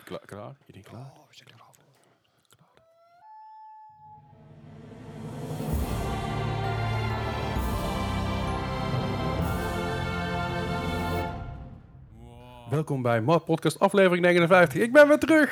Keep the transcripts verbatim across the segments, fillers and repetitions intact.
Klaar? klaar? Je niet klaar? Oh, we zijn klaar. Welkom bij Mad Podcast aflevering negenenvijftig. Ik ben weer terug!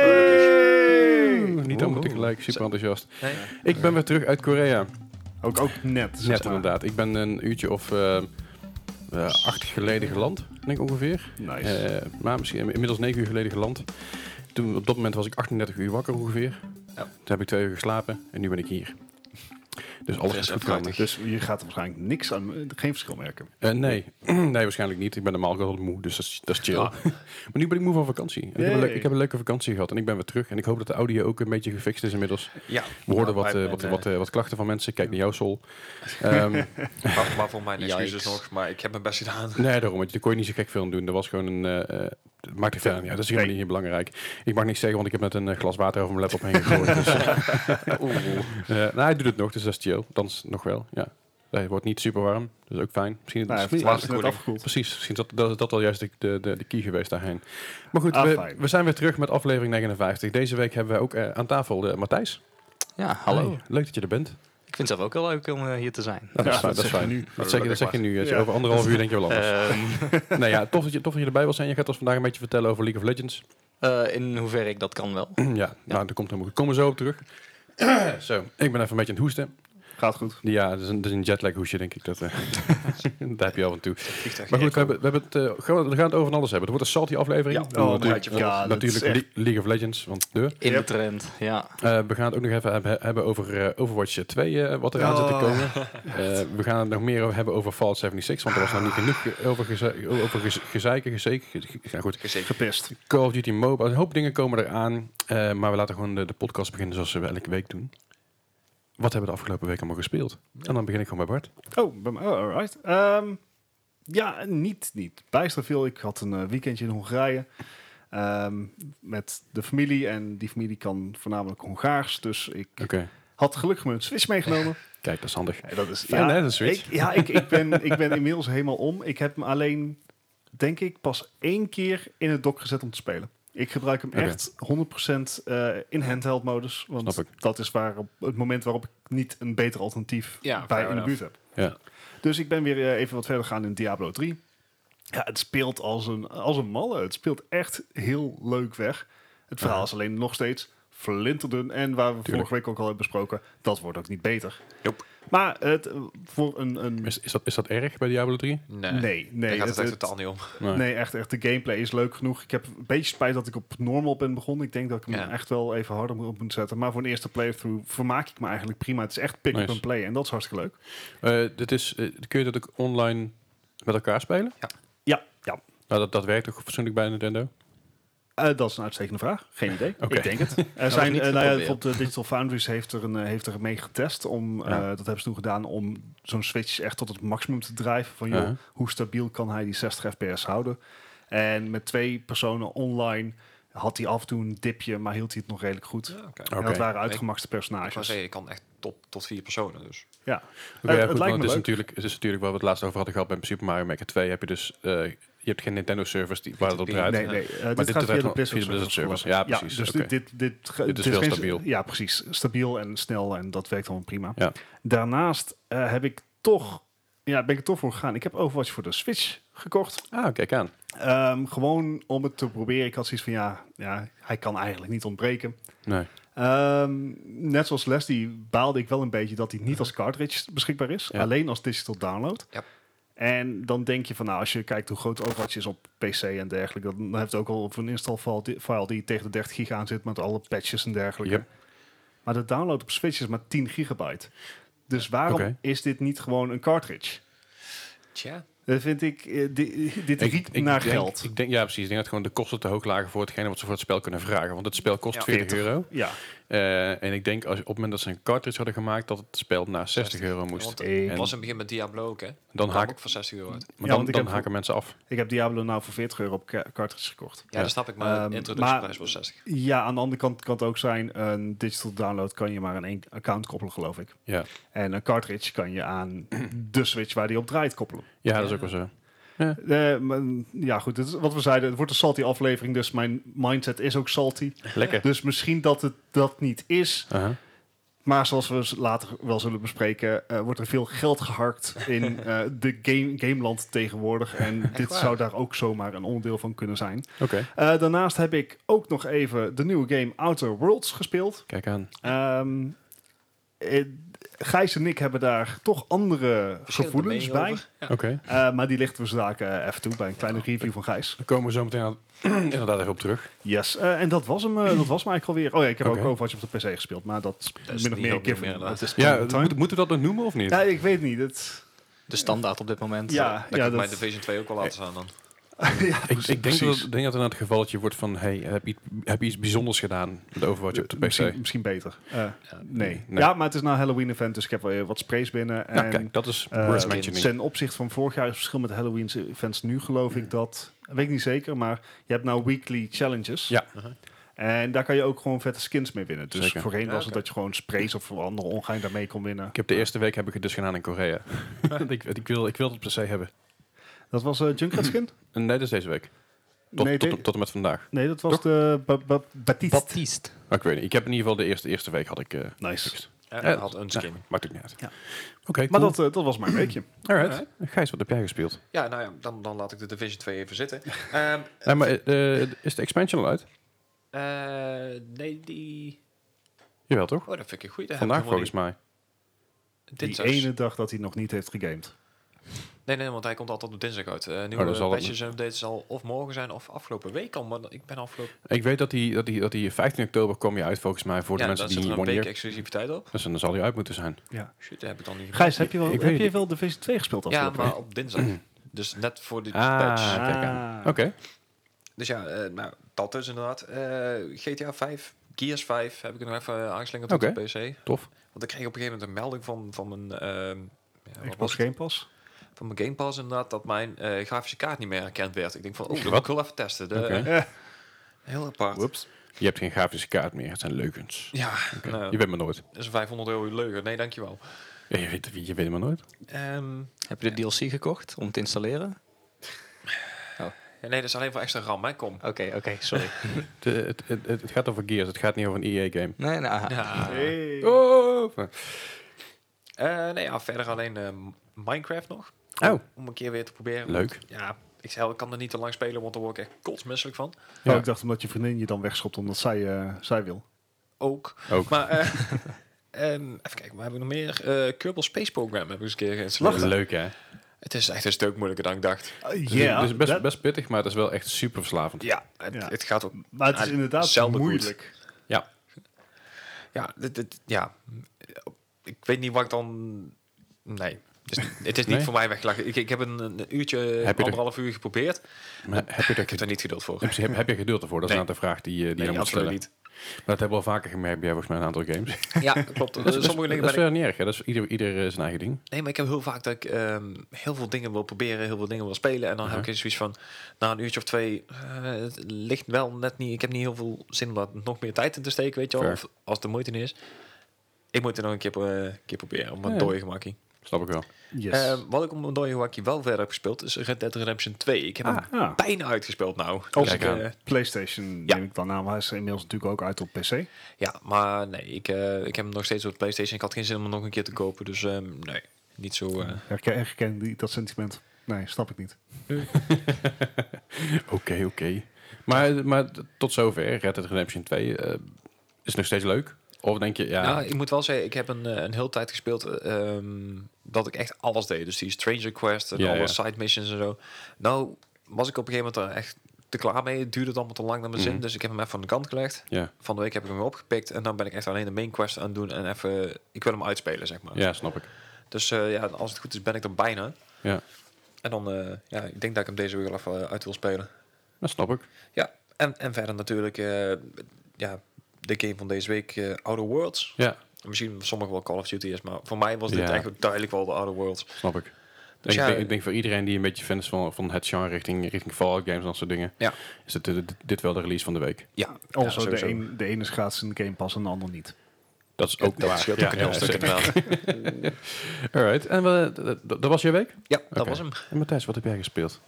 Yay! Niet allemaal tegelijk, super enthousiast. Nee. Ik ben weer terug uit Korea. Ook, ook net. zeg Net maar. inderdaad. Ik ben een uurtje of uh, uh, acht geleden geland, denk ik ongeveer. Nice. Uh, maar misschien inmiddels negen uur geleden geland. Toen, op dat moment was ik achtendertig uur wakker ongeveer. Ja. Toen heb ik twee uur geslapen en nu ben ik hier. Dus alles is goed gekomen. Dus je gaat er waarschijnlijk niks aan, geen verschil merken. Uh, nee. nee, waarschijnlijk niet. Ik ben normaal gewoon moe, dus dat is, dat is chill. Ja. Maar nu ben ik moe van vakantie. En ik, heb een le- ik heb een leuke vakantie gehad en ik ben weer terug. En ik hoop dat de audio ook een beetje gefixt is inmiddels. Ja. We hoorden nou, wat, uh, wat, ben, wat, uh, wat klachten van mensen. Kijk naar jou, Sol. Um, maar, maar voor mijn excuses nog, maar ik heb mijn best gedaan. Nee, daarom. Daar kon je niet zo gek veel aan doen. Dat was gewoon een... Uh, uh, maakt het verder niet uit. Dat is helemaal niet belangrijk. Ik mag niks zeggen, want ik heb net een uh, glas water over mijn laptop heen gegooid. Dus, uh, Oeh. Uh, nou, hij doet het nog, dus dat is chill. Dan is nog wel, ja. Het wordt niet super warm, dus ook fijn. Misschien nou, het het was net afgekoeld. Precies, misschien is dat, dat, dat al juist de, de, de, de key geweest daarheen. Maar goed, ah, we, we zijn weer terug met aflevering negenenvijftig. Deze week hebben we ook uh, aan tafel de Matthijs. Ja, hallo. Hey, leuk dat je er bent. Ik vind het zelf ook heel leuk om uh, hier te zijn. Nou, dat, ja, is, dat, dat is fijn. Nu. Dat zeg je, dat zeg je nu. Ja. Over anderhalf uur denk je wel anders. Um. nee, ja, tof, dat je, tof dat je erbij wil zijn. Je gaat ons vandaag een beetje vertellen over League of Legends. Uh, in hoeverre ik dat kan wel. ja, ja, nou, dat komt helemaal goed. Komen we zo op terug. Zo, ik ben even een beetje aan het hoesten. Gaat goed. Ja, dat is een, dat is een jetlag hoesje, denk ik. Dat, uh, daar heb je af en toe. Maar goed, we, hebben, we, hebben het, uh, gaan, we gaan het over alles hebben. Het wordt een salty aflevering. Ja, oh, natuurlijk ja, natuurlijk Le- League of Legends. Want de, in yep. de trend, ja. Uh, we gaan het ook nog even hebben, hebben over uh, Overwatch twee, uh, wat eraan oh. zit te komen. Uh, we gaan het nog meer over hebben over Fallout zevenenzeventig, want er was nog niet genoeg over, geze- over geze- gezeiken, gezeken. Ge- ja, goed. Gepest. Call of Duty Mobile. Een hoop dingen komen eraan. Uh, maar we laten gewoon de, de podcast beginnen zoals we elke week doen. Wat hebben we de afgelopen week allemaal gespeeld? En dan begin ik gewoon bij Bart. Oh, bij mij. Oh, alright. Um, ja, niet, niet bijster veel. Ik had een uh, weekendje in Hongarije um, met de familie. En die familie kan voornamelijk Hongaars. Dus ik okay. had gelukkig mijn Switch meegenomen. Kijk, dat is handig. Ja, dat is, ja, ja, nee, dat is Switch. Ik, ja, ik, ik, ben, ik ben inmiddels helemaal om. Ik heb hem alleen, denk ik, pas één keer in het dock gezet om te spelen. Ik gebruik hem okay. echt honderd procent uh, in handheld modus. Want dat is waar op het moment waarop ik niet een beter alternatief ja, bij in de buurt heb. Ja. Dus ik ben weer uh, even wat verder gegaan in Diablo drie. Ja, het speelt als een, als een malle. Het speelt echt heel leuk weg. Het verhaal uh-huh. is alleen nog steeds flinterdun. En waar we Tuurlijk. vorige week ook al hebben besproken, dat wordt ook niet beter. Nope. Maar het voor een... een is, is, dat, is dat erg bij Diablo drie? Nee, nee. nee daar gaat het, het echt het, totaal niet om. Nee. nee, echt, echt. De gameplay is leuk genoeg. Ik heb een beetje spijt dat ik op normal ben begonnen. Ik denk dat ik hem ja. echt wel even harder op moet zetten. Maar voor een eerste playthrough vermaak ik me eigenlijk prima. Het is echt pick-up nice. and play. En dat is hartstikke leuk. Uh, dit is, uh, kun je dat ook online met elkaar spelen? Ja. Ja, ja. Nou, dat, dat werkt toch fatsoenlijk bij Nintendo? Uh, dat is een uitstekende vraag. Geen idee. Okay. Ik denk het. Er zijn, uh, nou ja, bijvoorbeeld uh, Digital Foundries heeft er, een, uh, heeft er mee getest. Om, uh, ja. Dat hebben ze toen gedaan om zo'n Switch echt tot het maximum te drijven. Van joh, uh-huh. hoe stabiel kan hij die zestig F P S houden? En met twee personen online had hij af en toe een dipje, maar hield hij het nog redelijk goed. Ja, okay. En okay. dat waren uitgemaakste personages. Ik zeggen, je kan echt tot, tot vier personen dus. Ja. Okay, uh, ja, goed, het, het, is natuurlijk, het is natuurlijk waar we het laatst over hadden gehad bij Super Mario Maker twee. Heb je dus... Uh, Je hebt geen Nintendo servers die waar het op draait. Nee, nee. Uh, maar dit, dit gaat via de Blizzard servers. Ja, precies. Ja, dus okay. dit, dit, dit, dit is veel geen, stabiel. Ja, precies. Stabiel en snel en dat werkt allemaal prima. Ja. Daarnaast uh, heb ik toch, ja, ben ik er toch voor gegaan. Ik heb Overwatch voor de Switch gekocht. Ah, kijk aan. Um, gewoon om het te proberen. Ik had zoiets van, ja, ja, hij kan eigenlijk niet ontbreken. Nee. Um, net zoals Leslie baalde ik wel een beetje dat hij niet als cartridge beschikbaar is. Ja. Alleen als digital download. Ja. En dan denk je van, nou, als je kijkt hoe groot Overwatch is op P C en dergelijke, dan heeft het ook al een install file die tegen de dertig gig aan zit met alle patches en dergelijke. Yep. Maar de download op Switch is maar tien gigabyte. Dus waarom okay. is dit niet gewoon een cartridge? Tja. Dat vind ik, uh, di, dit ik, riekt ik naar denk, geld. Ik denk, ja, precies. Ik denk dat gewoon de kosten te hoog lagen voor hetgene wat ze voor het spel kunnen vragen. Want het spel kost ja, veertig euro. Ja. Uh, en ik denk als, op het moment dat ze een cartridge hadden gemaakt, dat het spel naar zestig euro moest. Ja, het was in het begin met Diablo ook, hè? Dan haak ook voor zestig euro uit. Maar ja, dan, dan haken voor, mensen af. Ik heb Diablo nou voor veertig euro op cartridge gekocht. Ja, ja. dat snap ik, maar um, introductieprijs was zestig. Ja, aan de andere kant kan het ook zijn, een digital download kan je maar aan één account koppelen, geloof ik. Ja. En een cartridge kan je aan de Switch waar die op draait koppelen. Ja, dat is ook wel zo. Ja, Uh, maar, ja goed, het is, wat we zeiden, het wordt een salty aflevering, dus mijn mindset is ook salty. lekker. Dus misschien dat het dat niet is. Uh-huh. Maar zoals we later wel zullen bespreken, uh, wordt er veel geld geharkt in uh, de game, gameland tegenwoordig. En dit waar? zou daar ook zomaar een onderdeel van kunnen zijn. Oké, Uh, daarnaast heb ik ook nog even de nieuwe game Outer Worlds gespeeld. kijk aan. Um, eh, Gijs en ik hebben daar toch andere gevoelens bij. Ja. Oké, Uh, maar die lichten we zo dadelijk uh, even toe bij een kleine review van Gijs. dan komen we zo meteen aan, inderdaad even op terug. Yes, uh, en dat was hem, uh, dat was hem eigenlijk alweer. Oh ja, ik heb Oké. ook Overwatch op de P C gespeeld, maar dat, Dat is min of niet meer heel veel given. meer, inderdaad. Het is Ja, time. moet, moeten we dat nog noemen of niet? Ja, ik weet niet. Het, De standaard op dit moment. ja, Dat ja, kan dat, mijn Division twee ook wel laten staan dan. ja, Ik, precies, ik denk, precies. dat, ik denk dat er een het gevalletje wordt van, hey, heb je, heb je iets bijzonders gedaan met Overwatch op de P C? Misschien, misschien beter. Uh, nee. nee. Ja, maar het is nou een Halloween event, dus ik heb wel wat sprays binnen. Nou, en kijk, dat is uh, worth mentioning. ten opzichte van vorig jaar is het verschil met Halloween events nu geloof ik dat, weet ik niet zeker, maar je hebt nou weekly challenges. Ja. Uh-huh. En daar kan je ook gewoon vette skins mee winnen. Dus Zeker. voorheen Ja, was het oké. dat je gewoon sprays of andere ongein daarmee kon winnen. Ik heb de eerste week heb ik het dus gedaan in Korea. ik, ik, wil, ik wil het per se hebben. Dat was uh, Junkrat skin? En nee, dat is deze week. Tot, nee, tot, de- tot en met vandaag. nee, dat was Toch? de ba ba Baptiste. Baptiste. Maar ik weet niet. Ik heb in ieder geval de eerste, eerste week had ik... Uh, Nice. gefixt. Ja, Eh, had een skin. nou, maakt ook niet uit. Ja. Oké, Maar cool. dat, uh, dat was mijn weekje. Alright. Gijs, wat heb jij gespeeld? Ja, nou ja, dan, dan laat ik de Division twee even zitten. Ehm, Nee, maar uh, is de expansion al uit? eh, nee, die... Jawel, toch? Oh, dat vind ik een goeie. Dat Vandaag heb ik volgens mij. mij. Die Dinsdags. ene dag dat hij nog niet heeft gegamed. Nee, nee, want hij komt altijd op dinsdag uit. Uh, nieuwe dan zal het- patches en updates zal of morgen zijn of afgelopen week al. Maar ik ben afgelopen... Ik weet dat die, dat die, dat die vijftien oktober kom je uit volgens mij voor de Ja, mensen daar die zit er een one week year... exclusiviteit op. Dus dan zal die uit moeten zijn. Ja. Shit, dat heb ik dan niet Gijs, heb je wel, Ik heb weet je niet. wel Division twee gespeeld Ja, afgelopen maar week? op dinsdag. Dus net voor die Ah, patch. kijk aan. Oké. Dus ja, uh, nou, dat dus inderdaad. Uh, G T A vijf, Gears vijf heb ik er nog even aangeslingerd op Oké. de P C. Tof. Want ik kreeg op een gegeven moment een melding van, van mijn... Uh, ja, wat Xbox was het? Game Pass? Van mijn Game Pass inderdaad, dat mijn uh, grafische kaart niet meer herkend werd. Ik denk van, oh, dat Wat? moet ik wel even testen. De, Oké. uh, heel apart. Whoops. Je hebt geen grafische kaart meer. Het zijn leugens. Ja, Oké. nou, Je weet maar nooit. dat is een vijfhonderd euro leugen. Nee, dankjewel. Ja, je, weet, je weet maar nooit. Um, Heb je de D L C gekocht om te installeren? ja, nee, dat is alleen voor extra RAM, hè. Kom. Oké, oké, okay, sorry. De, het, het, het, het gaat over Gears. Het gaat niet over een E A-game. nee, nou, Ja. Hey. Oh! Uh, nee, ja, verder alleen uh, Minecraft nog. Oh. Om, om een keer weer te proberen. Leuk. Ja, ik zei al, ik kan er niet te lang spelen, want daar word ik echt kotsmisselijk van. Ja. Ja. Ik dacht omdat je vriendin je dan wegschopt omdat zij, uh, zij wil. Ook. Ook. Maar, uh, um, even kijken, waar hebben we nog meer? Uh, Kerbal Space Program heb ik eens een keer geïnstalleerd. Leuk, hè? Het is echt een stuk moeilijker dan ik dacht. Uh, Het is- ja, het is best, dat- best pittig, maar het is wel echt super verslavend. Ja, het, Ja. het gaat ook... maar het is Ja, inderdaad zelden goed. moeilijk. Ja. Ja, dit, dit, ja, ik weet niet wat ik dan... Nee, het is, het is niet Nee? voor mij weggelegd. Ik, ik heb een, een uurtje, er- anderhalf uur geprobeerd. Maar heb je, Ik er, heb daar niet geduld voor. in principe, heb je geduld ervoor? Dat is Nee. een aantal vraag die, uh, die je Nee, dan moet absoluut stellen. niet. Maar dat hebben we al vaker gemerkt bij volgens mij een aantal games. Ja, klopt. Dat is, dat is, Sommige dingen dat is ben ik... wel niet erg, hè? Dat is ieder, ieder uh, zijn eigen ding. Nee, maar ik heb heel vaak dat ik ehm, heel veel dingen wil proberen, heel veel dingen wil spelen. En dan heb ik eens zoiets van, na een uurtje of twee, uh, het ligt wel net niet... Ik heb niet heel veel zin om daar nog meer tijd in te steken, weet je wel. Fair. Of als het de moeite niet is. Ik moet het nog een keer, uh, keer proberen, om een Ja. dode gemakkie. Snap ik wel. Yes. Uh, wat ik om een dode gemakkie wel verder heb gespeeld, is Red Dead Redemption twee. Ik heb Ah. hem ah, bijna uitgespeeld nou. Op Dus ik, kijk aan. uh, PlayStation Ja. neem ik dan aan, maar hij is inmiddels natuurlijk ook uit op P C. ja, maar nee, ik, uh, ik heb hem nog steeds op de PlayStation. Ik had geen zin om hem nog een keer te kopen, dus um, nee, niet zo... Uh, Herken, herken die, dat sentiment? Nee, snap ik niet. Oké, oké. Okay. Maar, maar tot zover, Red Dead Redemption twee, uh, is nog steeds leuk? Of denk je, ja... Nou, ik moet wel zeggen, ik heb een, eh, een hele tijd gespeeld uh, um, dat ik echt alles deed. Dus die Stranger Quest en Ja, alle ja. side missions en zo. Nou, was ik op een gegeven moment er echt te klaar mee. Het duurde het allemaal te lang naar mijn Mhm. zin. Dus ik heb hem even aan de kant gelegd. ja. Van de week heb ik hem weer opgepikt. En dan ben ik echt alleen de main quest aan het doen. En even, ik wil hem uitspelen, zeg maar. ja, snap ik. Dus uh, ja, als het goed is, ben ik er bijna. Ja, En dan, uh, ja, ik denk dat ik hem deze week wel even uit wil spelen. dat snap ik. Ja, en, en verder natuurlijk, uh, ja, de game van deze week, uh, Outer Worlds. Ja, Misschien sommigen wel Call of Duty is, maar voor mij was dit Ja. echt duidelijk wel de Outer Worlds. snap ik. Dus ik, ja, denk, ik denk voor iedereen die een beetje fan is van, van het genre richting, richting Fallout games en dat soort dingen, Ja. is het, dit, dit wel de release van de week. ja, Also, ja, de, sowieso. een, de ene is gratis in de Game Pass en de ander niet. Dat is ook Dat waar. scheelt ook een heel stuk inderdaad. Alright. En we, d- d- dat was je week? Ja, dat Oké. was hem. En Matthijs, wat heb jij gespeeld?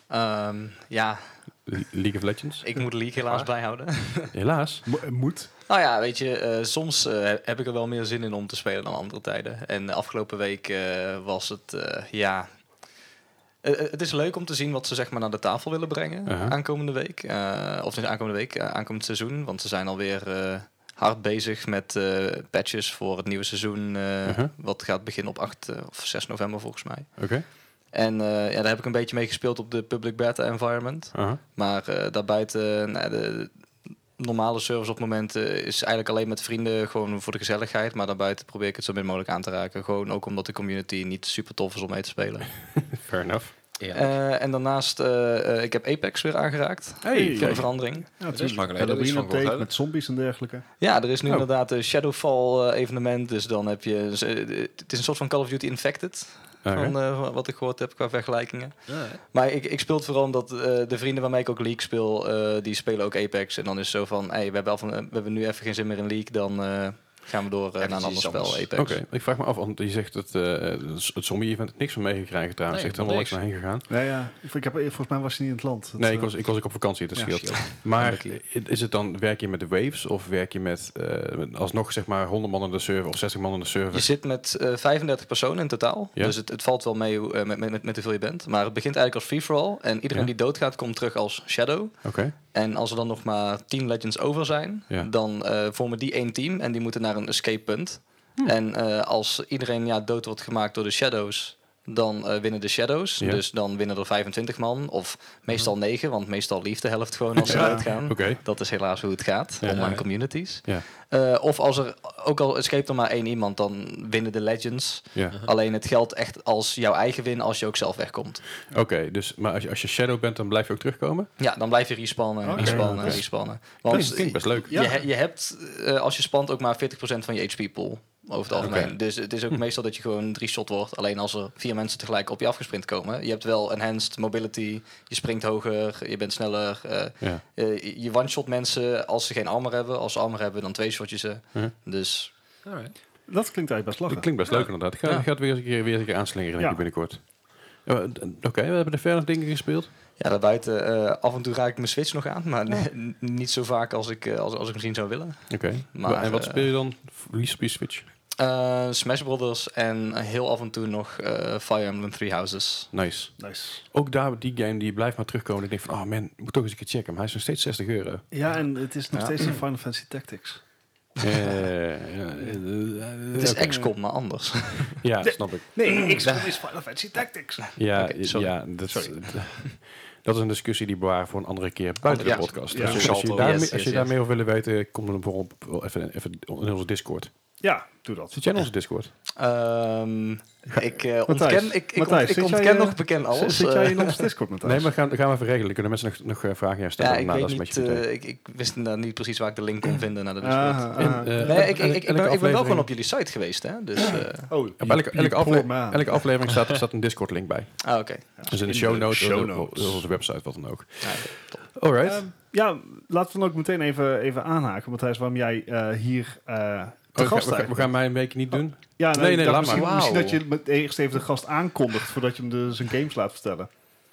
Um, ja, Le- League of Legends? ik moet League helaas bijhouden. Helaas. Mo- moet. Nou ja, weet je, uh, soms uh, heb ik er wel meer zin in om te spelen dan andere tijden. En de afgelopen week uh, was het, uh, ja... Uh, het is leuk om te zien wat ze zeg maar naar de tafel willen brengen Uh-huh. aankomende week. Uh, of niet aankomende week, uh, aankomend seizoen. Want ze zijn alweer uh, hard bezig met uh, patches voor het nieuwe seizoen. Uh, Uh-huh. Wat gaat beginnen op acht uh, of zes november volgens mij. Oké. Okay. En uh, ja, daar heb ik een beetje mee gespeeld op de public beta environment. Uh-huh. Maar uh, daarbuiten, nou, de normale service op het moment uh, is eigenlijk alleen met vrienden, gewoon voor de gezelligheid. Maar daarbuiten probeer ik het zo min mogelijk aan te raken. Gewoon ook omdat de community niet super tof is om mee te spelen. Fair enough. Ja. Uh, en daarnaast, uh, uh, ik heb Apex weer aangeraakt. Hey, Voor een verandering. Ja, Dat is maar geleden. Halloween Iets van update gehoord, met zombies en dergelijke. Ja, er is nu Oh. inderdaad een Shadowfall uh, evenement. Dus dan heb je... Dus, uh, het is een soort van Call of Duty Infected. Oké. Van uh, wat ik gehoord heb qua vergelijkingen. Ja, Maar ik, ik speel het vooral omdat uh, de vrienden waarmee ik ook League speel, uh, die spelen ook Apex. En dan is het zo van, hey, we, hebben al van, uh, we hebben nu even geen zin meer in League, dan uh, gaan we door uh, naar een ander iets spel, anders. Apex. Oké, ik vraag me af, want je zegt dat uh, het zombie-event niks van meegekregen trouwens. Nee, Zegt helemaal niks. niks naar heen gegaan. Ja, ja. Ik, ik heb, volgens mij was hij niet in het land. Dat, Nee, ik uh, was, ik was ook op vakantie, dat ja, scheelt. scheelt. Maar Unlucky. is het dan, werk je met de waves of werk je met uh, alsnog zeg maar honderd man in de server of zestig man in de server? Je zit met uh, vijfendertig personen in totaal. Ja. Dus het, het valt wel mee uh, met, met, met hoeveel je bent. Maar het begint eigenlijk als free-for-all. En iedereen Ja. die doodgaat, komt terug als Shadow. Oké, okay. En als er dan nog maar tien Legends over zijn, Ja. dan uh, vormen die één team. En die moeten naar een escape punt. Hm. En uh, als iedereen ja, dood wordt gemaakt door de Shadows, dan uh, winnen de Shadows. Ja. Dus dan winnen er vijfentwintig man. Of meestal negen, want meestal liefst de helft gewoon als ze Ja. doodgaan. Oké. Okay. Dat is helaas hoe het gaat, Ja. online communities. Ja. Uh, of als er, ook al escape er maar één iemand, dan winnen de Legends. Ja. Alleen het geldt echt als jouw eigen win als je ook zelf wegkomt. Oké, okay, dus maar als je, als je Shadow bent, dan blijf je ook terugkomen? Ja, dan blijf je respawnen, Oké, respawnen, oké. respawnen. Klinkt, Want klinkt best leuk. Ja. je, he- je hebt, uh, als je spant, ook maar veertig procent van je H P pool. Over het algemeen. Oké. Dus het is ook meestal dat je gewoon drie shot wordt. Alleen als er vier mensen tegelijk op je afgesprint komen. Je hebt wel enhanced mobility. Je springt hoger. Je bent sneller. Uh, Ja. uh, je one-shot mensen als ze geen armor hebben. Als ze armor hebben, dan twee shot je ze. Uh-huh. Dus alright. Dat klinkt eigenlijk best Dat lachen. klinkt best leuk inderdaad. Ik ga, Ja. ik ga het weer eens een keer, weer eens een keer aanslingeren denk Ja. ik binnenkort. Uh, d- Oké, okay, we hebben er verder dingen gespeeld. ja, daarbuiten uh, af en toe raak ik mijn Switch nog aan. Maar n- niet zo vaak als ik, uh, als, als ik misschien zou willen. Oké. Okay. Maar, En wat uh, speel je dan? Liefst op je Switch? Uh, Smash Brothers en heel af en toe nog uh, Fire Emblem Three Houses. Nice. Nice. Ook daar, die game die blijft maar terugkomen. Ik denk van, oh man, ik moet toch eens een keer checken. Maar hij is nog steeds zestig euro. Ja, en het is nog Ja. steeds een Final Fantasy Tactics. Eh, ja, Het is oké. X COM, maar anders. Ja, snap ik. Nee, X COM is Final Fantasy Tactics. Ja, Oké, sorry. ja dat, Sorry. dat is een discussie die bewaren voor een andere keer buiten Ja. de podcast. Ja. Dus als je, Salto. daar, Yes, als yes, je daar yes. meer over willen weten, kom dan bijvoorbeeld even, even in onze Discord. Ja, doe dat. Zit jij in onze Discord? Um, ik uh, Matthijs, ontken, ik, ik, Matthijs, ont, ik zit ontken jij, uh, nog bekend alles. Zit jij uh, in onze Discord met Nee, maar gaan, gaan we even regelen. Kunnen mensen nog, nog uh, vragen aan stellen? ja, ik Nou, weet dat is niet. een beetje Uh, meteen. ik, ik wist inderdaad niet precies waar ik de link kon vinden naar de Discord. Ah, ah, En, ah. uh, nee, ik, ik, elke- ik, ben, elke ik ben wel gewoon aflevering- op jullie site geweest, hè? Dus, uh, Oh, Op elke, elke, you poor afle- man. elke aflevering staat, staat een Discord link bij. ah, oké. Dus in de In show de notes, show of- notes. of onze website, wat dan ook. Ja, top. Alright. Ehm, ja, laten we dan ook meteen even, even aanhaken. Matthijs, waarom jij uh, hier uh, te Oh, we, gast gaan, we, gaan, eigenlijk we gaan mij een week niet doen. Ja, Nee, nee, ik dacht laat misschien, maar. misschien Wauw. dat je met eerst even de gast aankondigt voordat je hem de, zijn games laat vertellen.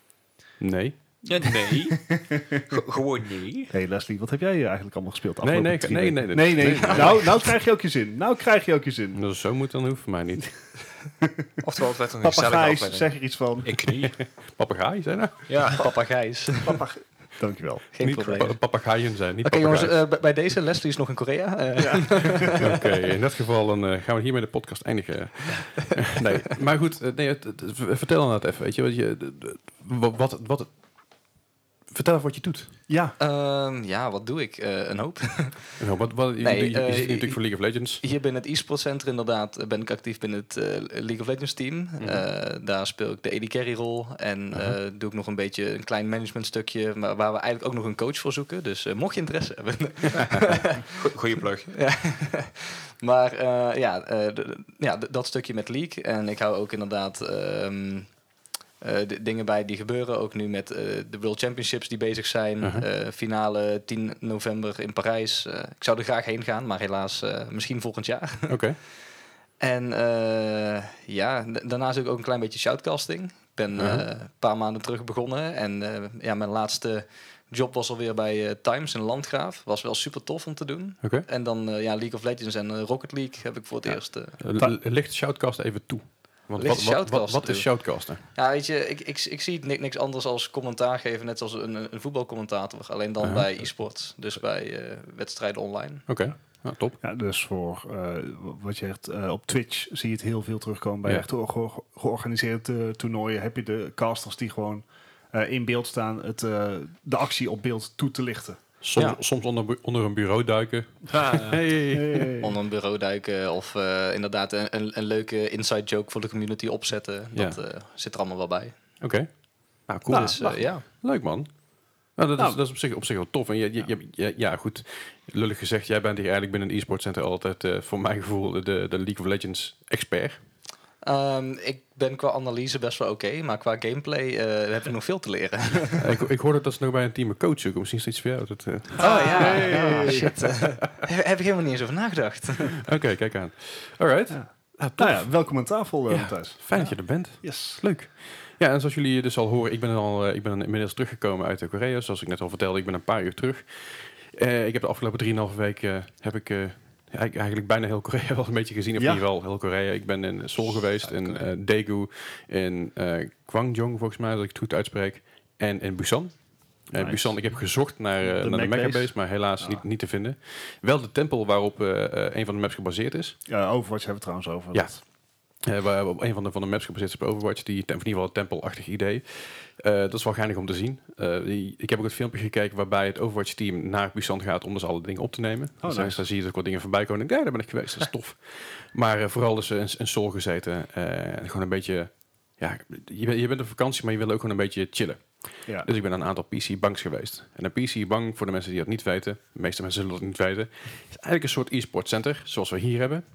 Nee. Ja, nee. G- gewoon nee. Hey Leslie, wat heb jij hier eigenlijk allemaal gespeeld? de Nee, afgelopen nee, drie nee, weken? nee, nee, nee. nee. Nou, nou krijg je ook je zin. Nou krijg je ook je zin. Dat is zo moet, dan hoeft voor mij niet. Oftewel, het werd een gezellige Papagaais, aflevering. zeg er iets van. Ik knie. Papegaai zijn er? Ja. Papagijs. Papag Dankjewel. Geen niet probleem. pa- Oké papegaaien zijn, niet jongens, papegaaien. uh, bij- bij deze, Leslie is nog in Korea. Uh, Ja. Oké, in dat geval dan, uh, gaan we hiermee de podcast eindigen. Nee, maar goed, uh, nee, het, het, het- vertel dan het even, weet je. Wat, je de- de- wat, wat, wat, vertel even wat je doet. Ja, um, ja, wat doe ik? Uh, een hoop. Nou, wat, wat, je, Nee, je, je uh, zit hier natuurlijk voor League of Legends. Hier binnen het e-sport center inderdaad uh, ben ik actief binnen het uh, League of Legends team. Mhm. Uh, daar speel ik de A D carry rol en uh, Aha. doe ik nog een beetje een klein management stukje, maar waar we eigenlijk ook nog een coach voor zoeken. Dus uh, mocht je interesse hebben. Go- Goeie plug. Ja. Maar uh, ja, uh, d- d- ja d- dat stukje met League. En ik hou ook inderdaad um, uh, dingen bij die gebeuren. Ook nu met uh, de World Championships die bezig zijn. Uh-huh. Uh, finale tien november in Parijs. Uh, ik zou er graag heen gaan, maar helaas uh, misschien volgend jaar. Oké. Okay. En uh, ja, d- daarnaast ook een klein beetje shoutcasting. Ik ben uh-huh. uh, een paar maanden terug begonnen. En uh, ja, mijn laatste job was alweer bij uh, Times in Landgraaf. Was wel super tof om te doen. Okay. En dan uh, ja, League of Legends en uh, Rocket League heb ik voor het ja. eerst... Uh, L- Licht shoutcast even toe. Want wat, wat, wat, wat is shoutcasten? Ja, weet je, ik, ik, ik zie het niks anders als commentaar geven, net zoals een, een voetbalcommentator. Alleen dan uh-huh. bij e-sports, dus bij uh, wedstrijden online. Oké. Okay. Nou, top. Ja, dus voor uh, wat je zegt, uh, op Twitch zie je het heel veel terugkomen. Bij ja. echt ge- georganiseerde uh, toernooien heb je de casters die gewoon uh, in beeld staan, het, uh, de actie op beeld toe te lichten. Soms, ja. soms onder, onder een bureau duiken. Ah, hey. Hey. Onder een bureau duiken of uh, inderdaad een, een, een leuke inside joke voor de community opzetten. Ja. Dat uh, zit er allemaal wel bij. Oké. Okay. Nou, cool. Dus, uh, ja. Leuk, man. Nou, dat, nou, is, dat is op zich, op zich wel tof. En je, je, je, je, ja, goed. Lullig gezegd, jij bent hier eigenlijk binnen een e-sport center altijd, uh, voor mijn gevoel, de, de League of Legends expert. Um, ik ben qua analyse best wel oké, okay, maar qua gameplay uh, heb ik nog veel te leren. ik, ik hoorde dat ze nog bij een team een coach zoeken. Misschien is het iets voor jou. Dat, uh... Oh ja, hey. oh, shit. Uh, heb ik helemaal niet eens over nagedacht. Oké, okay, kijk aan. Alright. Ja. Ah, nou ja, welkom aan tafel, uh, ja, Matthijs. Fijn ja. dat je er bent. Yes. Leuk. Ja, en zoals jullie dus al horen, ik ben, al, uh, ik ben inmiddels teruggekomen uit Korea. Zoals ik net al vertelde, ik ben een paar uur terug. Uh, ik heb de afgelopen drieënhalve weken uh, heb ik... Uh, eigenlijk bijna heel Korea wel een beetje gezien. Of ja. in ieder geval heel Korea. Ik ben in Seoul geweest, in uh, Daegu, in uh, Gwangjong volgens mij, dat ik het goed uitspreek. En in Busan. Uh, nice. Busan, ik heb gezocht naar, uh, de, naar de Megabase, maar helaas ah. niet, niet te vinden. Wel de tempel waarop uh, uh, een van de maps gebaseerd is. Ja, Overwatch hebben we trouwens over. Ja. Uh, waar op een van de, van de maps gebaseerd is op Overwatch, die in ieder geval het tempelachtig idee. Uh, dat is wel geinig om te zien. Uh, die, ik heb ook het filmpje gekeken waarbij het Overwatch-team naar Busan gaat om dus alle dingen op te nemen. Oh, dus nice. Daar zie je dus ook wat dingen voorbij komen. En ja, daar ben ik geweest, dat is tof. Maar uh, vooral dus in, in Seoul gezeten. Uh, en gewoon een beetje... Ja, je, bent, je bent op vakantie, maar je wil ook gewoon een beetje chillen. Ja. Dus ik ben aan een aantal P C-banks geweest. En een P C-bank, voor de mensen die dat niet weten, de meeste mensen zullen dat niet weten, is eigenlijk een soort e-sport center, zoals we hier hebben.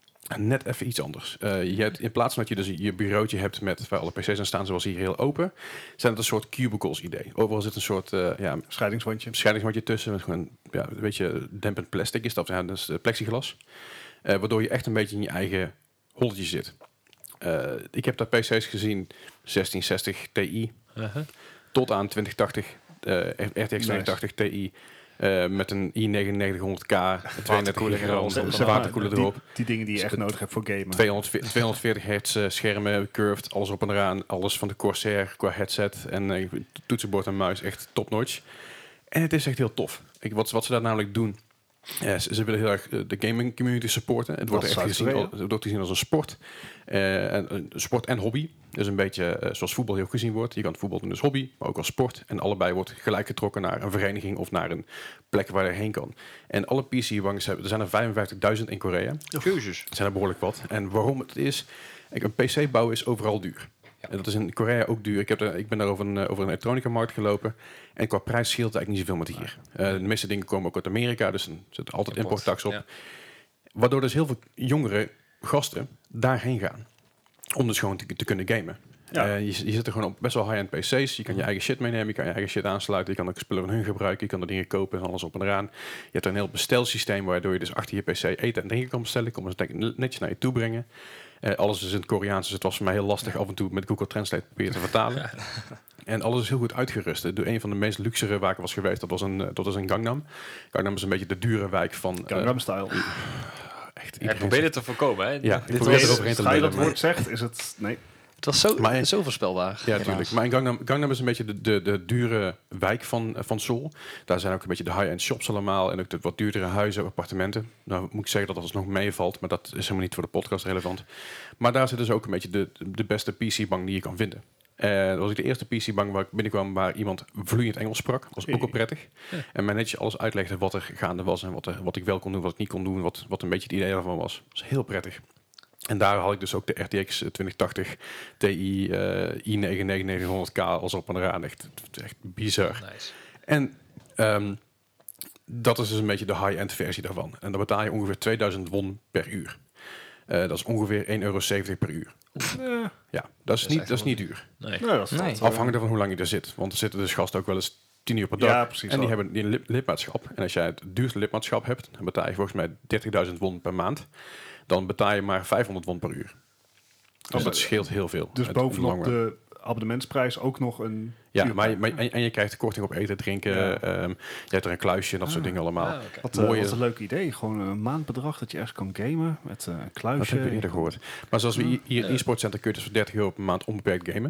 Net even iets anders. Uh, je hebt, in plaats van dat je dus je bureautje hebt met waar alle pc's aan staan, zoals hier heel open, zijn het een soort cubicles idee. Overal zit een soort uh, ja, scheidingswandje. scheidingswandje tussen, met gewoon ja, een beetje dempend plastic is dat, ja, dat is plexiglas. Uh, waardoor je echt een beetje in je eigen holletje zit. Uh, ik heb daar P C's gezien, zestien zestig Ti, uh-huh. tot aan twintig tachtig, uh, R T X nice. twintig tachtig Ti. Uh, met een i negenennegentig K, tweeëndertig gigahertz, waterkoeler erop. Die, die dingen die je echt nodig hebt voor gamen. tweehonderdveertig hertz uh, schermen, curved, alles op en eraan. Alles van de Corsair qua headset en uh, toetsenbord en muis, echt top-notch. En het is echt heel tof. Ik, wat, wat ze daar namelijk doen, uh, ze, ze willen heel erg uh, de gaming community supporten. Het wordt echt gezien, al, het wordt gezien als een sport. Uh, en, uh, sport en hobby. Dus een beetje uh, zoals voetbal heel gezien wordt. Je kan voetbal doen als hobby, maar ook als sport. En allebei wordt gelijk getrokken naar een vereniging of naar een plek waar je heen kan. En alle P C-banks hebben, er zijn er vijfenvijftigduizend in Korea. Jezus. Er zijn er behoorlijk wat. En waarom het is, een P C bouwen is overal duur. Ja. En dat is in Korea ook duur. Ik, heb er, ik ben daar over een, over een elektronica-markt gelopen. En qua prijs scheelt het eigenlijk niet zoveel met hier. Uh, de meeste dingen komen ook uit Amerika, dus er zit altijd Import. importtax op. Ja. Waardoor dus heel veel jongere gasten daarheen gaan. Om dus gewoon te, te kunnen gamen. Ja. Uh, je, je zit er gewoon op best wel high-end P C's. Je kan je eigen shit meenemen, je kan je eigen shit aansluiten. Je kan ook spullen van hun gebruiken, je kan er dingen kopen en alles op en eraan. Je hebt een heel bestelsysteem waardoor je dus achter je P C eten en drinken kan bestellen. Komen ze netjes naar je toe brengen. Uh, alles is in het Koreaans, dus het was voor mij heel lastig ja. af en toe met Google Translate proberen te vertalen. Ja. En alles is heel goed uitgerust. Door een van de meest luxere waar ik was geweest, dat was een, dat was een Gangnam. Gangnam is een beetje de dure wijk van... Gangnam Style. Uh, echt, ja, probeer het te voorkomen, hè? Ja, ik probeer er overheen te leiden. Als je dat woord zegt, is het... Nee. Het was zo, maar, zo voorspelbaar. Ja, natuurlijk. Maar in Gangnam, Gangnam is een beetje de, de, de dure wijk van, van Seoul. Daar zijn ook een beetje de high-end shops allemaal. En ook de wat duurdere huizen, appartementen. Nou moet ik zeggen dat dat nog meevalt. Maar dat is helemaal niet voor de podcast relevant. Maar daar zit dus ook een beetje de, de beste P C-bank die je kan vinden. Uh, dat was ik de eerste P C-bank waar ik binnenkwam waar iemand vloeiend Engels sprak. Dat was ook wel prettig. Ja. En mij netjes alles uitlegde wat er gaande was. En wat, er, wat ik wel kon doen, wat ik niet kon doen. Wat, wat een beetje het idee daarvan was. Dat was heel prettig. En daar had ik dus ook de R T X twintig tachtig Ti uh, i negen negenennegentig K als op en eraan. Echt, echt bizar. Nice. En um, dat is dus een beetje de high-end versie daarvan. En dan betaal je ongeveer tweeduizend won per uur. Uh, dat is ongeveer één euro zeventig per uur. Uh, ja, dat is, dat is, niet, dat is niet duur. Nee. Nee, dat is Nee. Afhankelijk van hoe lang je er zit. Want er zitten dus gasten ook wel eens tien uur per dag. Ja, precies. En die wel. hebben die lid- lidmaatschap. En als jij het duurste lidmaatschap hebt, dan betaal je volgens mij dertigduizend won per maand. Dan betaal je maar vijfhonderd won per uur. Dus Oh, dat scheelt heel veel. Dus Het bovenop lange- de abonnementsprijs ook nog een... Ja, uur- maar, je- maar, en, en je krijgt korting op eten, drinken. Ja. ehm, je hebt er een kluisje en dat soort Ah. dingen allemaal. Ah, oké. Wat, uh, mooie- wat een leuk idee. Gewoon een maandbedrag dat je ergens kan gamen met uh, een Dat kluisje. heb je eerder gehoord. Maar zoals we hier hier in Ja. e-sport center kun je dus voor dertig euro per maand onbeperkt gamen.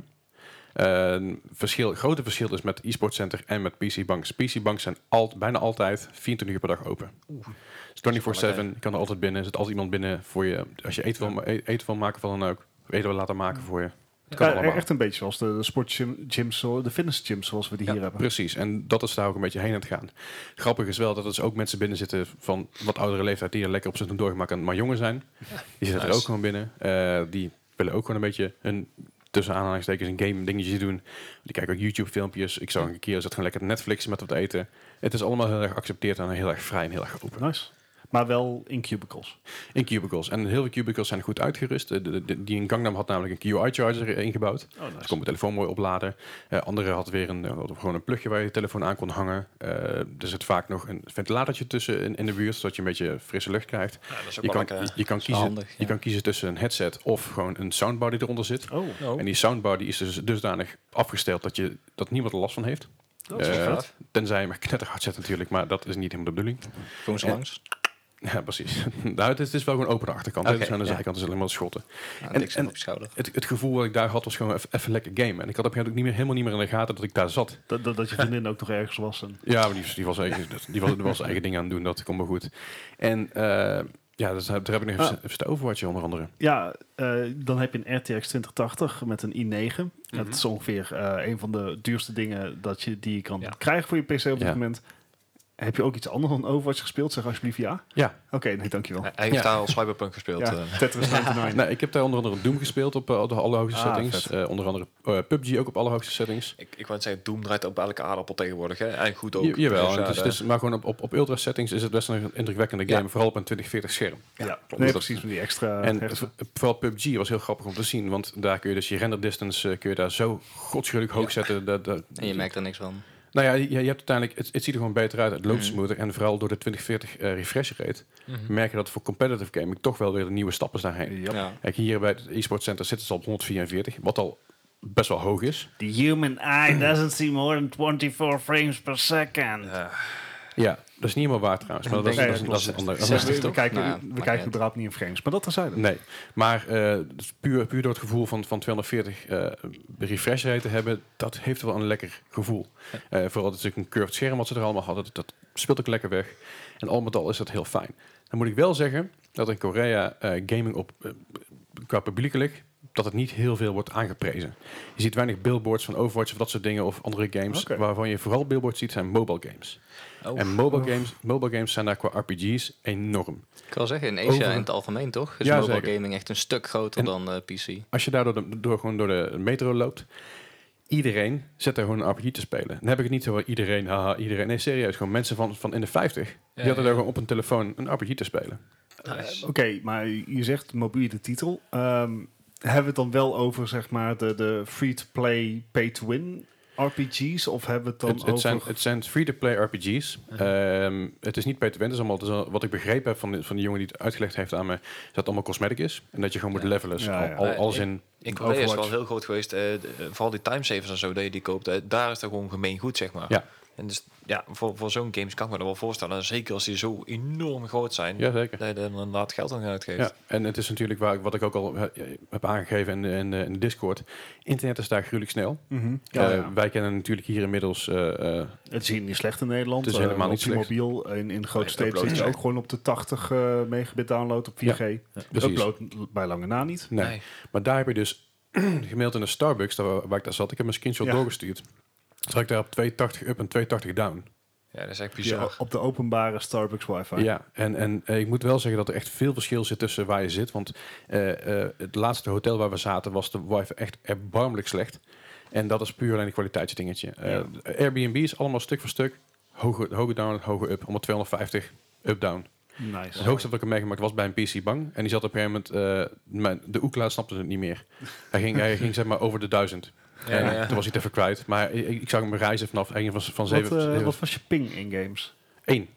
Uh, verschil, grote verschil is met e-sport center en met P C Banks. P C Banks zijn al, bijna altijd vierentwintig uur per dag open. Oeh. Dus vierentwintig zeven, je kan er altijd binnen. Er zit altijd iemand binnen voor je. Als je eten wil, ma- e- eten wil maken van dan ook. Of eten wil laten maken voor je. Het kan Ja, allemaal. echt een beetje zoals de, de sportgyms, zo- de fitness gyms zoals we die Ja, hier hebben. precies. En dat is daar ook een beetje heen aan het gaan. Grappig is wel dat er dus ook mensen binnen zitten van wat oudere leeftijd die er lekker op zitten doorgemaakt en maar jonger zijn. Die zitten er Nice. ook gewoon binnen. Uh, die willen ook gewoon een beetje een tussen aanhalingstekens een game dingetje doen. Die kijken ook YouTube filmpjes. Ik zou een keer zat gewoon lekker Netflix met wat eten. Het is allemaal heel erg geaccepteerd en heel erg vrij en heel erg open. Nice. Maar wel in cubicles. In cubicles. En heel veel cubicles zijn goed uitgerust. De, de, de- die in Gangnam had namelijk een Q I-charger ingebouwd. Oh, nice. Dus kon mijn telefoon mooi opladen. Uh, andere had weer een, uh, gewoon een plugje waar je je telefoon aan kon hangen. Uh, er zit vaak nog een ventilatortje tussen in, in de buurt, zodat je een beetje frisse lucht krijgt. Ja, dat is ook Je wel kan, lekker. je, je kan kiezen, handig, ja. je kan kiezen tussen een headset of gewoon een soundbar die eronder zit. Oh, Oh. En die soundbar die is dus dusdanig afgesteld dat, je, dat niemand er last van heeft. dat is wel Uh, gaaf. tenzij je maar knetterhard zet natuurlijk, maar dat is niet helemaal de bedoeling. Gewoon zo En- langs. Ja, precies. nou, het is, het is wel gewoon open de achterkant. Oké, Dus aan de ja. zijkant is alleen maar schotten. Ja, En- niks en- op je schouder. Het, het gevoel wat ik daar had was gewoon even, even lekker gamen. En ik had op een gegeven moment ook niet meer, helemaal niet meer in de gaten dat ik daar zat. Dat, dat, dat je vriendin ook nog ergens was. En... Ja, maar die, die was eigen, die was, die was eigen dingen aan het doen. Dat komt maar goed. En uh, ja, dus, daar heb ik nog even, Ah. even de Overwatch onder andere. Ja, uh, dan heb je een R T X twintig tachtig met een i negen. Mhm. Dat is ongeveer uh, een van de duurste dingen dat je, die je kan Ja. krijgen voor je P C op dit Ja. moment. Heb je ook iets anders dan Overwatch gespeeld? Zeg alsjeblieft ja. Ja. Oké, nee, dankjewel. Hij hij heeft Ja. daar al Cyberpunk gespeeld. Ja, eh. Tetris negenennegentig. Nou, ik heb daar onder andere Doom gespeeld op, uh, op de allerhoogste Ah, settings. vet. Uh, onder andere uh, P U B G ook op allerhoogste settings. Ik, ik wou het zeggen, Doom draait op elke aardappel tegenwoordig. Hè? En goed ook. Ja, jawel, Dus, en ja, het is, de- het is, maar gewoon op, op, op ultra settings is het best een indrukwekkende game. Ja. Vooral op een twintig veertig scherm. Ja, klopt. nee, Dat- precies met die extra En hersen. v- vooral P U B G was heel grappig om te zien, want daar kun je dus je render distance uh, kun je daar zo godschuwelijk hoog Ja. zetten. Dat, dat, En je merkt er niks van. Nou ja, je, je hebt uiteindelijk, het, het ziet er gewoon beter uit, het loopt Mhm. smoother en vooral door de twintig veertig uh, refresh rate Mhm. merk je dat voor competitive gaming toch wel weer de nieuwe stappen is daarheen. Ja. Ja. Kijk, hier bij het e-sport center zitten ze op honderdvierenveertig, wat al best wel hoog is. The human eye doesn't see more than twenty-four frames per second. Ja. Ja, dat is niet helemaal waar trouwens, maar dat is, Nee, dat is, dat dat is een ander. zestig. we, we toch? kijken, Nou ja, we maakt kijken niet überhaupt niet in frames, maar dat terzijde. Nee, maar uh, dus puur, puur door het gevoel van, van tweehonderdveertig uh, refresh rate te hebben, dat heeft wel een lekker gevoel. Uh, vooral dat is een curved scherm wat ze er allemaal hadden, dat, dat speelt ook lekker weg. En al met al is dat heel fijn. Dan moet ik wel zeggen dat in Korea uh, gaming op uh, qua publiekelijk dat het niet heel veel wordt aangeprezen. Je ziet weinig billboards van Overwatch of dat soort dingen of andere games. Oké. Waarvan je vooral billboards ziet zijn mobile games. Oh. En mobile, Oh. games, mobile games zijn daar qua R P G's enorm. Ik wil zeggen, in Asia Over- in het algemeen toch? Is Ja, mobile zeker. gaming echt een stuk groter En- dan uh, P C. Als je daar door, de, door, gewoon door de metro loopt, iedereen zet daar gewoon een R P G te spelen. Dan heb ik het niet zo van iedereen, haha, iedereen. Nee, serieus, gewoon mensen van, van in de vijftig. Die Ja, hadden ja. daar gewoon op een telefoon een R P G te spelen. Nice. Oké, maar je zegt mobiele titel. Ehm, hebben we het dan wel over zeg maar de, de free-to-play, pay-to-win R P G's? Of hebben we het dan Het, het, over... zijn, het zijn free-to-play R P G's. Ehm, het is niet pay to win. Het is allemaal, het is al- wat ik begrepen heb van, de, van de jongen die het uitgelegd heeft aan me, is dat het allemaal cosmetic is. En dat je gewoon moet Ja. levelen. Dus Ja, ja. al, al, als in... In Korea is het wel Overwatch. heel groot geweest. eh, de- vooral die timesavers en zo, dat je die koopt. eh, daar is dat gewoon gemeen goed, zeg maar. Ja. En dus ja, voor, voor zo'n games kan ik me dat wel voorstellen. En zeker als die zo enorm groot zijn. Jazeker. Dat je er inderdaad geld aan uitgeeft. Ja, en het is natuurlijk waar, ik- wat ik ook al he- heb aangegeven in, de- in, de- in de Discord. Internet is daar gruwelijk snel. Mhm. Ja, Eh, ja. Wij kennen natuurlijk hier inmiddels... eh, eh, Het is hier niet slecht in Nederland. Het is Eh, helemaal op niet je slecht. mobiel in, in grote Nee, steden upload zit je is ook gewoon op de tachtig eh, megabit download op vier G. precies. Upload bij lange na niet. Nee. Nee. Maar daar heb je dus gemaild in de Starbucks, daar, waar, waar ik daar zat. Ik heb een screenshot Ja. doorgestuurd. Zat ik daar op tweehonderdtachtig up en tweehonderdtachtig down. Ja, dat is echt Ja, bizar. op de openbare Starbucks wifi. Ja, en, en eh, ik moet wel zeggen dat er echt veel verschil zit tussen waar je zit. Want eh, eh, het laatste hotel waar we zaten was de wifi echt erbarmelijk slecht. En dat is puur alleen een kwaliteitsdingetje. Eh, Ja. Airbnb is allemaal stuk voor stuk. Hoge, hoge down, hoge up. Allemaal tweehonderdvijftig up down. Nice. Het hoogste wat ik heb meegemaakt was bij een P C Bang. En die zat op een gegeven moment... Uh, mijn, de Oekla snapte het niet meer. Hij ging, hij ging zeg maar over de duizend. Ja, en ja. Toen was hij het even kwijt. Maar ik, ik zag hem reizen vanaf een van, van wat, zeven... Uh, zeven wat was je ping in games? Eén.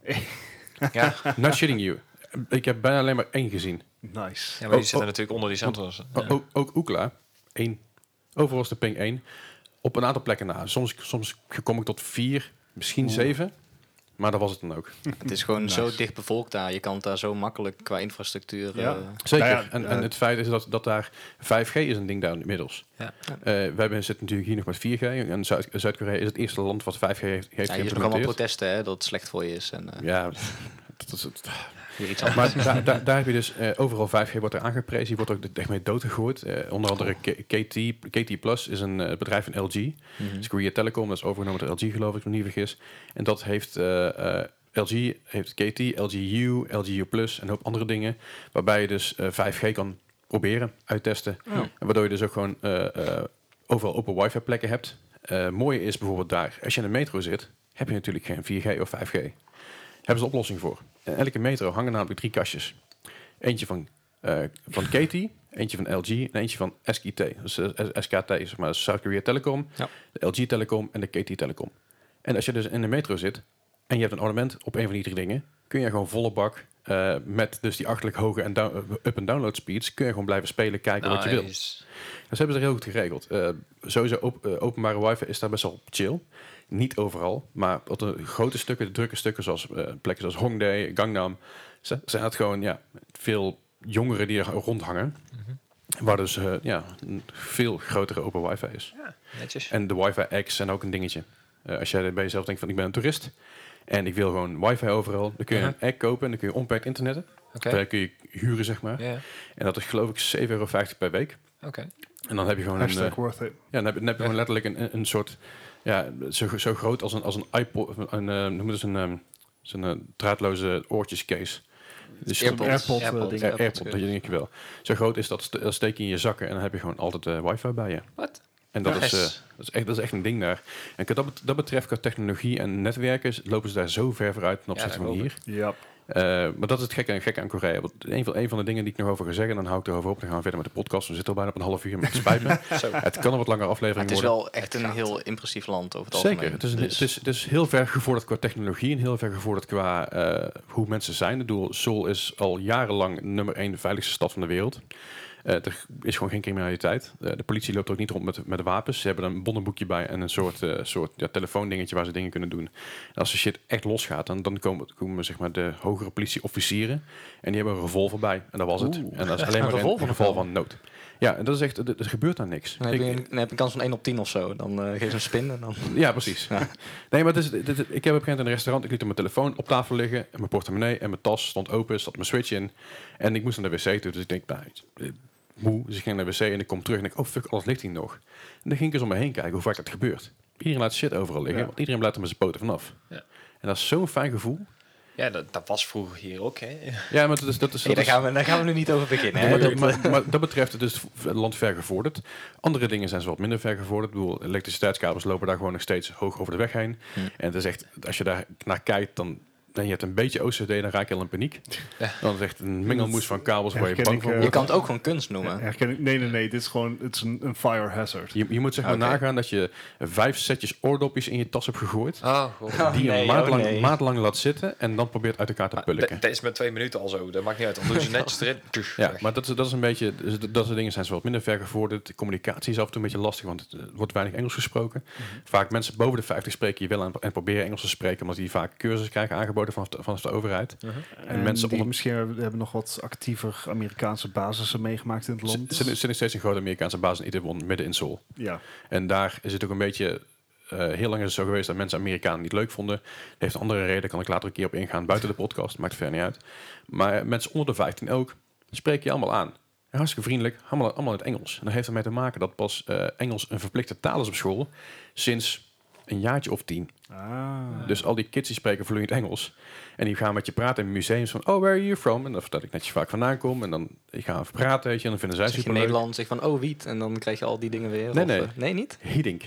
Ja. Not shitting you. Ik heb bijna alleen maar één gezien. Nice. Ja, maar die oh, zitten oh, natuurlijk onder die sensors. Ja. Ook, ook Oekla. Eén. Overal was de ping één. Op een aantal plekken na. Soms, soms kom ik tot vier, misschien Oeh. zeven. Maar dat was het dan ook. Het is gewoon nice. Zo dicht bevolkt daar. Je kan het daar zo makkelijk qua infrastructuur... Ja. Uh, Zeker. Nou ja, en, uh, en het feit is dat, dat daar vijf G is een ding daar inmiddels. Ja. Uh, we hebben, zitten natuurlijk hier nog met vier G. En Zuid- Zuid-Korea is het eerste land wat vijf G heeft, heeft ja, je hebt nog allemaal protesten, hè, dat het slecht voor je is. En, uh, ja, dat is het. Maar daar, daar, daar heb je dus uh, overal vijf G wordt er aangeprezen. Die wordt ook echt mee doodgegooid. Uh, onder andere K- KT, K T Plus is een uh, bedrijf van L G. Mm-hmm. Dus Korea Telecom, dat is overgenomen door L G geloof ik, als ik me niet vergis. En dat heeft... Uh, uh, L G heeft K T, L G U, L G U Plus en een hoop andere dingen. Waarbij je dus uh, vijf G kan proberen, uittesten. Oh. En waardoor je dus ook gewoon uh, uh, overal open wifi plekken hebt. Uh, mooie is bijvoorbeeld daar, als je in de metro zit, heb je natuurlijk geen vier G of vijf G. Hebben ze een oplossing voor. In elke metro hangen namelijk drie kastjes. Eentje van, uh, van K T, eentje van L G en eentje van S K T. Dus uh, S K T, zeg maar, South Korea Telecom, ja. De L G Telecom en de K T Telecom. En als je dus in de metro zit en je hebt een abonnement op een van die drie dingen, kun je gewoon volle bak uh, met dus die achterlijk hoge en down, up- en download speeds, kun je gewoon blijven spelen, kijken nice. Wat je wil. Dus hebben ze er heel goed geregeld. Uh, sowieso op, uh, openbare wifi is daar best wel chill. Niet overal, maar op de grote stukken, de drukke stukken, zoals uh, plekken zoals Hongdae, Gangnam, zijn het gewoon ja, veel jongeren die er rondhangen. Mm-hmm. Waar dus uh, ja, een veel grotere open wifi is. Ja, netjes. En de wifi X zijn ook een dingetje. Uh, als jij bij jezelf denkt van ik ben een toerist en ik wil gewoon wifi overal, dan kun je uh-huh. een egg kopen en dan kun je onbeperkt internetten. Okay. Dan kun je huren, zeg maar. Yeah. En dat is geloof ik zeven euro vijftig per week. Okay. En dan heb je gewoon een, uh, worth it. Ja, dan heb, dan heb je gewoon letterlijk een, een soort ja, zo, zo groot als een als een iPod, een uh, noem het een um, zo'n uh, draadloze oortjescase. Dus Airpod, Airpod, Airpod, uh, Airpod, Airpod dat denk ik wel. Zo groot is dat, st- dat steek je in je zakken en dan heb je gewoon altijd uh, wifi bij je. Wat? En dat, nice. is, uh, dat, is echt, dat is echt een ding daar. En dat, bet- dat betreft qua technologie en netwerken lopen ze daar zo ver vooruit ten opzichte ja, van hier. Ja. Uh, maar dat is het gekke en gekke aan Korea. Want een van, een van de dingen die ik nog over ga zeggen, dan hou ik erover op. Dan gaan we verder met de podcast. We zitten al bijna op een half uur met spijt me. Het kan een wat langer aflevering worden. Het is wel echt een heel impressief land over het Zeker. algemeen. Het is, een, dus. het, is, het is heel ver gevorderd qua technologie en heel ver gevorderd qua uh, hoe mensen zijn. Ik bedoel, Seoul is al jarenlang nummer één de veiligste stad van de wereld. Uh, er is gewoon geen criminaliteit. Uh, de politie loopt ook niet rond met, met wapens. Ze hebben een bonnenboekje bij en een soort, uh, soort ja, telefoondingetje waar ze dingen kunnen doen. En als de shit echt losgaat, dan, dan komen, komen zeg maar, de hogere politieofficieren en die hebben een revolver bij. En dat was het. Oeh, en dat is alleen maar in, in geval van nood. Ja, en dat is echt, er gebeurt daar niks. Dan heb, je een, dan heb je een kans van één op tien of zo. Dan uh, geef je een spin en dan... Ja, precies. Ja. Nee, maar het is, dit, dit, ik heb op een gegeven moment in een restaurant, ik liet mijn telefoon op tafel liggen en mijn portemonnee en mijn tas stond open, zat mijn switch in en ik moest naar de wc toe. Dus ik denk, nou, moe. Dus ik ging naar de wc en ik kom terug en ik, oh fuck, alles ligt hier nog. En dan ging ik eens om me heen kijken hoe vaak dat gebeurt. Iedereen laat shit overal liggen, ja. Want iedereen blijft er met zijn poten vanaf. Ja. En dat is zo'n fijn gevoel. Ja, dat, dat was vroeger hier ook, hè? Ja, maar dat is... Dat is, hey, dat daar, gaan we, daar gaan we nu niet over beginnen. Hè? Maar, dat, maar, maar dat betreft het is het land ver gevorderd. Andere dingen zijn ze wat minder ver gevorderd. Ik bedoel, elektriciteitskabels lopen daar gewoon nog steeds hoog over de weg heen. Hm. En het is echt, als je daar naar kijkt, dan... en je hebt een beetje O C D, dan raak je al in paniek. Ja. Dan is echt een mengelmoes van kabels waar je bang voor wordt. Je kan het ook gewoon kunst noemen. Ja, ik, nee, nee, nee. Dit is gewoon het is een, een fire hazard. Je, je moet zeg maar okay. nagaan dat je vijf setjes oordopjes in je tas hebt gegooid. Oh, oh, die je nee, een maand, oh, lang, nee. maand lang laat zitten en dan probeert uit elkaar te pulken. Dat is met twee minuten al zo. Dat maakt niet uit. Dan doen ze netjes erin. Ja, maar dat is, dat is een beetje... Dus dat soort dingen zijn ze wat minder ver gevorderd. De communicatie is af en toe een beetje lastig, want het wordt weinig Engels gesproken. Mm-hmm. Vaak mensen boven de vijftig spreken je wel en, en proberen Engels te spreken, omdat die vaak cursussen krijgen aangeboden vanaf de, vanaf de overheid. Uh-huh. En, en mensen die onder... misschien hebben nog wat actiever Amerikaanse basissen meegemaakt in het land. Er zit nog steeds een grote Amerikaanse basis in Itaewon, midden in Seoul. Ja. En daar is het ook een beetje... Uh, heel lang is het zo geweest dat mensen Amerikanen niet leuk vonden. Dat heeft een andere reden, kan ik later een keer op ingaan buiten de podcast, maakt verder niet uit. Maar uh, mensen onder de vijftien ook, spreek je allemaal aan. En hartstikke vriendelijk, allemaal, allemaal in het Engels. En dat heeft ermee te maken dat pas uh, Engels een verplichte taal is op school sinds een jaartje of tien. Ah. Dus al die kids die spreken vloeiend Engels. En die gaan met je praten in museums van, oh, where are you from? En dan vertel ik netjes waar ik vandaan kom. En dan ik ga even praten, weet je, en dan vinden zij super leuk. In Nederland zeg van, oh, wiet. En dan krijg je al die dingen weer. Nee, of, nee. Uh, nee, niet? Hiddink.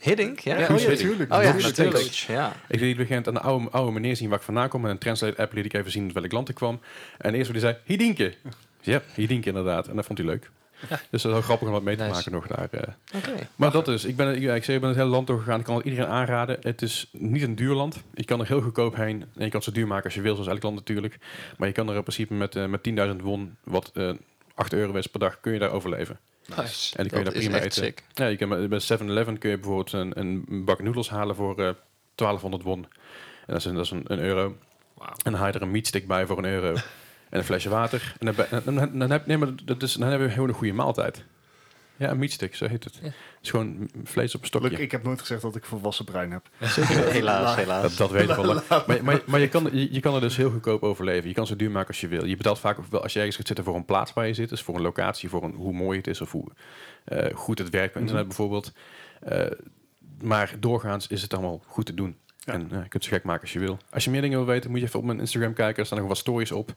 Hiddink? Ja, Ja, oh, ja, natuurlijk. Oh ja, Natuurlijk. natuurlijk. Ja. Ik liet begint aan de oude, oude meneer zien waar ik vandaan kom. En een translate-app liet ik even zien uit welk land ik kwam. En eerst wat hij zei, Hiddinke. Ja, Hiddinke inderdaad. En dat vond hij leuk. Ja. Dus dat is wel grappig om wat mee te Nice. maken nog daar. Uh. Okay. Maar dat is, ik ben, ja, ik zei, ik ben het hele land doorgegaan. Ik kan het iedereen aanraden. Het is niet een duur land. Je kan er heel goedkoop heen. En je kan het zo duur maken als je wil, zoals elk land natuurlijk. Maar je kan er in principe met, uh, met tienduizend won, wat uh, acht euro is per dag, kun je daar overleven. Nice. En die kun je Dat daar is prima echt eten. sick. Ja, je kan bij- bij seven eleven kun je bijvoorbeeld een, een bak noedels halen voor uh, twaalfhonderd won. En dat is een, dat is een, een euro. Wow. En dan haal je er een meatstick bij voor een euro. En een flesje water. En dan, ben- dan, dan, dan, heb, nee, maar dat is, dan hebben we gewoon een goede maaltijd. Ja, een meatstick, zo heet het. Ja. Het is gewoon vlees op een stokje. Luk, ik heb nooit gezegd dat ik volwassen brein heb. helaas, helaas. Dat, dat weet ik wel. Maar, maar, maar je, kan, je, je kan er dus heel goedkoop overleven. Je kan zo duur maken als je wil. Je betaalt vaak ook wel als je ergens gaat zitten voor een plaats waar je zit. Dus voor een locatie, voor een, hoe mooi het is of hoe uh, goed het werkt op internet bijvoorbeeld. Uh, maar doorgaans is het allemaal goed te doen. Ja. En uh, je kunt het zo gek maken als je wil. Als je meer dingen wil weten, moet je even op mijn Instagram kijken. Er staan nog wat stories op.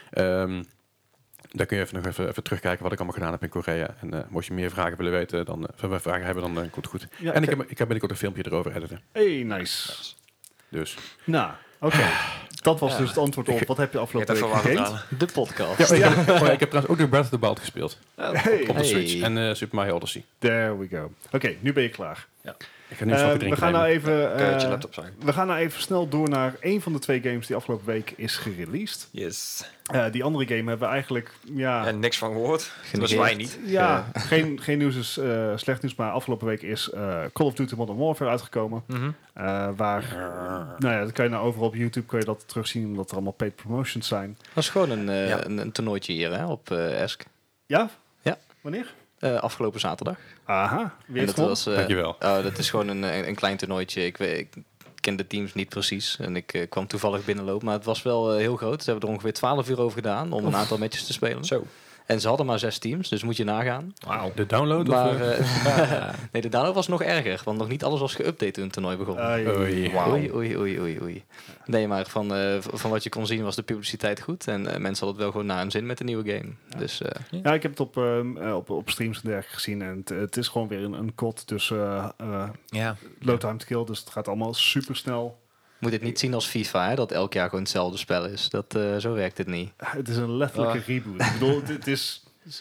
Um, daar kun je even nog even, even terugkijken wat ik allemaal gedaan heb in Korea. En uh, mocht je meer vragen willen weten, dan uh, vragen hebben, dan uh, komt het goed. Ja, en ik heb... heb, ik heb binnenkort een filmpje erover editen. Hey, nice. Dus. Nou, oké. Okay. Dat was ja. dus het antwoord op wat heb je afgelopen week gegamed? De podcast. Ja, ja. Oh, ja, ik heb trouwens ook nog Breath of the Wild gespeeld. Hey. Op de Hey. Switch. En uh, Super Mario Odyssey. There we go. Oké, okay, nu ben je klaar. Ja. Ik ga nu Uh, uh, we gaan nou even, uh, Kun je je laptop zijn? we gaan nou even snel door naar een van de twee games die afgelopen week is gereleased. Yes. Uh, die andere game hebben we eigenlijk, ja... En niks van gehoord. Dat was Genegeerd. wij niet. Ja, geen, geen nieuws is uh, slecht nieuws, maar afgelopen week is uh, Call of Duty Modern Warfare uitgekomen. Mm-hmm. Uh, waar, nou ja, dat kan je nou overal op YouTube kun je dat terugzien, omdat er allemaal paid promotions zijn. Dat is gewoon een, uh, Ja. een, een toernooitje hier hè, op uh, Esk. Ja? Ja. Wanneer? Uh, afgelopen zaterdag. Aha, wie En heeft dat gewonnen? was, uh, Dankjewel. oh, dat is gewoon een, een, een klein toernooitje. Ik, weet, ik ken de teams niet precies. En ik uh, kwam toevallig binnenlopen. Maar het was wel uh, heel groot. Ze hebben er ongeveer twaalf uur over gedaan om een aantal matches te spelen. Zo. En ze hadden maar zes teams, dus moet je nagaan. Wauw. De download? Maar of, uh? uh, nee, de download was nog erger. Want nog niet alles was geüpdate toen het toernooi begon. Ai, Oei. wauw. Oei, oei, oei, oei, oei. Nee, maar van, uh, van wat je kon zien was de publiciteit goed. En uh, mensen hadden het wel gewoon naar hun zin met de nieuwe game. Ja. Dus, uh, Ja, ik heb het op, um, uh, op, op streams en dergelijke gezien. En het, het is gewoon weer een, een kot. Dus uh, uh, Ja. low time to kill. Dus het gaat allemaal super snel. moet het niet zien als FIFA, hè, dat elk jaar gewoon hetzelfde spel is. Dat, uh, zo werkt het niet. Het is een letterlijke Ah. reboot. Ik bedoel, het, het is...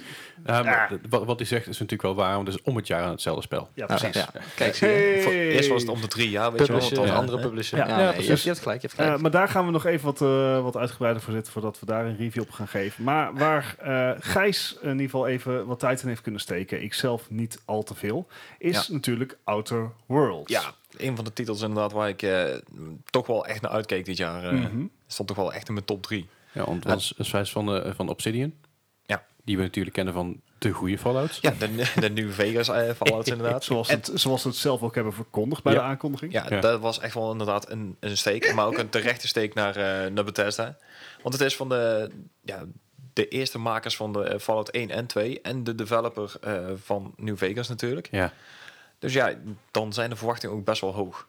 Ja, maar Ah. d- wat, wat hij zegt is natuurlijk wel waar, want het is om het jaar aan hetzelfde spel. Ja, Ah, precies. ja. Kijk, zie je. Hey. Voor, eerst was het om de drie jaar, weet je wel. Publisher, want een dan- andere hè? publisher. Ja. Ja, Ja, nee, je, precies. hebt, je hebt gelijk, je hebt gelijk. Uh, maar daar gaan we nog even wat, uh, wat uitgebreider voor zitten voordat we daar een review op gaan geven. Maar waar uh, Gijs in ieder geval even wat tijd in heeft kunnen steken, ik zelf niet al te veel, is Ja. natuurlijk Outer Worlds. Ja, een van de titels inderdaad waar ik uh, toch wel echt naar uitkeek dit jaar. Uh, Mhm. Stond toch wel echt in mijn top drie. Ja, want het was een wijs van, uh, van Obsidian. Ja. Die we natuurlijk kennen van de goede Fallouts. Ja, de, de New Vegas uh, Fallout inderdaad. Zoals, En- het, zoals we het zelf ook hebben verkondigd bij Ja. de aankondiging. Ja, Ja. dat was echt wel inderdaad een, een steek. Maar ook een terechte steek naar, uh, naar Bethesda. Want het is van de, ja, de eerste makers van de uh, Fallout één en twee. En de developer uh, van New Vegas natuurlijk. Ja. Dus ja, dan zijn de verwachtingen ook best wel hoog.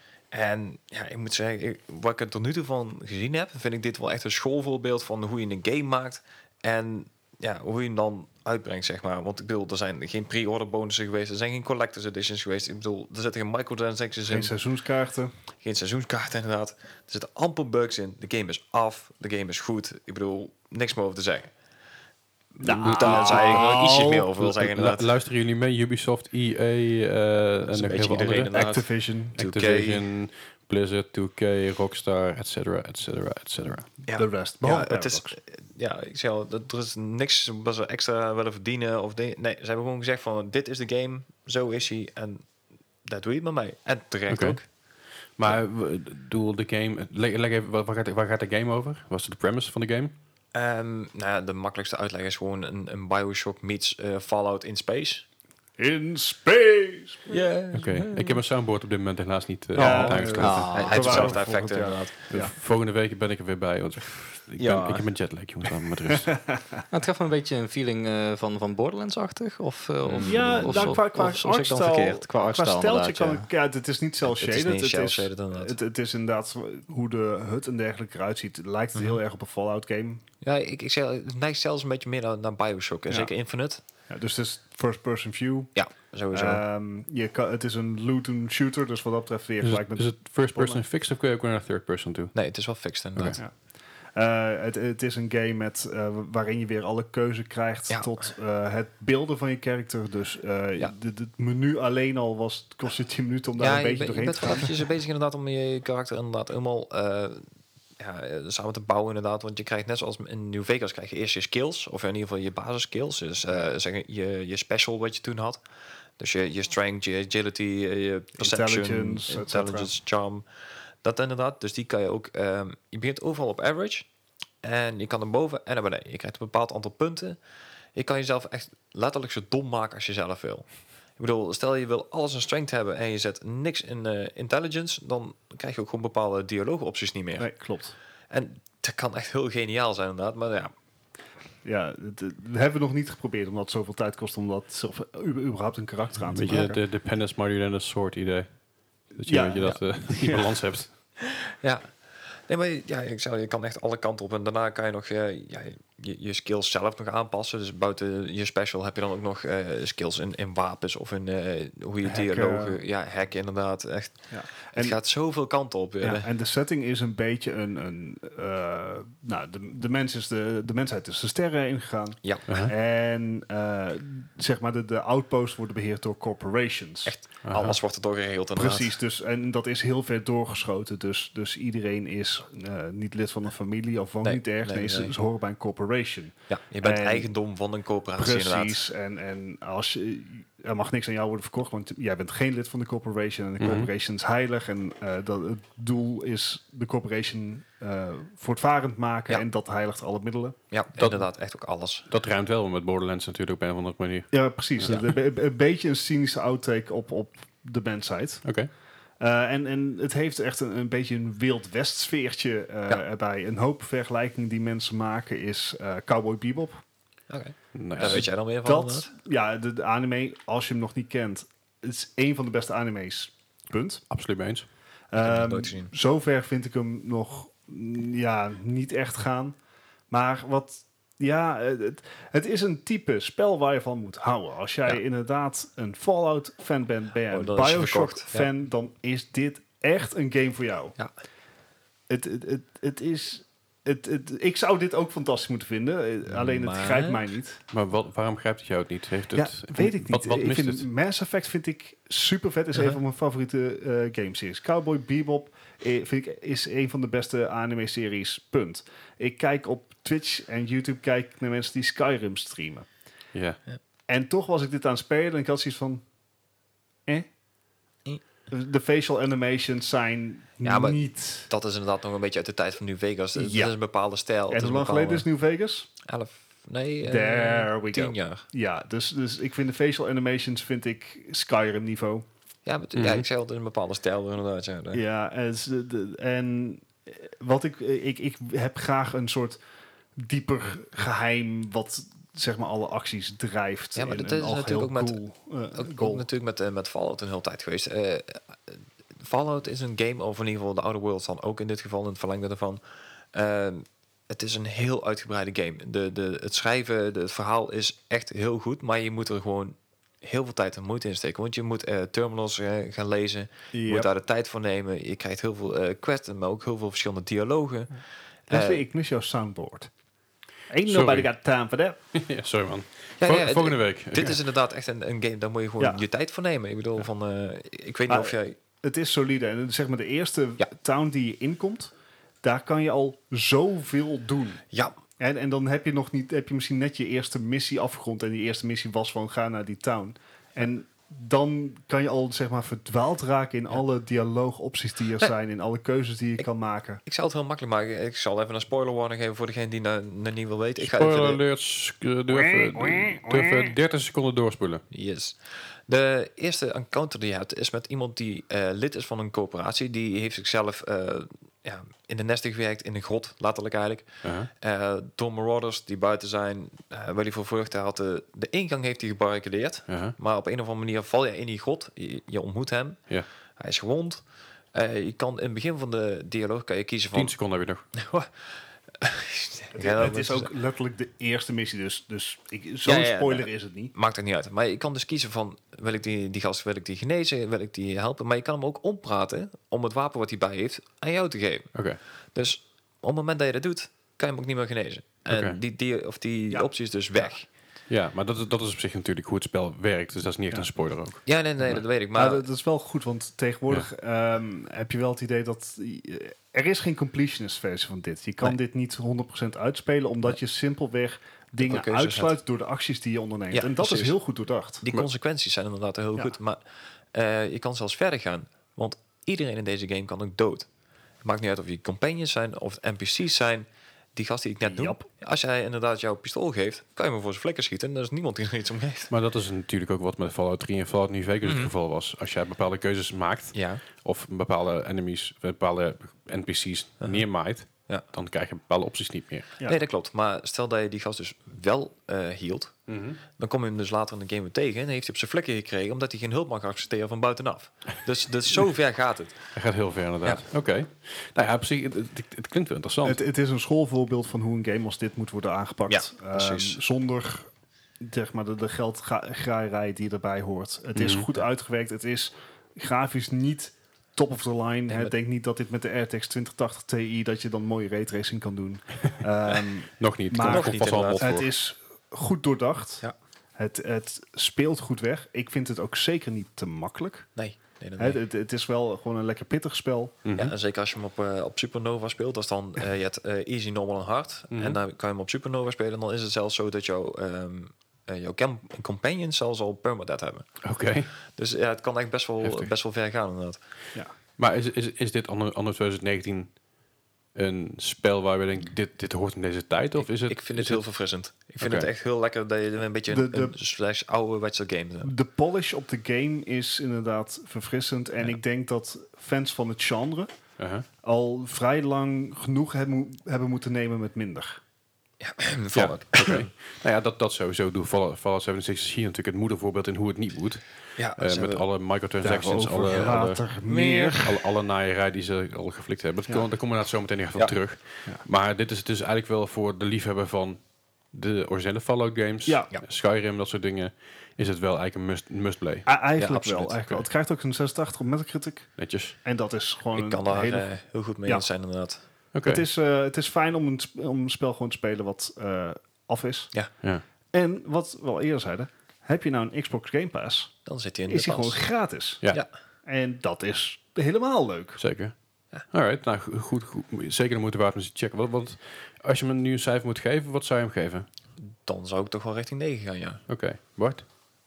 En ja, ik moet zeggen, ik, wat ik er tot nu toe van gezien heb, vind ik dit wel echt een schoolvoorbeeld van hoe je een game maakt. En ja, hoe je hem dan uitbrengt, zeg maar. Want ik bedoel, er zijn geen pre-order bonussen geweest, er zijn geen collector's editions geweest. Ik bedoel, er zitten geen microtransactions Geen in, seizoenskaarten. geen seizoenskaarten inderdaad. Er zitten amper bugs in. De game is af, de game is goed. Ik bedoel, niks meer over te zeggen. Nou, Daar zou ik nog ietsjes meer over wil zeggen Lu- inderdaad. Luisteren jullie mee? Ubisoft, E A uh, en een nog beetje heel veel iedereen andere. inderdaad. Activision, two K. Activision, Blizzard, two K, Rockstar, et cetera, et cetera, et cetera. Ja. de rest. Ja, Behalve het is, Paradox. ja, ik zei al, dat er is niks wat ze extra willen verdienen. Of de, nee, ze hebben gewoon gezegd van, dit is de game, zo is hij. En daar doe je het maar mee. En terecht Oké. ook. Maar w- doel de game, leg, leg even, waar, waar gaat, waar gaat de game over? Wat is de premise van de game? Um, nou ja, de makkelijkste uitleg is gewoon een, een Bioshock meets uh, Fallout in space. In space! Yeah. Oké, ik heb een soundboard op dit moment helaas niet uh, Ja, niet aangesloten. Ah. Hij heeft Bewaren dezelfde voor effecten volgend jaar. inderdaad. Ja. Volgende week ben ik er weer bij. Want ik, Ja. ben, ik heb een jetlag, jongens, laat me met rust. Nou, het gaf me een beetje een feeling uh, van, van Borderlands-achtig. Of, uh, of, Ja, of, nou, of, qua, qua of, of zeg ik dan artstyle- verkeerd? Qua Qua artstyle steltje kan inderdaad, ik... Ja, het is niet cel Het is shaded. niet Het, cel is, shaded inderdaad. het, het is inderdaad hoe de hut en dergelijke eruit ziet. Lijkt het Mhm. heel erg op een Fallout game. Ja, ik, ik zeg, het neigt zelfs een beetje meer naar, naar Bioshock. En Ja. zeker Infinite. Ja, dus het is first-person view. Ja, sowieso. Um, je kan, het is een loot-and-shooter, dus wat dat betreft weer gelijk met... Is het first-person fixed of kun je ook weer naar third-person toe? Nee, het is wel fixed inderdaad. Okay. Ja. Uh, het, het is een game met, uh, waarin je weer alle keuze krijgt ja. tot uh, het beelden van je karakter. Dus uh, ja. het menu alleen al was, kost je tien minuten om daar ja, een beetje ben, doorheen te gaan. Ja, je bent eventjes bezig inderdaad om je karakter inderdaad helemaal uh, ja, samen te bouwen inderdaad. Want je krijgt net zoals in New Vegas krijg je eerst je skills. Of in ieder geval je basiskills. Dus uh, zeg, je, je special wat je toen had. Dus je, je strength, je agility, je perception, intelligence, intelligence charm. Dat inderdaad. Dus die kan je ook... Um, je begint overal op average. En je kan naar boven en naar beneden. Je krijgt een bepaald aantal punten. Je kan jezelf echt letterlijk zo dom maken als je zelf wil. Ik bedoel, stel je wil alles in strength hebben en je zet niks in uh, intelligence, dan krijg je ook gewoon bepaalde dialoogopties niet meer. Nee, klopt. En dat kan echt heel geniaal zijn inderdaad, maar ja. Ja, het, het, we hebben nog niet geprobeerd, omdat het zoveel tijd kost om dat zelf, überhaupt een karakter aan te maken. maken. De, de pen is smarter than a sword idee. Dat je, ja, dat, je dat, ja. uh, die balans hebt. Ja. Nee, maar ja, ik zou, je kan echt alle kanten op. En daarna kan je nog uh, ja, je, je skills zelf nog aanpassen. Dus buiten je special heb je dan ook nog uh, skills in, in wapens of in uh, hoe je hacken. dialogen... Ja, hacken inderdaad. Echt. Ja. Het en, gaat zoveel kanten op. Ja, en de setting is een beetje een... een uh, nou, de, de, mens is de, de mensheid is de sterren ingegaan. Ja. Uh-huh. En uh, zeg maar, de, de outposts worden beheerd door corporations. Echt. Uh-huh. Alles wordt er door geregeld inderdaad. Precies, dus, en dat is heel ver doorgeschoten. Dus, dus iedereen is uh, niet lid van een familie of woont nee, niet ergens. Nee, nee, nee. Ze, ze horen bij een corporation. Ja, je bent en, eigendom van een corporatie precies, inderdaad. En, en als je, er mag niks aan jou worden verkocht, want jij bent geen lid van de corporation. En de mm-hmm. corporation is heilig. En uh, dat, het doel is de corporation uh, voortvarend maken. Ja. En dat heiligt alle middelen. Ja, dat, inderdaad, echt ook alles. Dat ruimt wel met Borderlands natuurlijk op een of andere manier. Ja, precies. Ja. Een, een beetje een cynische outtake op, op de mensheid. Oké. Okay. Uh, en, en het heeft echt een, een beetje een Wild West sfeertje uh, ja. erbij. Een hoop vergelijkingen die mensen maken is uh, Cowboy Bebop. Oké, okay. nice. Daar weet jij dan meer van? Dat, ja, de, de anime, als je hem nog niet kent, het is een van de beste anime's. Punt. Absoluut mee eens. Um, zover vind ik hem nog ja, niet echt gaan. Maar wat... Ja, het, het is een type spel waar je van moet houden. Als jij ja. inderdaad een Fallout-fan bent, ben je een oh, Bioshock-fan, ja. dan is dit echt een game voor jou. Ja. Het, het, het, het is... Het, het, ik zou dit ook fantastisch moeten vinden, alleen maar... het grijpt mij niet. Maar wat, waarom grijpt het jou het niet? Heeft het, ja, weet ik niet. Wat, wat ik vind het? Mass Effect vind ik super vet. Is uh-huh. een van mijn favoriete uh, gameseries. Cowboy Bebop eh, vind ik, is een van de beste anime-series. Punt. Ik kijk op Twitch en YouTube kijk naar mensen die Skyrim streamen. Ja. Ja. En toch was ik dit aan het spelen en ik had zoiets van... Eh? De facial animations zijn ja, maar niet... Dat is inderdaad nog een beetje uit de tijd van New Vegas. Het ja. is een bepaalde stijl. En hoe lang geleden is New Vegas? Elf. Nee, uh, There we tien go. jaar. Ja, dus, dus ik vind de facial animations vind ik Skyrim niveau. Ja, maar, mm-hmm. ja ik zei altijd een bepaalde stijl inderdaad. Ja, ja en, en wat ik, ik... Ik heb graag een soort dieper geheim wat... zeg maar alle acties drijft. Ja, maar dat is natuurlijk ook met, cool, uh, ook, ook natuurlijk met, uh, met Fallout een hele tijd geweest. Uh, Fallout is een game, of in ieder geval de Outer Worlds dan ook in dit geval, in het verlengde ervan. Uh, het is een heel uitgebreide game. De, de, het schrijven, de, het verhaal is echt heel goed, maar je moet er gewoon heel veel tijd en moeite in steken. Want je moet uh, terminals uh, gaan lezen, je yep. moet daar de tijd voor nemen. Je krijgt heel veel uh, quests, maar ook heel veel verschillende dialogen. Leslie, uh, ik mis jouw soundboard. Ain't sorry. Nobody got time for that. ja, sorry man. Ja, Vol- ja, volgende week. Dit is inderdaad echt een, een game, daar moet je gewoon ja. je tijd voor nemen. Ik bedoel, ja. van, uh, ik weet maar niet of jij... Het is solide. En zeg maar de eerste ja. town die je inkomt, daar kan je al zoveel doen. Ja. En, en dan heb je nog niet, heb je misschien net je eerste missie afgerond. En die eerste missie was van ga naar die town. En dan kan je al zeg maar verdwaald raken in ja. alle dialoogopties die er nee. zijn, in alle keuzes die je ik, kan maken. Ik zal het heel makkelijk maken. Ik zal even een spoiler warning geven voor degene die nou niet wil weten. Ik ga spoiler even alerts, uh, durf, durf dertig seconden doorspoelen. Yes. De eerste encounter die je hebt is met iemand die uh, lid is van een corporatie. Die heeft zichzelf uh, ja, in de nesten gewerkt, in een grot, letterlijk eigenlijk. Uh-huh. Uh, door marauders die buiten zijn, uh, waar hij voor vluchten had. De, de ingang heeft hij gebarricadeerd. Uh-huh. Maar op een of andere manier val je in die grot. Je, je ontmoet hem. Yeah. Hij is gewond. Uh, je kan in het begin van de dialoog kan je kiezen van... tien seconden heb je nog. Het, het is ook letterlijk de eerste missie, dus, dus ik, zo'n ja, ja, spoiler ja, is het niet. Maakt het niet uit. Maar je kan dus kiezen van, wil ik die, die gast, wil ik die genezen, wil ik die helpen? Maar je kan hem ook ompraten om het wapen wat hij bij heeft aan jou te geven. Okay. Dus op het moment dat je dat doet, kan je hem ook niet meer genezen. En okay. die, die, of die ja. optie is dus weg. Ja. Ja, maar dat is, dat is op zich natuurlijk hoe het spel werkt. Dus dat is niet echt ja. een spoiler ook. Ja, nee, nee, nee, dat weet ik. Maar nou, dat, dat is wel goed, want tegenwoordig ja. um, heb je wel het idee dat... Uh, er is geen completionist versie van dit. Je kan nee. dit niet honderd procent uitspelen, omdat nee. je simpelweg dingen uitsluit hebt. door de acties die je onderneemt. Ja, en dat precies. is heel goed doordacht. Die consequenties zijn inderdaad heel ja. goed. Maar uh, je kan zelfs verder gaan. Want iedereen in deze game kan ook dood. Het maakt niet uit of je companions zijn of N P C's zijn... Die gast die ik net noem, als jij inderdaad jouw pistool geeft, kan je me voor zijn vlekken schieten en er is niemand die er iets om geeft. Maar dat is natuurlijk ook wat met Fallout drie en Fallout New Vegas mm. het geval was. Als jij bepaalde keuzes maakt, ja. of bepaalde enemies, bepaalde N P C's uh-huh. neermaait, ja. dan krijg je bepaalde opties niet meer. Ja. Nee, dat klopt. Maar stel dat je die gast dus wel uh, hield, mm-hmm. dan kom je hem dus later in de game weer tegen en heeft hij op zijn vlekken gekregen, omdat hij geen hulp mag accepteren van buitenaf. dus, dus zo ver gaat het. Hij gaat heel ver inderdaad. Ja. Oké. Okay. Nou ja, precies. Het, het, het klinkt wel interessant. Het, het is een schoolvoorbeeld van hoe een game als dit moet worden aangepakt. Ja, precies. Um, zonder zeg maar, de, de geldgraaierij die erbij hoort. Het is mm. goed uitgewerkt. Het is grafisch niet top of the line. Nee, denk niet dat dit met de R T X twintig tachtig Ti dat je dan mooie raytracing kan doen. Um, nog niet. Maar nog niet, het, het is goed doordacht. Ja. Het, het speelt goed weg. Ik vind het ook zeker niet te makkelijk. Nee. Nee, het, het, het is wel gewoon een lekker pittig spel. Mm-hmm. Ja, en zeker als je hem op, uh, op Supernova speelt, dat is dan uh, je hebt uh, easy, normal en hard. Mm-hmm. En dan kan je hem op Supernova spelen. En dan is het zelfs zo dat jouw um, uh, jouw cam- companions zelfs al permadeath hebben. Oké. Okay. Dus ja, het kan echt best wel, best wel ver gaan inderdaad. Ja. Maar is, is, is dit anno, anno twintig negentien een spel waar we denken, dit, dit hoort in deze tijd? Of ik, is het, ik vind het het heel verfrissend. Ik vind okay. het echt heel lekker dat je een beetje de, een, de, een slash ouderwetse game hebt. De polish op de game is inderdaad verfrissend. En ja. ik denk dat fans van het genre uh-huh. al vrij lang genoeg hebben, hebben moeten nemen met minder. Ja, Fallout. Ja, okay. nou ja, dat, dat sowieso doe. Fallout, Fallout zevenenzeventig is hier natuurlijk het moedervoorbeeld in hoe het niet moet. Ja, uh, met alle microtransactions, alle, alle, meer. alle, alle naaierij die ze al geflikt hebben. Ja. Daar komen we inderdaad zo meteen even ja. op terug. Ja. Maar dit is het dus eigenlijk wel voor de liefhebber van de originele Fallout games, ja. Ja. Skyrim, dat soort dingen, is het wel eigenlijk een must, must play. A- eigenlijk ja, wel. Eigenlijk wel. Het krijgt ook een zesentachtig op Metacritic. Netjes. En dat is gewoon Ik kan daar hele... uh, heel goed mee ja. zijn inderdaad. Okay. Het, is, uh, het is fijn om een, sp- om een spel gewoon te spelen wat uh, af is. Ja. ja. En wat we al eerder zeiden, heb je nou een Xbox Game Pass, dan zit hij in is de hij gewoon gratis. Ja. ja. En dat is helemaal leuk. Zeker. Ja. Alright, nou goed, goed, zeker de moeite waard om te checken. Want, want als je hem nu een cijfer moet geven, wat zou je hem geven? Dan zou ik toch wel richting negen gaan, ja. Oké, okay. Bart?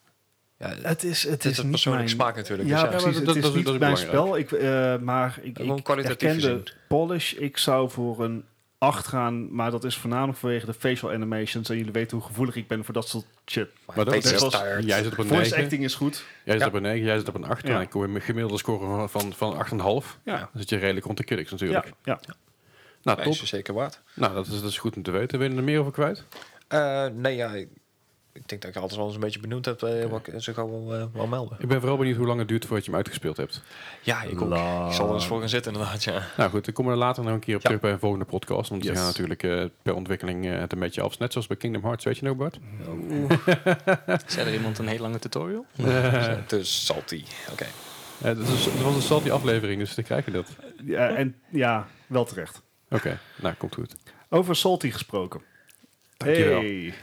Ja, het is, het is is een niet persoonlijke mijn... smaak natuurlijk. Ja, dus ja. precies. Ja, het is dat, niet dat is mijn spel. Ik, uh, maar ik, ik herken de polish. Ik zou voor een acht gaan, maar dat is voornamelijk vanwege de facial animations. En jullie weten hoe gevoelig ik ben voor dat soort shit. Maar, maar dat is was, jij zit op een voice negen. acting is goed. Jij zit ja. op een negen, jij zit op een acht. Ja. En ik hoor een gemiddelde score van, van, van acht komma vijf. Ja. Dan zit je redelijk rond de critics natuurlijk. Ja. ja. Nou, top. Is je zeker waard. Nou, dat is, dat is goed om te weten. Wil je er meer over kwijt? Uh, nee, ja... Ik, ik denk dat ik altijd wel eens een beetje benoemd heb, uh, okay. wat ik zo gauw wel, uh, wel melden. Ik ben vooral benieuwd hoe lang het duurt voordat je hem uitgespeeld hebt. Ja, ik ook. La. Ik zal er eens voor gaan zitten inderdaad, ja. Nou goed, dan komen we er later nog een keer op ja. terug bij een volgende podcast. Want yes. we gaan natuurlijk uh, per ontwikkeling uh, het een beetje af. Net zoals bij Kingdom Hearts, weet je nog, Bart? Oh. Zei er iemand een hele lange tutorial? Uh, dus salty, oké. Okay. Uh, dat, dat was een salty aflevering, dus dan krijg je dat. Ja, en ja, wel terecht. Oké, okay. nou, komt goed. Over salty gesproken. Dankjewel. Hey.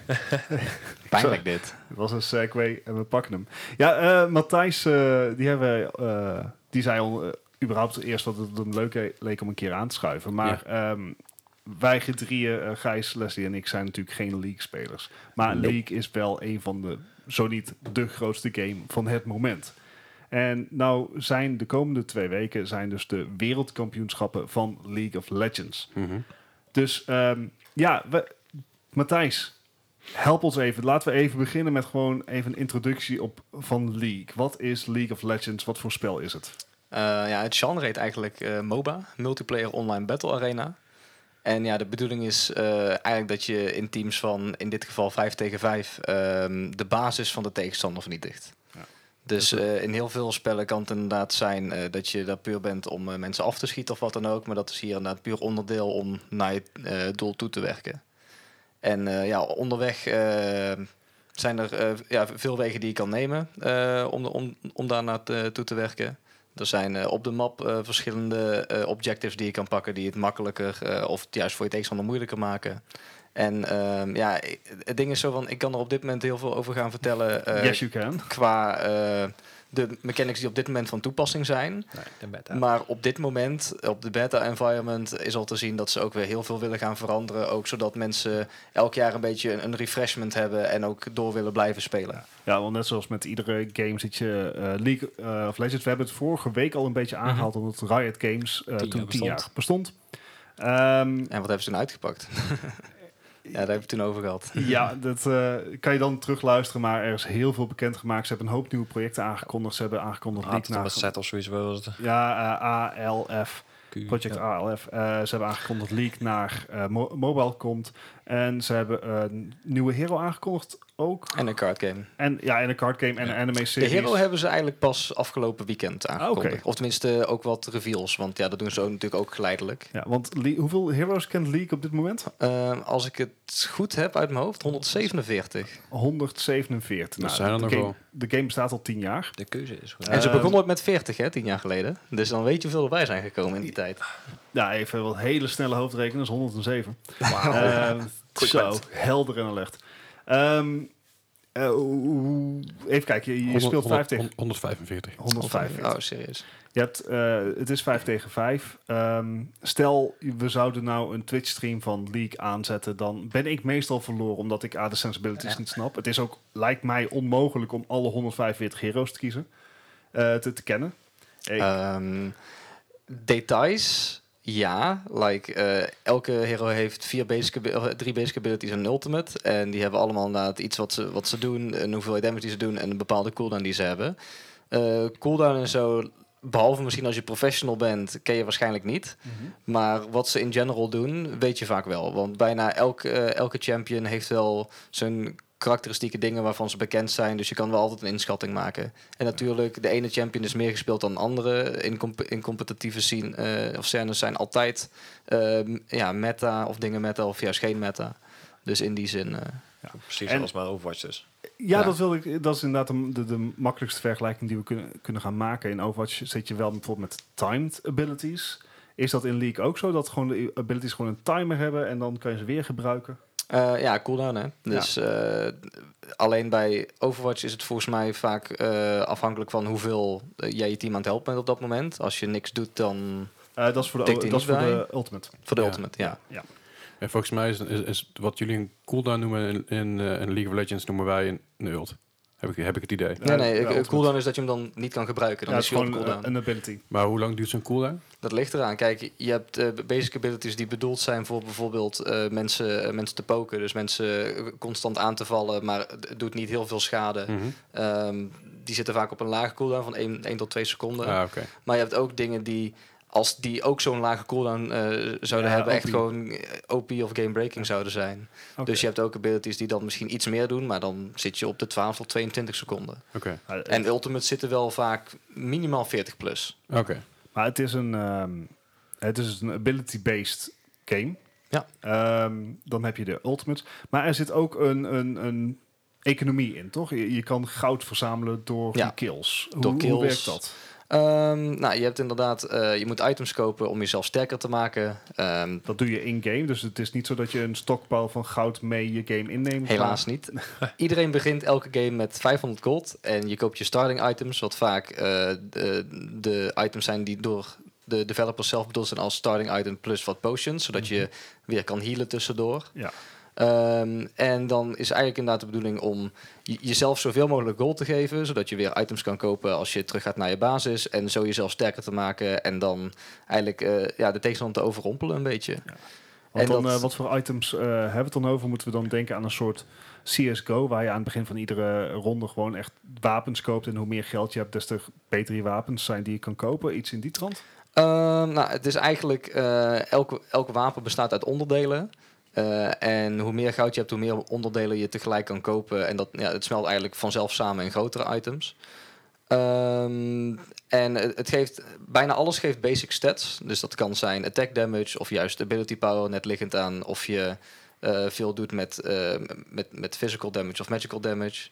Pijnlijk dit. Het was een segue en we pakken hem. Ja, uh, Matthijs, uh, die, hebben, uh, die zei al uh, überhaupt eerst dat het hem leuk leek om een keer aan te schuiven. Maar ja. um, wij drieën, uh, Gijs, Leslie en ik, zijn natuurlijk geen League-spelers. Maar nope. League is wel een van de, zo niet de grootste game van het moment. En nou zijn de komende twee weken zijn dus de wereldkampioenschappen van League of Legends. Mm-hmm. Dus um, ja, we... Matthijs, help ons even. Laten we even beginnen met gewoon even een introductie op van League. Wat is League of Legends? Wat voor spel is het? Uh, ja, het genre heet eigenlijk uh, MOBA, Multiplayer Online Battle Arena. En ja, de bedoeling is uh, eigenlijk dat je in teams van, in dit geval vijf tegen vijf, um, de basis van de tegenstander vernietigt. Ja. Dus uh, in heel veel spellen kan het inderdaad zijn uh, dat je daar puur bent om uh, mensen af te schieten of wat dan ook. Maar dat is hier inderdaad puur onderdeel om naar je uh, doel toe te werken. En uh, ja, onderweg uh, zijn er uh, ja, veel wegen die je kan nemen uh, om, om, om daar naartoe te werken. Er zijn uh, op de map uh, verschillende uh, objectives die je kan pakken die het makkelijker uh, of juist voor je tegenstander moeilijker maken. En uh, ja, het ding is zo van, ik kan er op dit moment heel veel over gaan vertellen. Uh, yes, you can. Qua uh, de mechanics die op dit moment van toepassing zijn. Nee, de beta. Maar op dit moment, op de beta-environment, is al te zien dat ze ook weer heel veel willen gaan veranderen. Ook zodat mensen elk jaar een beetje een, een refreshment hebben en ook door willen blijven spelen. Ja, ja, want net zoals met iedere game zit je uh, League uh, of Legends. We hebben het vorige week al een beetje aangehaald, mm-hmm. omdat Riot Games uh, toen tien jaar bestond. Um, en wat hebben ze toen uitgepakt? Ja, daar heb ik het toen over gehad. Ja, dat uh, kan je dan terugluisteren, maar er is heel veel bekendgemaakt. Ze hebben een hoop nieuwe projecten aangekondigd. Ze hebben aangekondigd... Ah, het was set of zoiets was het. Ja, uh, A L F. Q, Project ja. A L F. Uh, ze hebben aangekondigd League naar uh, mo- mobile komt. En ze hebben een nieuwe hero aangekondigd ook. En een card game. En, ja, en een card game en ja. een anime series. De hero hebben ze eigenlijk pas afgelopen weekend aangekondigd. Ah, okay. Of tenminste ook wat reveals. Want ja, dat doen ze ook natuurlijk ook geleidelijk. Ja, want le- hoeveel heroes kent League op dit moment? Uh, als ik het goed heb uit mijn hoofd, honderdzevenenveertig. honderdzevenenveertig. Nou, nou, zijn er de, nog game, wel. de game bestaat al tien jaar. De keuze is goed. En ze Uh, begonnen ook met veertig, hè, tien jaar geleden. Dus dan weet je hoeveel erbij zijn gekomen in die tijd. Ja, even wat hele snelle hoofdrekenen. Dat is honderdzeven. Wow. Uh, zo, helder en alert. Um, uh, even kijken, je, je honderd, speelt vijf honderd, tegen... honderdvijfenveertig. honderdvijfenveertig. Oh, serieus. Je hebt, uh, het is vijf tegen vijf. Um, stel, we zouden nou een Twitch-stream van League aanzetten, dan ben ik meestal verloren, omdat ik ah, de sensibilities ja. niet snap. Het is ook, lijkt mij, onmogelijk om alle honderdvijfenveertig heroes te kiezen, uh, te, te kennen. Hey. Um, details... Ja, like uh, elke hero heeft vier basic abi- drie basic abilities en een ultimate. En die hebben allemaal inderdaad iets wat ze, wat ze doen, een hoeveelheid damage die ze doen en een bepaalde cooldown die ze hebben. Uh, cooldown en zo, behalve misschien als je professional bent, ken je waarschijnlijk niet. Mm-hmm. Maar wat ze in general doen, weet je vaak wel. Want bijna elke, uh, elke champion heeft wel zijn karakteristieke dingen waarvan ze bekend zijn. Dus je kan wel altijd een inschatting maken. En natuurlijk, de ene champion is meer gespeeld dan de andere. In, comp- in competitieve scene, uh, of scènes zijn altijd uh, ja, meta of dingen meta of juist geen meta. Dus in die zin... Uh, ja, precies en, zoals maar Overwatch dus. Ja, ja, dat wil ik. Dat is inderdaad de, de, de makkelijkste vergelijking die we kunnen, kunnen gaan maken. In Overwatch zit je wel bijvoorbeeld met timed abilities. Is dat in League ook zo? Dat gewoon de abilities gewoon een timer hebben en dan kan je ze weer gebruiken? Uh, ja, cooldown hè. Dus ja. uh, alleen bij Overwatch is het volgens mij vaak uh, afhankelijk van hoeveel uh, jij je team aan het helpen bent op dat moment. Als je niks doet, dan uh, dat is voor de, o- dat is voor de ultimate. Voor de ja. ultimate, ja. ja. En volgens mij is, is, is wat jullie een cooldown noemen in, in, uh, in League of Legends noemen wij een, een ult. Heb ik, heb ik het idee. Nee, nee, uh, cooldown is dat je hem dan niet kan gebruiken. Dan ja, is het gewoon cooldown. een ability. Maar hoe lang duurt zo'n cooldown? Dat ligt eraan. Kijk, je hebt uh, basic abilities die bedoeld zijn voor bijvoorbeeld uh, mensen, uh, mensen te poken. Dus mensen uh, constant aan te vallen, maar het doet niet heel veel schade. Mm-hmm. Um, die zitten vaak op een lage cooldown van één tot twee seconden. Ah, okay. Maar je hebt ook dingen die... Als die ook zo'n lage cooldown uh, zouden ja, hebben, O P. echt gewoon O P of game breaking zouden zijn. Okay. Dus je hebt ook abilities die dan misschien iets meer doen, maar dan zit je op de twaalf tot tweeëntwintig seconden. Okay. En ultimates zitten wel vaak minimaal veertig plus. Oké. Okay. Maar het is een, um, het is een ability-based game. Ja. Um, dan heb je de ultimates. Maar er zit ook een, een, een economie in, toch? Je, je kan goud verzamelen door ja. kills. Door hoe, kills. Hoe werkt dat? Um, nou, je hebt inderdaad, uh, je moet items kopen om jezelf sterker te maken. Um, dat doe je in-game, dus het is niet zo dat je een stokpaal van goud mee je game inneemt. Helaas maar. niet. Iedereen begint elke game met vijfhonderd gold en je koopt je starting items, wat vaak uh, de, de items zijn die door de developers zelf bedoeld zijn als starting item plus wat potions, zodat mm-hmm. je weer kan healen tussendoor. Ja. Um, en dan is eigenlijk inderdaad de bedoeling om j- jezelf zoveel mogelijk gold te geven, zodat je weer items kan kopen als je terug gaat naar je basis en zo jezelf sterker te maken en dan eigenlijk uh, ja, de tegenstander te overrompelen een beetje. Ja. Want en dan, dat, uh, wat voor items uh, hebben we het dan over? Moeten we dan denken aan een soort C S G O, waar je aan het begin van iedere ronde gewoon echt wapens koopt en hoe meer geld je hebt, des te beter je wapens zijn die je kan kopen? Iets in die trant? Uh, nou, het is eigenlijk, uh, elke, elke wapen bestaat uit onderdelen. Uh, en hoe meer goud je hebt, hoe meer onderdelen je tegelijk kan kopen. En dat, ja, het smelt eigenlijk vanzelf samen in grotere items. Um, en het, het geeft, bijna alles geeft basic stats. Dus dat kan zijn attack damage of juist ability power, net liggend aan of je uh, veel doet met, uh, met, met physical damage of magical damage.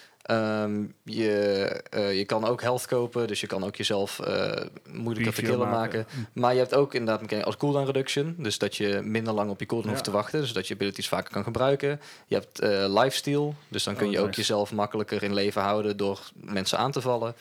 Um, je, uh, je kan ook health kopen, dus je kan ook jezelf uh, moeilijker te killen maken. maken. Maar je hebt ook inderdaad als cooldown reduction, dus dat je minder lang op je cooldown ja. hoeft te wachten, dus dat je abilities vaker kan gebruiken. Je hebt uh, lifesteal, dus dan kun oh, je nice. ook jezelf makkelijker in leven houden door mensen aan te vallen.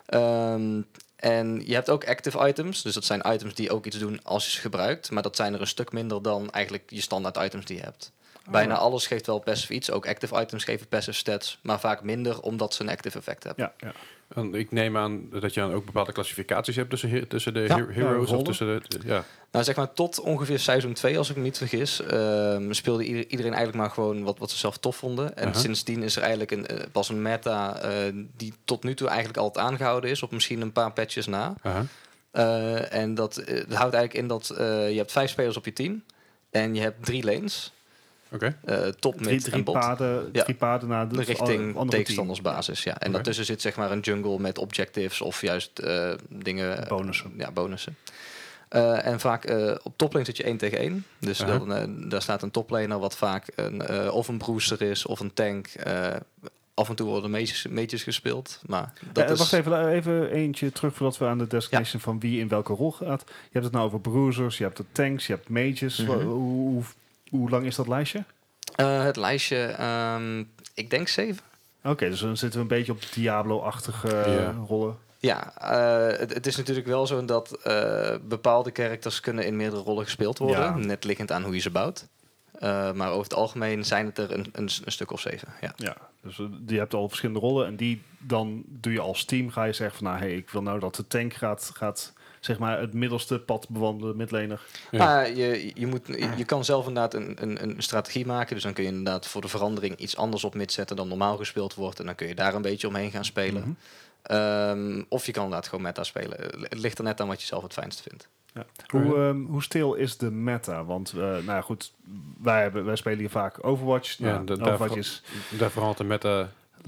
Um, en je hebt ook active items, dus dat zijn items die ook iets doen als je ze gebruikt, maar dat zijn er een stuk minder dan eigenlijk je standaard items die je hebt. Bijna oh. alles geeft wel passive iets. Ook active items geven passive stats. Maar vaak minder omdat ze een active effect hebben. Ja, ja. En ik neem aan dat je dan ook bepaalde klassificaties hebt tussen, tussen de ja, heroes. Ja, of tussen de, ja. Nou, zeg maar tot ongeveer seizoen twee, als ik me niet vergis, uh, speelde ieder, iedereen eigenlijk maar gewoon wat, wat ze zelf tof vonden. En uh-huh. sindsdien is er eigenlijk een, uh, pas een meta uh, die tot nu toe eigenlijk altijd aangehouden is. Op misschien een paar patches na. Uh-huh. Uh, en dat, uh, dat houdt eigenlijk in dat uh, je hebt vijf spelers op je team. En je hebt drie lanes. Oké. Okay. Uh, top, mid drie en bot. Paden, ja. Drie paden naar de richting tegenstandersbasis. Ja. En okay. daartussen zit zeg maar een jungle met objectives of juist uh, dingen. Bonussen. Uh, ja, bonussen. Uh, en vaak uh, op toplane zit je één tegen één. Dus uh-huh. dan, uh, daar staat een toplaner wat vaak een, uh, of een brewster is of een tank. Uh, af en toe worden mages, mages gespeeld. Maar dat ja, is... Wacht even, even eentje terug voordat we aan de designation ja. van wie in welke rol gaat. Je hebt het nou over bruisers, je hebt de tanks, je hebt mages. Mm-hmm. Hoe, hoe, hoe lang is dat lijstje? Uh, het lijstje, um, ik denk zeven. Oké, okay, dus dan zitten we een beetje op Diablo-achtige yeah. rollen. Ja, uh, het, het is natuurlijk wel zo dat uh, bepaalde characters kunnen in meerdere rollen gespeeld worden. Ja. Net liggend aan hoe je ze bouwt. Uh, maar over het algemeen zijn het er een, een, een stuk of zeven. Ja, ja, dus uh, je hebt al verschillende rollen. En die dan doe je als team. Ga je zeggen van nou, hey, ik wil nou dat de tank gaat... gaat zeg maar het middelste pad bewandelen, midlaner. Ja. Uh, je, je, moet, je, je kan zelf inderdaad een, een, een strategie maken. Dus dan kun je inderdaad voor de verandering iets anders op mid zetten dan normaal gespeeld wordt. En dan kun je daar een beetje omheen gaan spelen. Mm-hmm. Um, of je kan inderdaad gewoon meta spelen. Het ligt er net aan wat je zelf het fijnst vindt. Ja. Hoe, um, hoe stil is de meta? Want, uh, nou ja, goed, wij, hebben, wij spelen hier vaak Overwatch. Ja, nou, de, Overwatch daarvoor, is... Daar verandert de meta...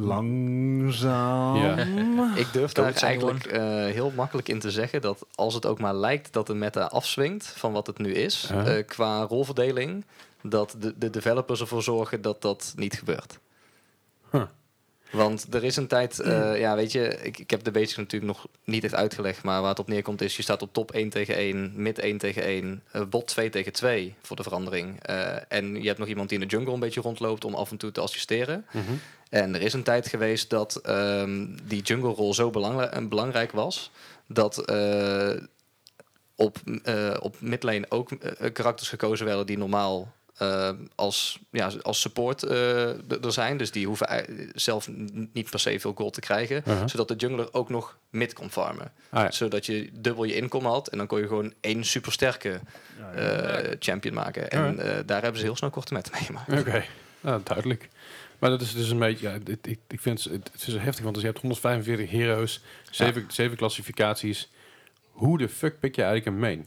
Langzaam. Ja. Ik durf daar eigenlijk uh, heel makkelijk in te zeggen dat als het ook maar lijkt dat de meta afswingt van wat het nu is, uh-huh. uh, qua rolverdeling, dat de, de developers ervoor zorgen dat dat niet gebeurt. Huh. Want er is een tijd, uh, ja weet je, ik, ik heb de basics natuurlijk nog niet echt uitgelegd, maar waar het op neerkomt is, je staat op top één tegen één, mid één tegen één, uh, bot twee tegen twee voor de verandering. Uh, en je hebt nog iemand die in de jungle een beetje rondloopt om af en toe te assisteren. Mm-hmm. En er is een tijd geweest dat um, die jungle rol zo belangrijk, belangrijk was, dat uh, op, uh, op midlane ook uh, karakters gekozen werden die normaal uh, als, ja, als support uh, er zijn. Dus die hoeven zelf n- niet per se veel gold te krijgen, uh-huh. zodat de jungler ook nog mid kon farmen. Ah, ja. Zodat je dubbel je inkom had en dan kon je gewoon één supersterke uh, ja, ja. champion maken. En uh, daar hebben ze heel snel korte metten mee gemaakt. Oké, okay. Nou, duidelijk. Maar dat is dus een beetje, ja, dit, ik, ik vind het, het is heftig, want dus je hebt honderdvijfenveertig heroes, zeven, ja. zeven klassificaties. Hoe de fuck pik je eigenlijk een main?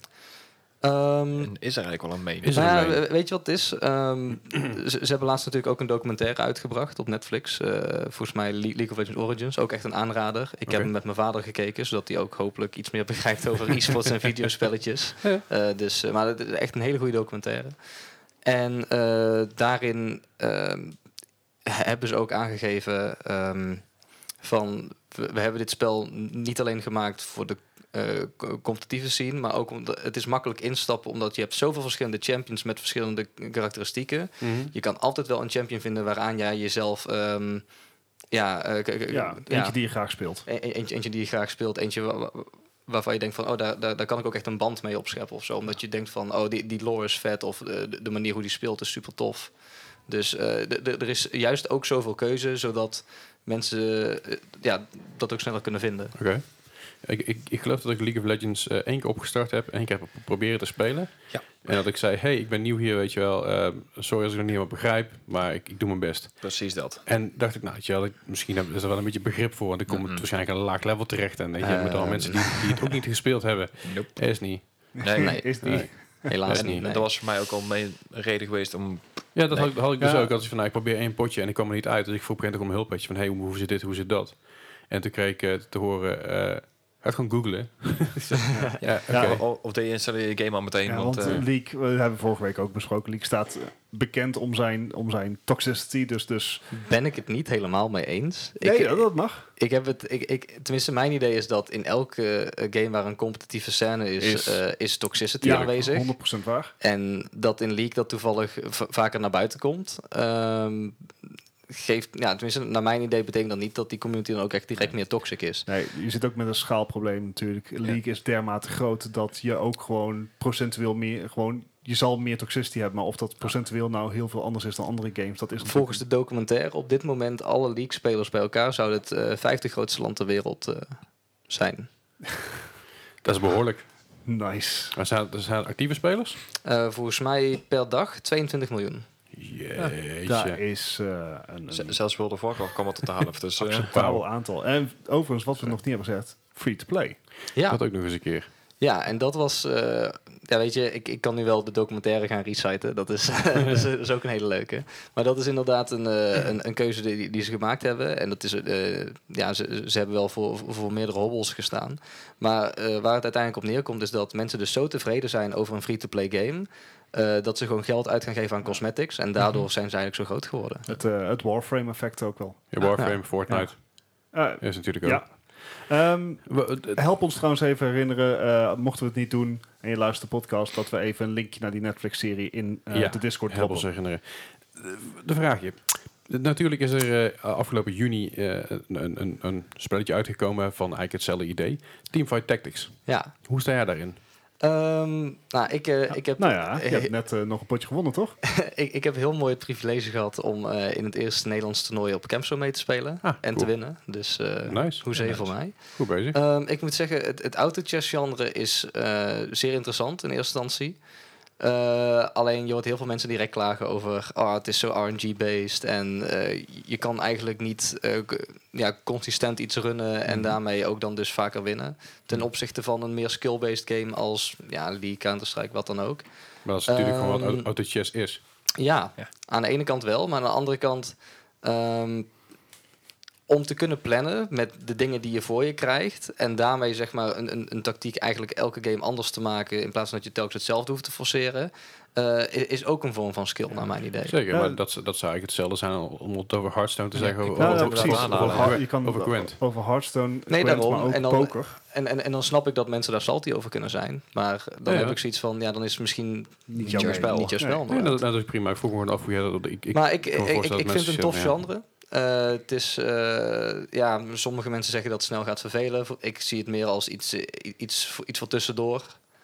Um, is er eigenlijk wel een main? Is er nou, een main? Weet je wat het is? Um, ze, ze hebben laatst natuurlijk ook een documentaire uitgebracht op Netflix. Uh, volgens mij League of Legends Origins, ook echt een aanrader. Ik okay. heb hem met mijn vader gekeken, zodat hij ook hopelijk iets meer begrijpt over e-sports en videospelletjes. Ja. Uh, dus, uh, maar het is echt een hele goede documentaire. En uh, daarin... Uh, hebben ze ook aangegeven um, van we, we hebben dit spel niet alleen gemaakt voor de uh, competitieve scene, maar ook omdat het is makkelijk instappen omdat je hebt zoveel verschillende champions met verschillende karakteristieken. Mm-hmm. Je kan altijd wel een champion vinden waaraan jij jezelf um, ja, uh, k- k- ja, eentje ja, die je graag speelt. E- eentje, eentje die je graag speelt, eentje wa- waarvan je denkt van oh daar, daar, daar kan ik ook echt een band mee opscheppen of zo, omdat je denkt van oh die, die lore is vet of de, de manier hoe die speelt is super tof. Dus uh, d- d- er is juist ook zoveel keuze, zodat mensen uh, ja, dat ook sneller kunnen vinden. Oké. Okay. Ik, ik, ik geloof dat ik League of Legends uh, één keer opgestart heb, één keer heb proberen te spelen. Ja. En dat ik zei, hey, ik ben nieuw hier, weet je wel. Uh, sorry als ik nog niet helemaal begrijp, maar ik, ik doe mijn best. Precies dat. En dacht ik, nou, weet je wel, ik, misschien heb, is er wel een beetje begrip voor, want ik kom mm-hmm. waarschijnlijk aan een laag level terecht. En weet je, uh, met al mensen die, die het ook niet gespeeld hebben. Nope. Is niet. Nee, nee. Is niet. Nee. Helaas en, niet. Nee. Dat was voor mij ook al een reden geweest om... Ja, dat nee. had, had ik dus ja. ook. Als ik van, nou, ik probeer één potje en ik kwam er niet uit. Dus ik vroeg op een gegeven moment om een hulp. Van, hey, hoe, hoe zit dit, hoe zit dat? En toen kreeg ik uh, te horen... Uh, het gewoon googlen. ja, ja, okay. of, of de installeer je game al meteen. Ja, want want uh, League, we hebben vorige week ook besproken, League staat bekend om zijn, om zijn toxicity, dus, dus... Ben ik het niet helemaal mee eens. Nee, ik, dat, dat mag. Ik heb het, ik, ik, tenminste, mijn idee is dat in elke uh, game waar een competitieve scène is, is, uh, is toxicity ja, aanwezig. honderd procent waar. En dat in League dat toevallig v- vaker naar buiten komt. Um, geeft, ja, tenminste, naar mijn idee betekent dat niet dat die community dan ook echt direct meer toxic is. Nee, je zit ook met een schaalprobleem natuurlijk. League ja. is dermate groot dat je ook gewoon procentueel meer, gewoon, je zal meer toxicity hebben, maar of dat procentueel nou heel veel anders is dan andere games, dat is volgens de documentaire op dit moment alle League-spelers bij elkaar zouden het uh, vijfde grootste land ter wereld uh, zijn. Dat is behoorlijk. Nice. Er zijn, er zijn actieve spelers? Uh, volgens mij per dag tweeëntwintig miljoen. Jeetje. Ja, dat is uh, een, een... Zelfs World of Warcraft kan wat op de helft. Dus, uh, acceptabel aantal. En overigens, wat we nog niet hebben gezegd, free-to-play. Ja. Dat ook nog eens een keer. Ja, en dat was... Uh, ja, weet je, ik, ik kan nu wel de documentaire gaan reciten. Dat is, dat is, dat is ook een hele leuke. Maar dat is inderdaad een, uh, een, een keuze die, die ze gemaakt hebben. En dat is... Uh, ja, ze, ze hebben wel voor, voor meerdere hobbels gestaan. Maar uh, waar het uiteindelijk op neerkomt is dat mensen dus zo tevreden zijn over een free-to-play game... Uh, dat ze gewoon geld uit gaan geven aan cosmetics. En daardoor zijn ze eigenlijk zo groot geworden. Het, uh, het Warframe-effect ook wel. Ja, Warframe, ja. Fortnite. Ja. Uh, is natuurlijk ook. Ja. Um, help ons trouwens even herinneren, uh, mochten we het niet doen en je luistert de podcast, dat we even een linkje naar die Netflix-serie in uh, ja, de Discord help ons herinneren. De, de vraagje. Natuurlijk is er uh, afgelopen juni uh, een, een, een spelletje uitgekomen van eigenlijk hetzelfde idee. Teamfight Tactics. Ja. Hoe sta jij daarin? Um, nou, ik, uh, ja, ik heb... Nou ja, je hebt net uh, nog een potje gewonnen, toch? ik, ik heb heel mooi het privilege gehad om uh, in het eerste Nederlands toernooi op Campso mee te spelen. Ah, en cool. te winnen. Dus uh, nice. hoezee ja, voor nice. mij. Goed bezig. Um, ik moet zeggen, het, het auto-chess genre is uh, zeer interessant in eerste instantie. Uh, alleen je hoort heel veel mensen direct klagen over... Oh, het is zo R N G-based en uh, je kan eigenlijk niet uh, k- ja, consistent iets runnen... Mm-hmm. en daarmee ook dan dus vaker winnen. Ten opzichte van een meer skill-based game als ja, League, Counter-Strike, wat dan ook. Maar dat is natuurlijk um, gewoon wat auto-chess is. Ja, ja, aan de ene kant wel, maar aan de andere kant... Um, om te kunnen plannen met de dingen die je voor je krijgt... en daarmee zeg maar een, een, een tactiek eigenlijk elke game anders te maken... in plaats van dat je telkens hetzelfde hoeft te forceren... Uh, is ook een vorm van skill, naar mijn idee. Zeker, ja. maar dat, dat zou eigenlijk hetzelfde zijn... om het over Hearthstone te zeggen. Ja, over, ja, over, precies. over, over, over, je kan over Gwent. Over Hearthstone, nee, Gwent, daarom. maar ook en dan, poker. En, en, en dan snap ik dat mensen daar salty over kunnen zijn. Maar dan ja, heb ja. ik zoiets van... ja, dan is het misschien niet, niet jouw spel. Niet jouw spel nee, dat, dat is prima. Ik vroeg me gewoon af hoe jij dat... Ik, ik maar ik, ik, ik, ik vind het een tof ja. genre. Uh, het is, uh, ja, sommige mensen zeggen dat het snel gaat vervelen. Ik zie het meer als iets, uh, iets, iets voor tussendoor.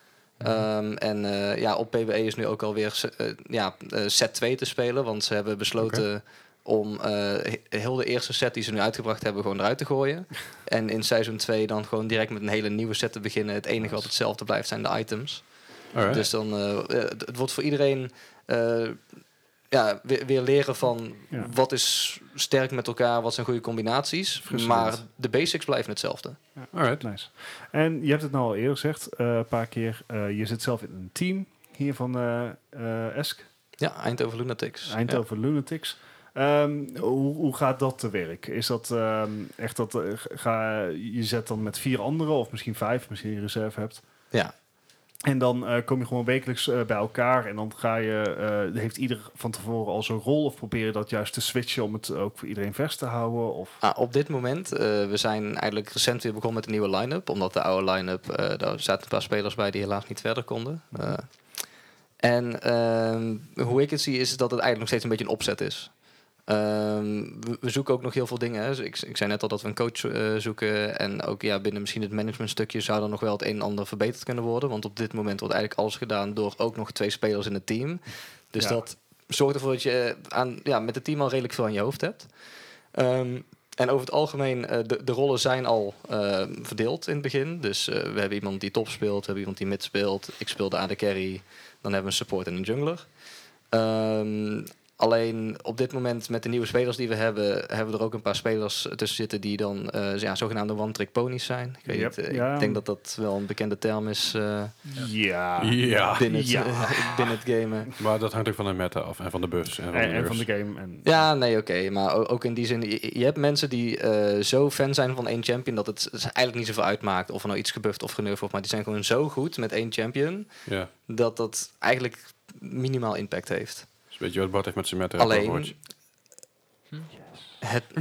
Um, en uh, ja, op P W E is nu ook alweer uh, ja, uh, set twee te spelen. Want ze hebben besloten okay. om uh, heel de eerste set die ze nu uitgebracht hebben... gewoon eruit te gooien. En in seizoen twee dan gewoon direct met een hele nieuwe set te beginnen. Het enige wat hetzelfde blijft zijn de items. Alright. Dus dan, uh, het, het wordt voor iedereen... Uh, Ja, weer, weer leren van ja. wat is sterk met elkaar, wat zijn goede combinaties. Verschillend. Maar de basics blijven hetzelfde. Ja. Alright. Nice. En je hebt het nou al eerder gezegd, uh, een paar keer. Uh, je zit zelf in een team hier van uh, uh, Esk. Ja, Eindhoven Lunatics. Eindhoven ja. Lunatics. Um, hoe, hoe gaat dat te werk? Is dat um, echt dat uh, ga, je zet dan met vier anderen of misschien vijf, misschien je reserve hebt? Ja. En dan uh, kom je gewoon wekelijks uh, bij elkaar en dan ga je, uh, heeft ieder van tevoren al zo'n rol of probeer je dat juist te switchen om het ook voor iedereen vers te houden? Of? Ah, op dit moment, uh, we zijn eigenlijk recent weer begonnen met een nieuwe line-up, omdat de oude line-up, uh, daar zaten een paar spelers bij die helaas niet verder konden. Uh, en uh, hoe ik het zie is dat het eigenlijk nog steeds een beetje een opzet is. Um, we, we zoeken ook nog heel veel dingen. Hè. Dus ik, ik zei net al dat we een coach uh, zoeken. En ook ja, binnen misschien het managementstukje zou er nog wel het een en ander verbeterd kunnen worden. Want op dit moment wordt eigenlijk alles gedaan door ook nog twee spelers in het team. Dus ja. dat zorgt ervoor dat je aan, ja, met het team al redelijk veel aan je hoofd hebt. Um, en over het algemeen, uh, de, de rollen zijn al uh, verdeeld in het begin. Dus uh, we hebben iemand die top speelt, we hebben iemand die mid speelt. Ik speel de A D carry, dan hebben we een support en een jungler. Um, Alleen op dit moment met de nieuwe spelers die we hebben, hebben we er ook een paar spelers tussen zitten die dan uh, ja, zogenaamde one-trick ponies zijn. Ik, weet Yep, niet, uh, ja. ik denk dat dat wel een bekende term is uh, ja. Ja. binnen, het, Ja. uh, binnen het gamen. Maar dat hangt ook van de meta af en van de bus. En van, En, de, en van de game. En, Ja, nee, oké. Okay, maar ook, ook in die zin, je, je hebt mensen die uh, zo fan zijn van één champion dat het eigenlijk niet zoveel uitmaakt of er nou iets gebufft of genurfd wordt. Maar die zijn gewoon zo goed met één champion ja. dat dat eigenlijk minimaal impact heeft. Dus weet je wat Bart heeft met zijn meta? Alleen, het,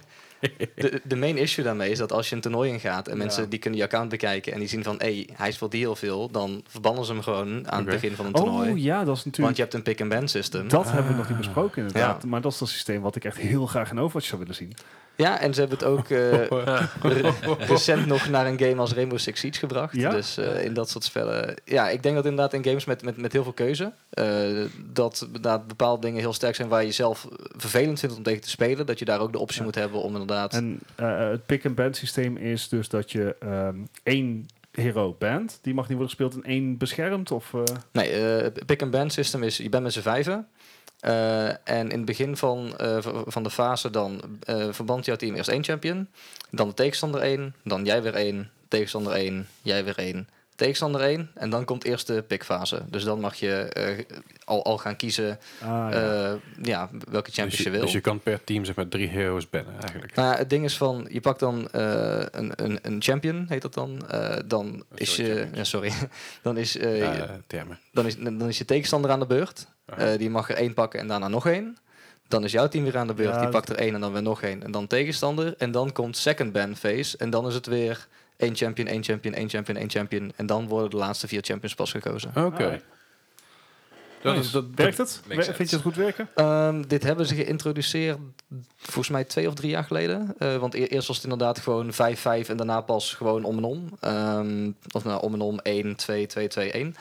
de, de main issue daarmee is dat als je een toernooi ingaat en Ja. mensen die kunnen je account bekijken en die zien van, hé, hey, hij speelt die heel veel, dan verbannen ze hem gewoon aan Okay. het begin van een toernooi. Oh ja, dat is natuurlijk... Want je hebt een pick-and-ban system. Dat Ah. hebben we nog niet besproken inderdaad. Ja. Maar dat is dat systeem wat ik echt heel graag in Overwatch zou willen zien. Ja, en ze hebben het ook uh, re- recent nog naar een game als Rainbow Six Siege gebracht. Ja? Dus uh, in dat soort spellen... Ja, ik denk dat inderdaad in games met, met, met heel veel keuze... Uh, dat inderdaad bepaalde dingen heel sterk zijn waar je zelf vervelend vindt om tegen te spelen. Dat je daar ook de optie Ja. moet hebben om inderdaad... En uh, het pick-and-ban systeem is dus dat je um, één hero bant. Die mag niet worden gespeeld en één beschermd? Of, uh... Nee, uh, het pick-and-ban system is... Je bent met z'n vijven... Uh, en in het begin van, uh, van de fase dan uh, verband jouw team eerst één champion, dan de tegenstander één, dan jij weer één, tegenstander één, jij weer één, tegenstander één. En dan komt eerst de pickfase. Dus dan mag je uh, al, al gaan kiezen Ah, ja. uh, ja, welke champions Dus je, je wil. dus je kan per team zeg maar drie heroes bannen eigenlijk. Nou, het ding is van, je pakt dan uh, een, een, een champion, heet dat dan. Uh, dan Oh, is sorry, je, champions. ja, sorry, dan is, uh, Ja, je, uh, termen. dan is dan is je tegenstander aan de beurt. Aha. Uh, die mag er één pakken en daarna nog één. Dan is jouw team weer aan de beurt. Ja, die dat- pakt er één en dan weer nog één. En dan tegenstander. En dan komt second ban phase. En dan is het weer één champion, één champion, één champion, één champion. En dan worden de laatste vier champions pas gekozen. Oké. Alright. Dat Nice. is dat Werkt het? makes We- Vind je het goed werken? Um, dit hebben ze geïntroduceerd volgens mij twee of drie jaar geleden. Uh, want e- eerst was het inderdaad gewoon vijf vijf en daarna pas gewoon om en om. Um, of nou, om en om één, twee, twee, twee, één.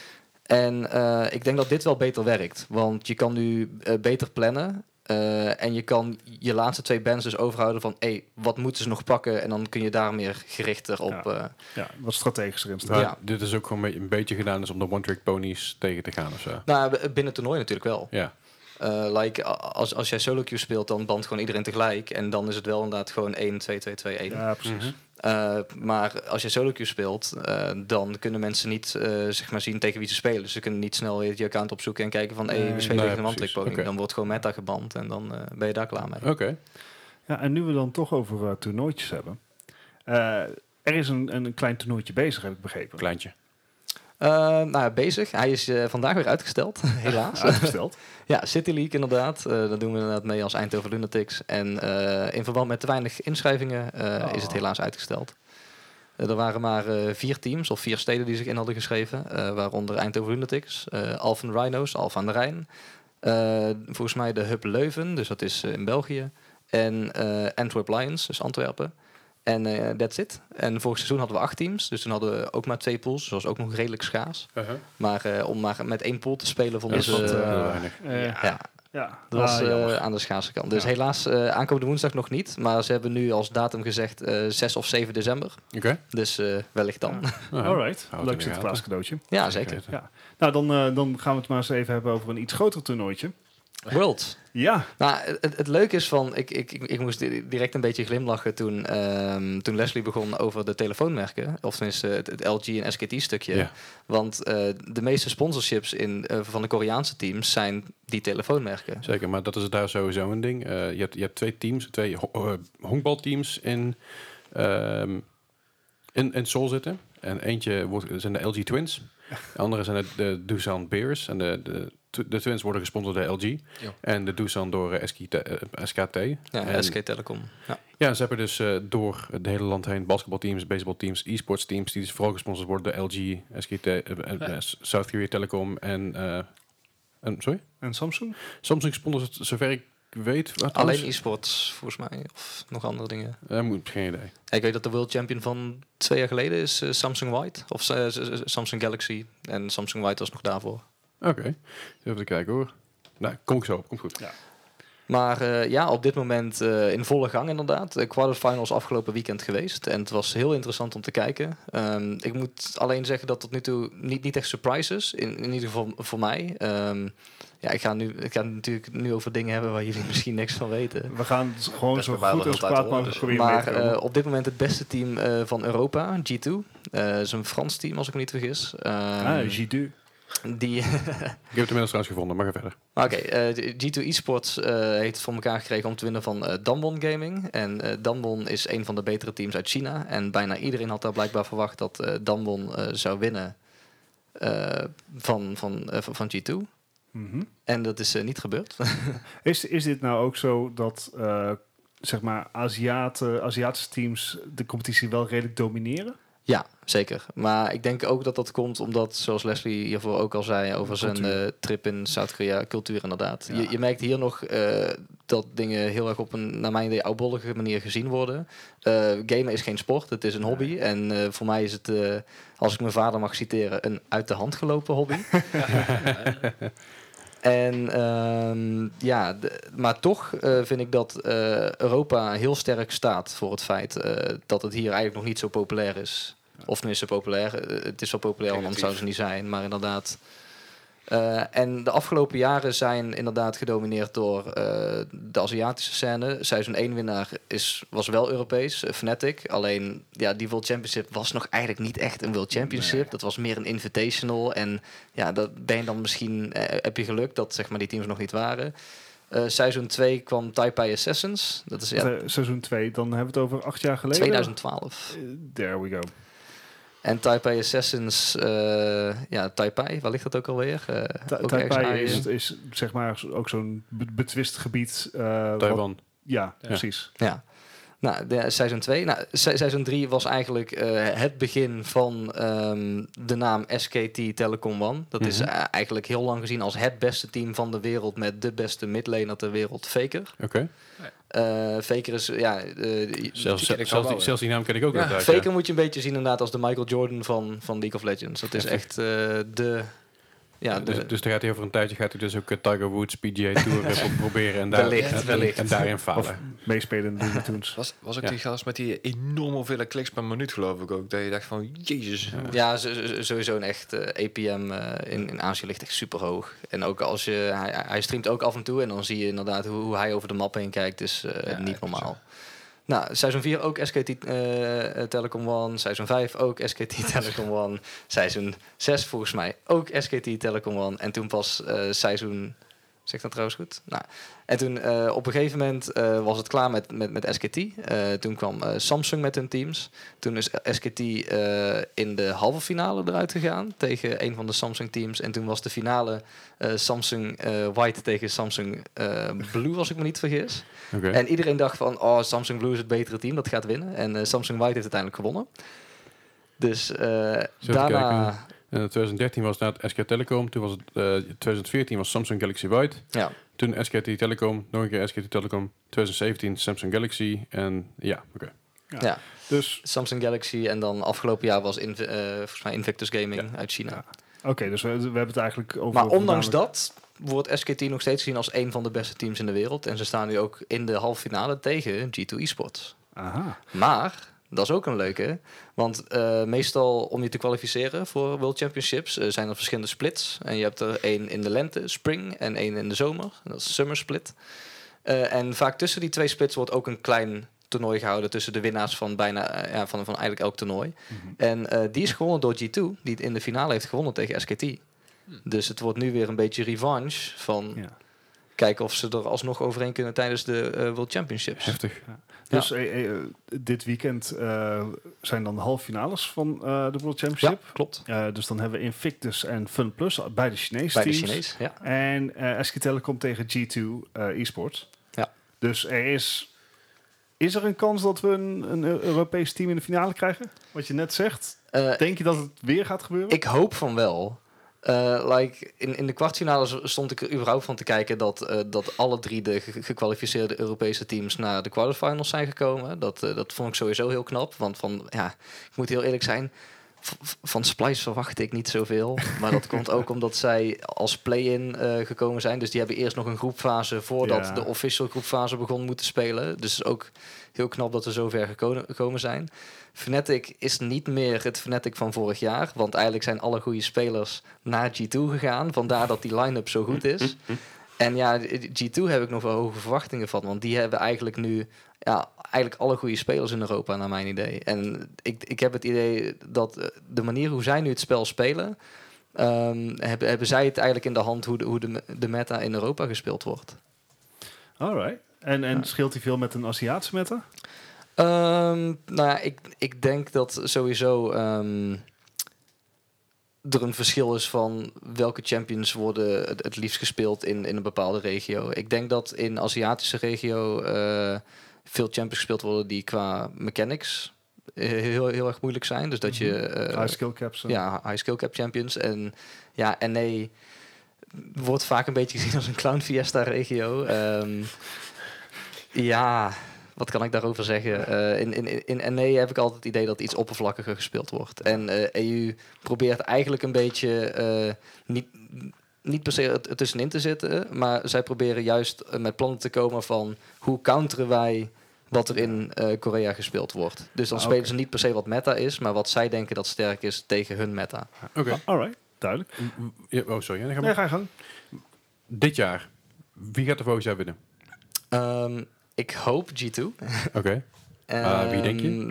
En uh, ik denk dat dit wel beter werkt. Want je kan nu uh, beter plannen. Uh, en je kan je laatste twee bands dus overhouden van... Hey, wat moeten ze nog pakken? En dan kun je daar meer gerichter op... Ja. Uh, Ja, wat strategischer in staan. Maar Ja. dit is ook gewoon een beetje gedaan dus om de one-trick ponies tegen te gaan of zo. nou, b- binnen het toernooi natuurlijk wel. Ja. Uh, like, a- als, als jij solo queue speelt, dan bandt gewoon iedereen tegelijk. En dan is het wel inderdaad gewoon één, twee, twee, twee, één. Ja, precies. Mhm. Uh, maar als je solo queue speelt, uh, dan kunnen mensen niet uh, zeg maar zien tegen wie ze spelen. Dus ze kunnen niet snel weer je account opzoeken en kijken van... hé, hey, Nee, we spelen nee, tegen een one-trick precies. pony. Oké. Dan wordt gewoon meta geband en dan uh, ben je daar klaar mee. Oké. Ja, en nu we dan toch over uh, toernooitjes hebben. Uh, er is een, een klein toernooitje bezig, heb ik begrepen. Kleintje. Uh, nou ja, bezig. Hij is uh, vandaag weer uitgesteld, helaas. Uitgesteld. Ja, City League inderdaad. Uh, dat doen we inderdaad mee als Eindhoven Lunatics. En uh, in verband met te weinig inschrijvingen uh, Oh. is het helaas uitgesteld. Uh, er waren maar uh, vier teams of vier steden die zich in hadden geschreven. Uh, waaronder Eindhoven Lunatics, uh, Alphen Rhinos, Alphen aan de Rijn. Uh, volgens mij de Hub Leuven, dus dat is uh, in België. En uh, Antwerp Lions, dus Antwerpen. En uh, that's it. En vorig seizoen hadden we acht teams. Dus toen hadden we ook maar twee pools. Dus dat was ook nog redelijk schaars. Uh-huh. Maar uh, om maar met één pool te spelen vonden Dat ze... is wat, uh, uh, heel weinig. Uh, ja, ja. ja. dat was Ah, uh, jammer. aan de schaarse kant. Dus Ja. helaas uh, aankomende woensdag nog niet. Maar ze hebben nu als datum gezegd uh, zes of zeven december. Oké. Dus uh, wellicht dan. Ja, Uh-huh. Alright, Houdt leuk in de Sinterklaas gaten. cadeautje. zeker. Ja. Nou, dan, uh, dan gaan we het maar eens even hebben over een iets groter toernooitje. Worlds. Ja, Nou, het, het leuke is van... Ik, ik, ik, ik moest di- direct een beetje glimlachen toen, um, toen Leslie begon over de telefoonmerken. Of tenminste het, het L G en S K T-stukje. Ja. Want uh, de meeste sponsorships in, uh, van de Koreaanse teams zijn die telefoonmerken. Zeker, maar dat is daar sowieso een ding. Uh, je, hebt, je hebt twee teams, twee ho uh, honkbalteams in, um, in, in Seoul zitten. En eentje wordt, zijn de L G Twins. De andere zijn de, de Doosan Bears. En de, de, de Twins worden gesponsord door L G. Ja. En de Doosan door uh, S K T. Uh, S K T. Ja, En- S K Telecom. Ja. Ja, ze hebben dus uh, door het hele land heen basketbalteams, baseballteams, e-sports teams, die dus vooral gesponsord worden door L G, S K T, uh, uh, uh, South Korea Telecom en... Uh, en sorry? en Samsung? Samsung sponsort, zover ik weet... wat Alleen anders? e-sports, volgens mij. Of nog andere dingen. Uh, moet, geen idee. Ja, ik weet dat de world champion van twee jaar geleden is uh, Samsung White. Of uh, s- s- Samsung Galaxy. En Samsung White was nog daarvoor. Oké, okay. Even te kijken hoor. Nou, kom ik zo op, komt goed. Ja. Maar uh, ja, op dit moment uh, in volle gang inderdaad. De quarterfinals afgelopen weekend geweest. En het was heel interessant om te kijken. Um, ik moet alleen zeggen dat tot nu toe niet, niet echt surprises. In, in ieder geval voor mij. Um, ja, ik ga, nu, ik ga natuurlijk nu over dingen hebben waar jullie misschien niks van weten. We gaan gewoon Best zo goed als kwaad mogelijk proberen. Maar uh, op dit moment het beste team uh, van Europa, G twee. Uh, is een Frans team als ik me niet vergis. Um, ah, G twee. Die ik heb het inmiddels trouwens gevonden, maar ga verder. Oké, okay, uh, G twee Esports uh, heeft het voor elkaar gekregen om te winnen van uh, Danwon Gaming. En uh, Danwon is een van de betere teams uit China. En bijna iedereen had daar blijkbaar verwacht dat uh, Danwon uh, zou winnen uh, van, van, uh, van G twee. Mm-hmm. En dat is uh, niet gebeurd. is, is dit nou ook zo dat uh, zeg maar Aziaten, Aziatische teams de competitie wel redelijk domineren? Ja, zeker. Maar ik denk ook dat dat komt omdat, zoals Leslie hiervoor ook al zei, over zijn uh, trip in Zuid-Korea, cultuur inderdaad. Ja. Je, je merkt hier nog uh, dat dingen heel erg op een, naar mijn idee, oudbollige manier gezien worden. Uh, gamen is geen sport, het is een hobby. Nee. En uh, voor mij is het, uh, als ik mijn vader mag citeren, een uit de hand gelopen hobby. En um, ja, de, maar toch uh, vind ik dat uh, Europa heel sterk staat voor het feit uh, dat het hier eigenlijk nog niet zo populair is. Of tenminste populair. Uh, het is wel populair, want anders zou ze niet zijn. Maar inderdaad. Uh, en de afgelopen jaren zijn inderdaad gedomineerd door uh, de Aziatische scène. Seizoen één winnaar is, was wel Europees, uh, Fnatic. Alleen ja, die World Championship was nog eigenlijk niet echt een World Championship. Nee. Dat was meer een invitational. En ja, dat ben je dan misschien, uh, heb je geluk dat zeg maar, die teams nog niet waren. Uh, seizoen twee kwam Taipei Assassins. Dat is, ja, uh, seizoen twee, dan hebben we het over acht jaar geleden? twintig twaalf. Uh, there we go. En Taipei Assassins, uh, ja, Taipei, waar ligt dat ook alweer? Uh, Ta- ook Taipei is, is zeg maar ook zo'n betwist gebied. Uh, Taiwan. Wat, ja, ja, precies. Ja. Nou, de, seizoen twee. Nou, se- seizoen drie was eigenlijk uh, het begin van um, de naam S K T Telecom One. Dat mm-hmm. is uh, eigenlijk heel lang gezien als het beste team van de wereld met de beste midlaner ter wereld, Faker. Oké. Okay. Uh, Faker is, ja... Uh, zelfs, zelfs, zelfs, die, zelfs die naam ken ik ook. Ja. Uit, Faker ja. moet je een beetje zien inderdaad als de Michael Jordan van, van League of Legends. Dat is echt uh, de... Ja, dus, dus daar gaat hij over een tijdje gaat hij dus ook uh, Tiger Woods P G A Tour uh, proberen en, daar, wellicht, en, wellicht. en daarin falen. Of meespelen in de Toons. Was, was ook ja. die gast met die enorm hoeveelheid kliks per minuut geloof ik ook. Dat je dacht van, jezus. Ja, ja z- z- sowieso een echt uh, A P M uh, in, in Azië ligt echt super hoog. En ook als je, hij, hij streamt ook af en toe en dan zie je inderdaad hoe, hoe hij over de map heen kijkt, is uh, ja, niet normaal. Zo. Nou, seizoen vier ook S K T uh, Telecom One. Seizoen vijf ook S K T Telecom One. Seizoen zes volgens mij ook S K T Telecom One. En toen pas uh, seizoen... Zeg dat trouwens goed? Nou, en toen uh, op een gegeven moment uh, was het klaar met, met, met S K T. Uh, toen kwam uh, Samsung met hun teams. Toen is S K T uh, in de halve finale eruit gegaan tegen een van de Samsung teams. En toen was de finale uh, Samsung uh, White tegen Samsung uh, Blue, als ik me niet vergis. Okay. En iedereen dacht van, oh, Samsung Blue is het betere team, dat gaat winnen. En uh, Samsung White heeft uiteindelijk gewonnen. Dus uh, daarna... In twintig dertien was het S K Telecom, toen was het uh, twintig veertien was Samsung Galaxy White. Ja. Toen S K T Telecom, nog een keer S K T Telecom, twintig zeventien Samsung Galaxy en ja, oké. Okay. Ja. ja, dus Samsung Galaxy en dan afgelopen jaar was Inv- uh, volgens mij Invictus Gaming ja. uit China. Ja. Oké, okay, dus we, we hebben het eigenlijk over... Maar ondanks dat wordt S K T nog steeds gezien als een van de beste teams in de wereld. En ze staan nu ook in de halve finale tegen G twee Esports. Aha. Maar... Dat is ook een leuke, want uh, meestal om je te kwalificeren voor World Championships uh, zijn er verschillende splits. En je hebt er één in de lente, spring, en één in de zomer, dat is summer split. Uh, en vaak tussen die twee splits wordt ook een klein toernooi gehouden tussen de winnaars van bijna uh, ja, van, van eigenlijk elk toernooi. Mm-hmm. En uh, die is gewonnen door G twee, die het in de finale heeft gewonnen tegen S K T. Mm. Dus het wordt nu weer een beetje revanche van... Ja. Kijken of ze er alsnog overheen kunnen tijdens de uh, World Championships. Heftig. Ja. Dus ja. eh, eh, dit weekend uh, zijn dan de halve finales van uh, de World Championship. Ja, klopt. Uh, dus dan hebben we Invictus en FunPlus, beide Chinese beide teams. Chinees, ja. En uh, S K Telecom tegen G twee uh, Esports. Ja. Dus er is... Is er een kans dat we een, een Europees team in de finale krijgen? Wat je net zegt. Uh, Denk je dat het weer gaat gebeuren? Ik hoop van wel. Uh, like in, in de kwartfinale stond ik er überhaupt van te kijken dat, uh, dat alle drie de ge- gekwalificeerde Europese teams naar de quarterfinals zijn gekomen. Dat, uh, dat vond ik sowieso heel knap. Want van, ja, ik moet heel eerlijk zijn, v- van Splice verwacht ik niet zoveel. Maar dat komt ook omdat zij als play-in uh, gekomen zijn. Dus die hebben eerst nog een groepfase voordat Ja. de official groepfase begon moeten spelen. Dus ook heel knap dat we zo ver geko- gekomen zijn. Fnatic is niet meer het Fnatic van vorig jaar. Want eigenlijk zijn alle goede spelers naar G twee gegaan. Vandaar dat die line-up zo goed is. En ja, G twee heb ik nog wel hoge verwachtingen van. Want die hebben eigenlijk nu ja, eigenlijk alle goede spelers in Europa, naar mijn idee. En ik, ik heb het idee dat de manier hoe zij nu het spel spelen... Um, hebben, hebben zij het eigenlijk in de hand hoe de, hoe de, de meta in Europa gespeeld wordt. Alright. En, en Ja. scheelt hij veel met een Aziatische meta? Um, nou ja, ik, ik denk dat sowieso um, er een verschil is van welke champions worden het, het liefst gespeeld in, in een bepaalde regio. Ik denk dat in de Aziatische regio uh, veel champions gespeeld worden die qua mechanics heel, heel erg moeilijk zijn. Dus dat je... Uh, high skill caps. Ja, high skill cap champions. En ja, N A wordt vaak een beetje gezien als een clown fiesta regio. Um, ja... Wat kan ik daarover zeggen? Uh, in, in, in N A heb ik altijd het idee dat iets oppervlakkiger gespeeld wordt. En uh, E U probeert eigenlijk een beetje uh, niet, niet per se er tussenin te zitten, maar zij proberen juist uh, met plannen te komen van hoe counteren wij wat er in uh, Korea gespeeld wordt. Dus dan Ah, spelen okay. ze niet per se wat meta is, maar wat zij denken dat sterk is tegen hun meta. Oké. Okay. Alright, duidelijk. Ja, oh, sorry. Dan gaan we Nee, ga je gang. Dit jaar, wie gaat er volgens jou winnen? Um, Ik hoop G twee. Oké. Okay. Uh, wie denk je?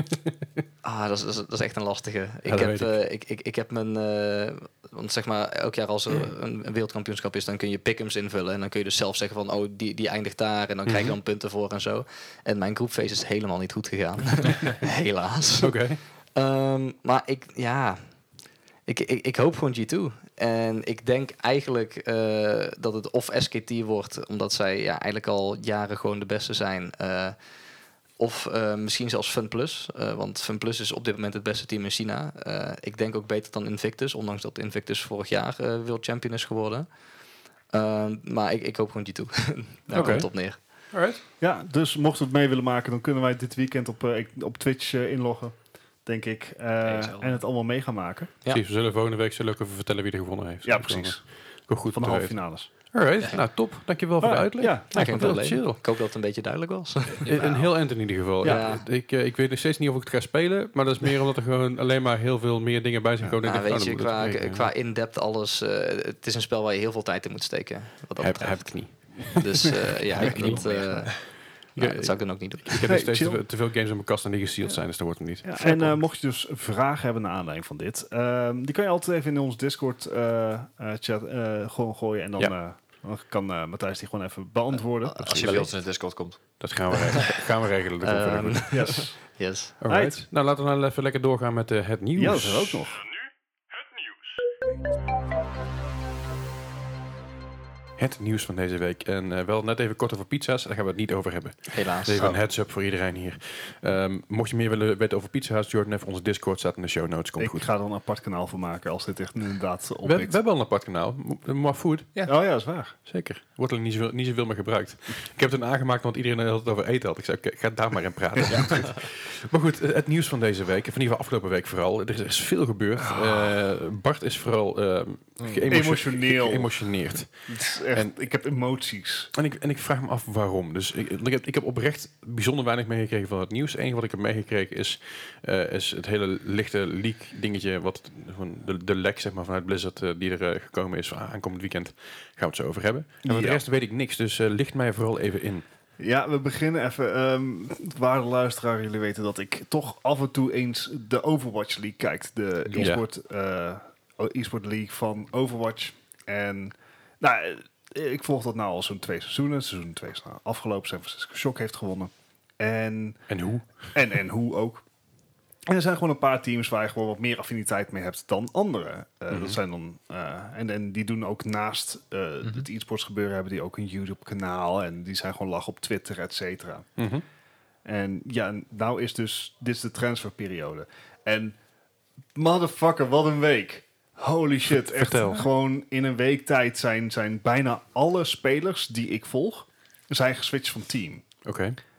ah, dat is, dat, is, dat is echt een lastige. Ja, ik, heb, ik. Uh, ik, ik, ik heb mijn... Uh, want zeg maar, elk jaar als er een, een wereldkampioenschap is, dan kun je pick'ems invullen. En dan kun je dus zelf zeggen van, oh, die, die eindigt daar. En dan mm-hmm. krijg je dan punten voor en zo. En mijn groepfeest is helemaal niet goed gegaan. Helaas. Oké. Okay. Um, maar ik, ja... Ik, ik, ik hoop gewoon G twee. En ik denk eigenlijk uh, dat het of S K T wordt, omdat zij ja, eigenlijk al jaren gewoon de beste zijn. Uh, of uh, misschien zelfs FunPlus, uh, want FunPlus is op dit moment het beste team in China. Uh, ik denk ook beter dan Invictus, ondanks dat Invictus vorig jaar uh, World Champion is geworden. Uh, maar ik, ik hoop gewoon G twee. Daar okay. komt het op neer. Alright. Ja, dus mochten we het mee willen maken, dan kunnen wij dit weekend op, uh, op Twitch uh, inloggen. Denk ik. Uh, en het allemaal mee gaan maken. Ja. Precies, we zullen volgende week zullen ook even vertellen wie er gewonnen heeft. Ja, precies. Ook goed van de halve finales. Alright, ja. Nou top. Dankjewel voor ah, de uitleg. Ja, ja, geen probleem. Ik hoop dat het een beetje duidelijk was. Ja. Een heel eind in ieder geval. Ja. Ja. Ik, uh, ik weet nog steeds niet of ik het ga spelen, maar dat is meer omdat er gewoon alleen maar heel veel meer dingen bij zijn komen. Ja. Nou, weet je, qua, k- qua in-depth alles, uh, het is een spel waar je heel veel tijd in moet steken. Wat dat heb, heb ik niet. Dus uh, ja, ik niet... Uh, Nou, dat zou ik dan ook niet doen. Ik heb nog steeds te, te veel games in mijn kast en die gesealed zijn, dus dat wordt het niet. Ja, en uh, mocht je dus vragen hebben naar aanleiding van dit, uh, die kan je altijd even in ons Discord uh, uh, chat uh, gewoon gooien en dan, ja. uh, dan kan uh, Matthijs die gewoon even beantwoorden. Als, als je bij ons in de Discord komt. Dat gaan we regelen. gaan we regelen. Dat um, goed. Yes. yes. Alright. Right. Nou, laten we nou even lekker doorgaan met uh, het nieuws. Ja, dat is er ook nog. En nu het nieuws. Het nieuws van deze week. En uh, wel net even kort over pizza's. Daar gaan we het niet over hebben. Helaas. Even oh. een heads-up voor iedereen hier. Um, mocht je meer willen weten over pizza's, Jordan, even onze Discord staat in de show notes. Komt ik goed. ga er een apart kanaal voor maken als dit echt inderdaad oppikt. We, we hebben al een apart kanaal. Maar food. Ja. Oh ja, dat is waar. Zeker. Wordt er niet zoveel, niet zoveel meer gebruikt. Ik heb het toen aangemaakt, want iedereen had het over eten had. Ik zei, ik ga daar maar in praten. Ja. Goed. Maar goed, het nieuws van deze week. Of in ieder geval afgelopen week vooral. Er is veel gebeurd. Oh. Uh, Bart is vooral uh, emotioneel. geëmotioneerd. Echt, en, ik heb emoties. En ik, en ik vraag me af waarom. Dus ik, ik, heb, ik heb oprecht bijzonder weinig meegekregen van het nieuws. Het enige wat ik heb meegekregen is, uh, is het hele lichte leak dingetje. Wat, de, de lek zeg maar, vanuit Blizzard uh, die er uh, gekomen is aankomend weekend. Gaan we het zo over hebben. En voor ja. de rest weet ik niks. Dus uh, licht mij vooral even in. Ja, we beginnen even. Um, waarde luisteraar, jullie weten dat ik toch af en toe eens de Overwatch League kijk. De ja. e-sport, uh, e-sport League van Overwatch. En nou, ik volg dat nou al zo'n twee seizoenen. Seizoen twee is nou afgelopen. San Francisco Shock heeft gewonnen. En, en hoe? En, en hoe ook. En er zijn gewoon een paar teams waar je gewoon wat meer affiniteit mee hebt dan anderen. Uh, mm-hmm. Dat zijn dan, uh, en, en die doen ook naast uh, mm-hmm. het e-sports gebeuren, hebben die ook een YouTube-kanaal. En die zijn gewoon lach op Twitter, et cetera. Mm-hmm. En ja, nou is dus, dit is de transferperiode. En motherfucker, wat een week. Holy shit, echt Vertel. Gewoon in een week tijd zijn, zijn bijna alle spelers die ik volg, zijn geswitcht van team. Oké. Okay.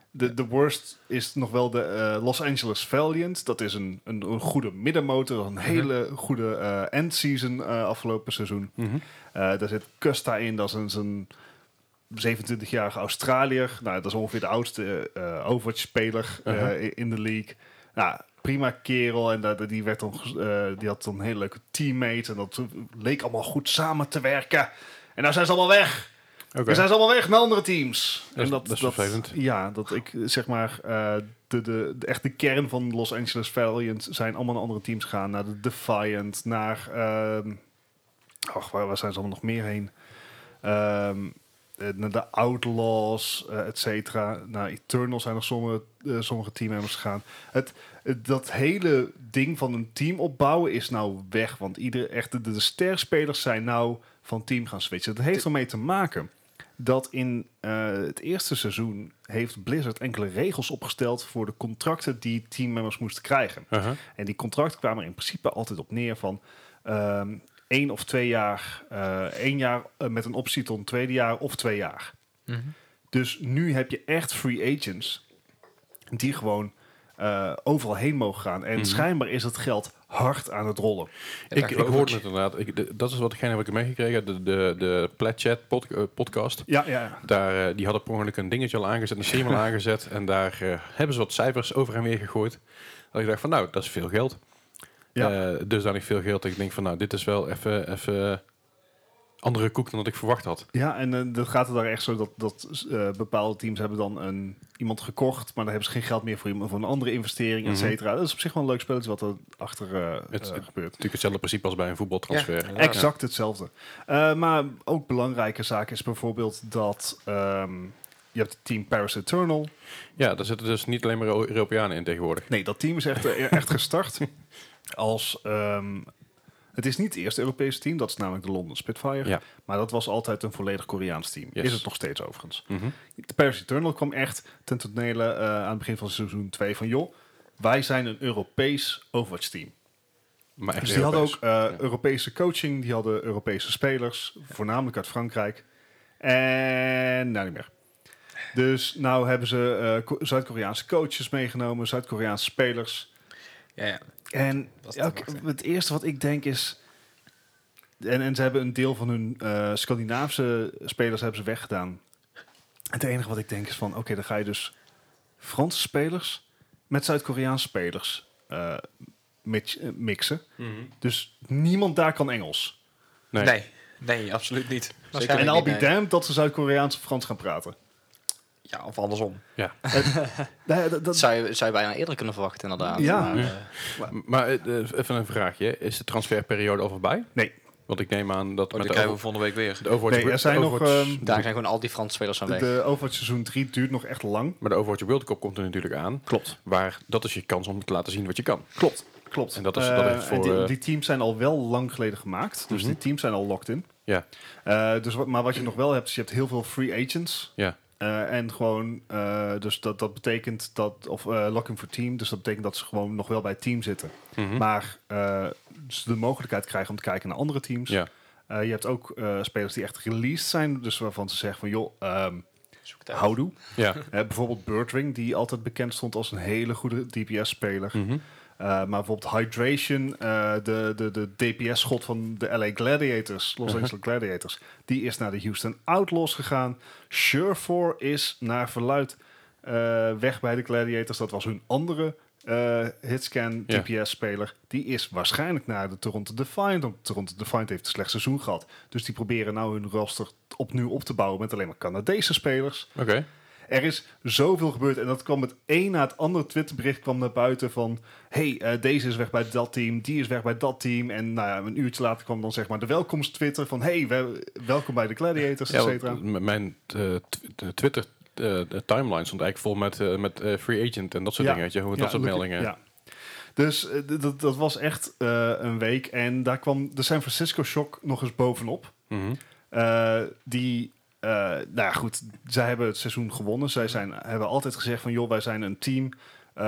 De, de worst is nog wel de uh, Los Angeles Valiant. Dat is een, een, een goede middenmotor. Een hele uh-huh. goede uh, end-season uh, afgelopen seizoen. Uh-huh. Uh, daar zit Custa in. Dat is een, een zevenentwintigjarige Australiër. Nou, dat is ongeveer de oudste uh, Overwatch-speler uh, uh-huh. in de league. Nou, prima kerel. En uh, die, werd dan, uh, die had dan een hele leuke teammate. En dat leek allemaal goed samen te werken. En nou zijn ze allemaal weg. Okay. We zijn ze allemaal weg naar andere teams. Dat, en dat, dat is dat, vervelend. Ja, dat ik zeg maar uh, de, de, de echte kern van Los Angeles Valiant zijn allemaal naar andere teams gegaan. Naar de Defiant, naar uh, och, waar, waar zijn ze allemaal nog meer heen? Um, naar de Outlaws, uh, et cetera. Naar Eternal zijn er sommige, uh, sommige teammembers gegaan. Het, het, dat hele ding van een team opbouwen is nou weg. Want ieder, echt de, de sterspelers zijn nou van team gaan switchen. Dat heeft ermee te maken dat in uh, het eerste seizoen heeft Blizzard enkele regels opgesteld voor de contracten die teammembers moesten krijgen. Uh-huh. En die contracten kwamen er in principe altijd op neer van um, één of twee jaar, uh, één jaar uh, met een optie tot een tweede jaar of twee jaar. Mm-hmm. Dus nu heb je echt free agents die gewoon uh, overal heen mogen gaan. En mm-hmm. schijnbaar is het geld hard aan het rollen. Ja, ik, ik hoorde het inderdaad. Ik, de, dat is wat degene wat ik meegekregen. De, de, de Pledchat pod, uh, podcast. Ja, ja. Daar, uh, die hadden per ongeluk een dingetje al aangezet, een stream al aangezet. En daar uh, hebben ze wat cijfers over en weer gegooid. Dat ik dacht van nou, dat is veel geld. Ja. Uh, dus dan niet veel geld. Dat ik denk van nou, dit is wel even, even andere koek dan dat ik verwacht had. Ja, en uh, dat gaat er daar echt zo dat, dat uh, bepaalde teams hebben dan een, iemand gekocht, maar dan hebben ze geen geld meer voor, iemand, voor een andere investering, mm-hmm. et cetera. Dat is op zich wel een leuk spelletje wat er achter uh, het, uh, gebeurt. Natuurlijk hetzelfde principe als bij een voetbaltransfer. Ja, exact hetzelfde. Uh, maar ook belangrijke zaak is bijvoorbeeld dat um, je hebt het team Paris Eternal. Ja, daar zitten dus niet alleen maar Europeanen in tegenwoordig. Nee, dat team is echt, echt gestart als... Um, het is niet het eerste Europese team, dat is namelijk de London Spitfire. Ja. Maar dat was altijd een volledig Koreaans team. Yes. Is het nog steeds overigens. Mm-hmm. De Paris Eternal kwam echt ten tonele uh, aan het begin van seizoen twee van... joh, wij zijn een Europees Overwatch team. Maar echt dus die Europees. hadden ook uh, ja. Europese coaching, die hadden Europese spelers, ja. voornamelijk uit Frankrijk. En nou niet meer. Dus nou hebben ze uh, Ko- Zuid-Koreaanse coaches meegenomen, Zuid-Koreaanse spelers. Ja, ja. En ja, het eerste wat ik denk is... En, en ze hebben een deel van hun uh, Scandinavische spelers hebben ze weggedaan. Het enige wat ik denk is van... Oké, okay, dan ga je dus Franse spelers met Zuid-Koreaanse spelers uh, mix, uh, mixen. Mm-hmm. Dus niemand daar kan Engels. Nee, nee, nee absoluut niet. En I'll be damned dat ze Zuid-Koreaans of Frans gaan praten. Ja, of andersom. Ja. dat, dat, dat zou, je, zou je bijna eerder kunnen verwachten, inderdaad. Ja. Maar, ja. Uh, maar uh, even een vraagje. Is de transferperiode al voorbij? Nee. Want ik neem aan dat... Oh, die krijgen we volgende week weer. De Overwatch, nee, er zijn Overwatch, nog... Um, daar zijn gewoon al die Franse spelers van weg. De Overwatch seizoen drie duurt nog echt lang. Maar de Overwatch World Cup komt er natuurlijk aan. Klopt. Waar, dat is je kans om te laten zien wat je kan. Klopt. Klopt. En dat is, uh, dat is voor... en die, uh, die teams zijn al wel lang geleden gemaakt. Dus mm-hmm. die teams zijn al locked in. Ja. Uh, dus, maar wat je nog wel hebt, is je hebt heel veel free agents. Ja. Uh, en gewoon, uh, dus dat, dat betekent dat, of uh, locking for team, dus dat betekent dat ze gewoon nog wel bij het team zitten. Mm-hmm. Maar uh, ze de mogelijkheid krijgen om te kijken naar andere teams. Ja. Uh, je hebt ook uh, spelers die echt released zijn, dus waarvan ze zeggen van joh, um, houdoe. Ja. Uh, bijvoorbeeld Birdring, die altijd bekend stond als een hele goede D P S-speler. Mm-hmm. Uh, maar bijvoorbeeld Hydration, uh, de, de, de D P S-schot van de L A Gladiators, Los Angeles uh-huh. Gladiators, die is naar de Houston Outlaws gegaan. Surefour is naar verluid uh, weg bij de Gladiators. Dat was hun andere uh, hitscan D P S-speler. Die is waarschijnlijk naar de Toronto Defiant. Want Toronto Defiant heeft een slecht seizoen gehad. Dus die proberen nou hun roster opnieuw op te bouwen met alleen maar Canadese spelers. Oké. Okay. Er is zoveel gebeurd en dat kwam het een na het andere Twitterbericht kwam naar buiten van hey, uh, deze is weg bij dat team, die is weg bij dat team. En nou ja, een uurtje later kwam dan zeg maar de welkomst Twitter van hey, we, welkom bij de Gladiators, et cetera. Ja, mijn uh, t- Twitter uh, timeline stond eigenlijk vol met, uh, met uh, free agent en dat soort ja. dingen, weet je, dat ja, soort meldingen. Ja. Dus uh, d- dat was echt uh, een week en daar kwam de San Francisco Shock nog eens bovenop. Mm-hmm. Uh, die Uh, nou ja, goed, zij hebben het seizoen gewonnen. Zij zijn, hebben altijd gezegd van, joh, wij zijn een team uh,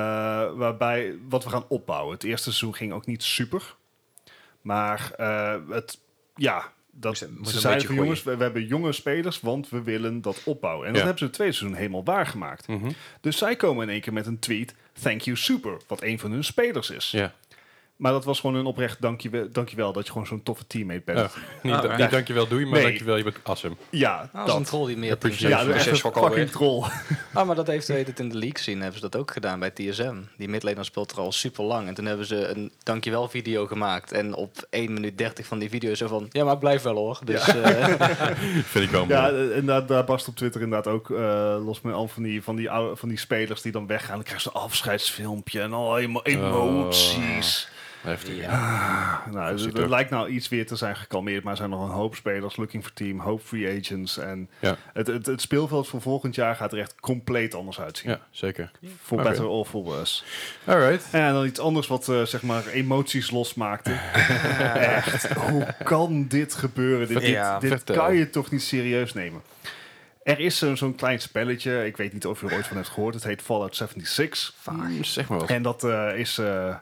waarbij wat we gaan opbouwen. Het eerste seizoen ging ook niet super. Maar uh, het, ja, Dat, Moet een ze beetje zeiden van gooien. jongens, we, we hebben jonge spelers, want we willen dat opbouwen. En dat Ja. hebben ze het tweede seizoen helemaal waargemaakt. Mhm. Dus zij komen in één keer met een tweet, thank you super, wat een van hun spelers is. Ja. Maar dat was gewoon een oprecht dankjewel, dankjewel dat je gewoon zo'n toffe teammate bent. Ja. Niet, Ah, da- ja. niet dankjewel doe je, maar Nee. dankjewel je bent awesome. Ja, Nou, dat is een dat. troll die meer Appreciate Ja, it. de Dus echte is ook alweer. fucking troll. Ah, maar dat heeft weet het in de league zien, hebben ze dat ook gedaan bij T S M. Die midlaner speelt er al super lang. En toen hebben ze een dankjewel video gemaakt. En op één minuut dertig van die video zo van, ja, maar blijf wel hoor. Dus eh, Vind ik wel mooi. Ja, en daar, daar barst op Twitter inderdaad ook eh, los met al van die, van, die oude, van die spelers die dan weggaan. Dan krijgen ze een afscheidsfilmpje en al emo- emoties. Heftig. Ja. Nou, Dat het, zit het ook. lijkt nou iets weer te zijn gekalmeerd, maar er zijn nog een hoop spelers looking for team, hoop free agents. En Ja. het, het, het speelveld voor volgend jaar gaat er echt compleet anders uitzien. Ja, zeker. For Oké. better or for worse. Alright. En dan iets anders wat eh, zeg maar emoties losmaakte. Echt, hoe kan dit gebeuren? Dit, dit, Ja, dit vertel. kan je toch niet serieus nemen? Er is zo'n zo'n klein spelletje, ik weet niet of je er ooit van hebt gehoord. Het heet Fallout zevenenzeventig. Mm, zeg maar wat. En dat eh, is... eh,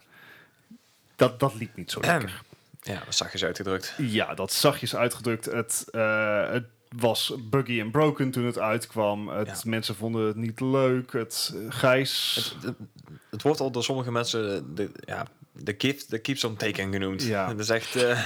dat, dat liep niet zo lekker. Ja, dat zag je uitgedrukt. Ja, dat zachtjes uitgedrukt. Het, eh, het was buggy en broken toen het uitkwam. Het, Ja. Mensen vonden het niet leuk. Het uh, Gijs... Het, het, het wordt al door sommige mensen de, ja, de gift that keeps on taking genoemd. Ja. Dat is echt... eh,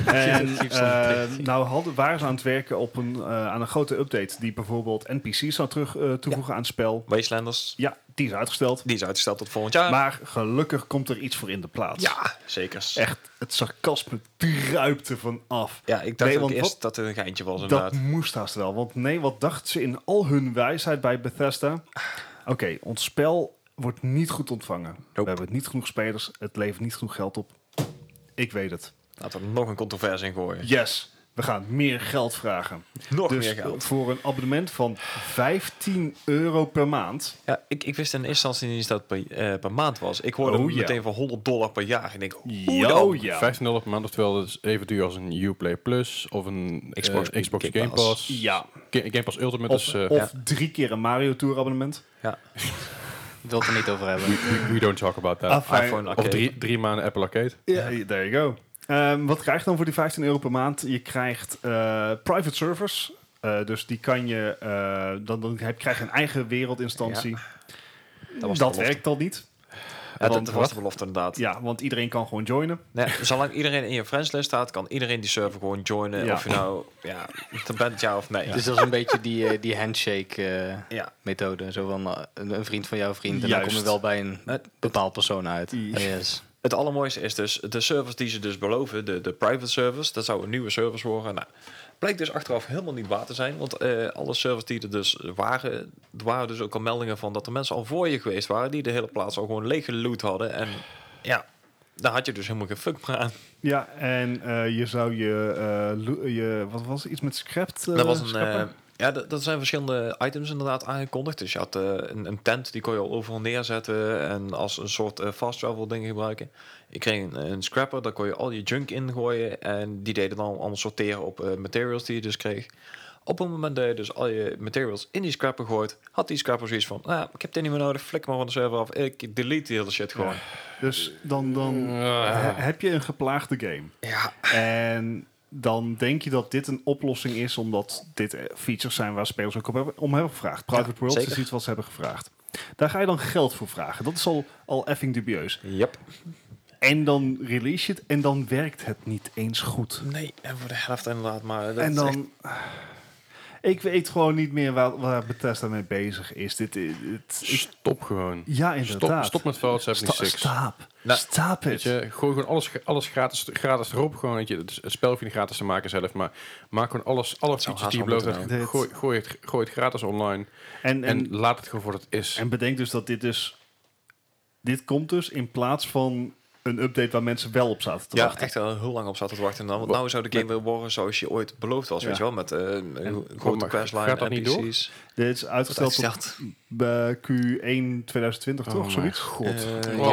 En Keeps on eh, taking. nou hadden, waren ze aan het werken op een, eh, aan een grote update... die bijvoorbeeld N P C's zou terug eh, toevoegen aan het spel. Wastelanders, Ja, die is uitgesteld. die is uitgesteld tot volgend jaar. Maar gelukkig komt er iets voor in de plaats. ja, zeker. Echt, het sarcasme druipt er van af. Ja, ik dacht Nee, ook want eerst wat- dat het een geintje was Dat inderdaad. moest haast wel. Want nee, wat dachten ze in al hun wijsheid bij Bethesda? Oké, ons spel wordt niet goed ontvangen. We hebben niet genoeg spelers. Het levert niet genoeg geld op. Ik weet het. Laten we er nog een controverse in gooien. Yes, we gaan meer geld vragen. Nog Dus meer geld. voor een abonnement van vijftien euro per maand. Ja, ik, ik wist in eerste instantie niet eens dat het per, eh, per maand was. Ik hoorde Oh, ja. meteen van honderd dollar per jaar. En ik denk, hoe Yo, dan? ja. vijftien dollar per maand, oftewel dat is even duur als een Uplay Plus of een Xbox eh, Xbox Game Game Pass. Pass. Ja. Ga- Game Pass Ultimate Of, is... eh, of ja. drie keer een Mario Tour abonnement. Ja, ik wil het er niet over hebben. we, we don't talk about that. Afijn. iPhone Of Arcade. drie, drie maanden Apple Arcade. Ja, there you go. Ehm, wat krijg je dan voor die vijftien euro per maand? Je krijgt eh, private servers. Eh, dus die kan je... eh, dan, dan heb, krijg je een eigen wereldinstantie. Dat Dat, was de belofte. werkt al niet. Ja, dat, Want dat was wat? de belofte inderdaad. Ja, want iedereen kan gewoon joinen. Nee, zolang iedereen in je friendslist staat, kan iedereen die server gewoon joinen. Ja. Of je nou ja, er bent, ja of nee. Dus dat is een beetje die, eh, die handshake eh, Ja. methode. Zo van eh, een, een vriend van jouw vriend. En dan Juist. kom je wel bij een Het, bepaald persoon uit. Ja. Yes. het allermooiste is dus de servers die ze dus beloven, de, de private servers, dat zou een nieuwe servers worden. Nou, blijkt dus achteraf helemaal niet waar te zijn. Want eh, alle servers die er dus waren, er waren dus ook al meldingen van dat er mensen al voor je geweest waren, die de hele plaats al gewoon leeg geloot hadden. En ja, daar had je dus helemaal geen fuck meer aan. Ja, en eh, je zou je, eh, lo- je... Wat was het? Iets met scrapped? eh, Dat was een... schrappen? eh, ja, dat, dat zijn verschillende items inderdaad aangekondigd. Dus je had eh, een, een tent, die kon je al overal neerzetten en als een soort eh, fast travel ding gebruiken. Je kreeg een, een scrapper, daar kon je al je junk in gooien en die deden dan allemaal sorteren op eh, materials die je dus kreeg. Op het moment dat je dus al je materials in die scrapper gooit, had die scrapper zoiets van, nou, ik heb dit niet meer nodig, flik maar van de server af, ik delete die hele shit gewoon. Dus dan, dan he- heb je een geplaagde game. Ja, En dan denk je dat dit een oplossing is, omdat dit eh, features zijn waar spelers ook op hebben, om hebben gevraagd. Private Ja, Worlds zeker. is iets wat ze hebben gevraagd. Daar ga je dan geld voor vragen. Dat is al, al effing dubieus. yep. En dan release je het en dan werkt het niet eens goed. Nee, en voor de helft inderdaad, maar dat En is echt- dan... Ik weet gewoon niet meer waar, waar Bethesda mee bezig is. Dit, dit, ik- Stop gewoon. ja, Stop, inderdaad. stop met Fallout Sta- zevenenzeventig. Stop. Nou, Stop Weet it. je, gooi gewoon alles, alles gratis, gratis erop. Gewoon, weet je, het, is- het spel hoef je niet gratis te maken zelf, maar maak gewoon alles, alle Dat zou features die je haast beloofd wel hebt. moeten Gooi, gooi, het, gooi het gratis online En, en, en, laat het gewoon voor wat het is. en bedenk dus dat dit dus... Dit komt dus in plaats van een update waar mensen wel op zaten te ja, wachten. echt al heel lang op zaten te wachten. Dan. Want Wat- nou zou de game weer worden zoals je ooit beloofd was, Ja. weet je wel? Met eh een grote maar questline, gaat dat niet door? N P C's. Dit is uitgesteld tot Uitgesteld. bij Q één twintig twintig, Oh toch? mijn Zoiets? god. Eh, Oh, ja,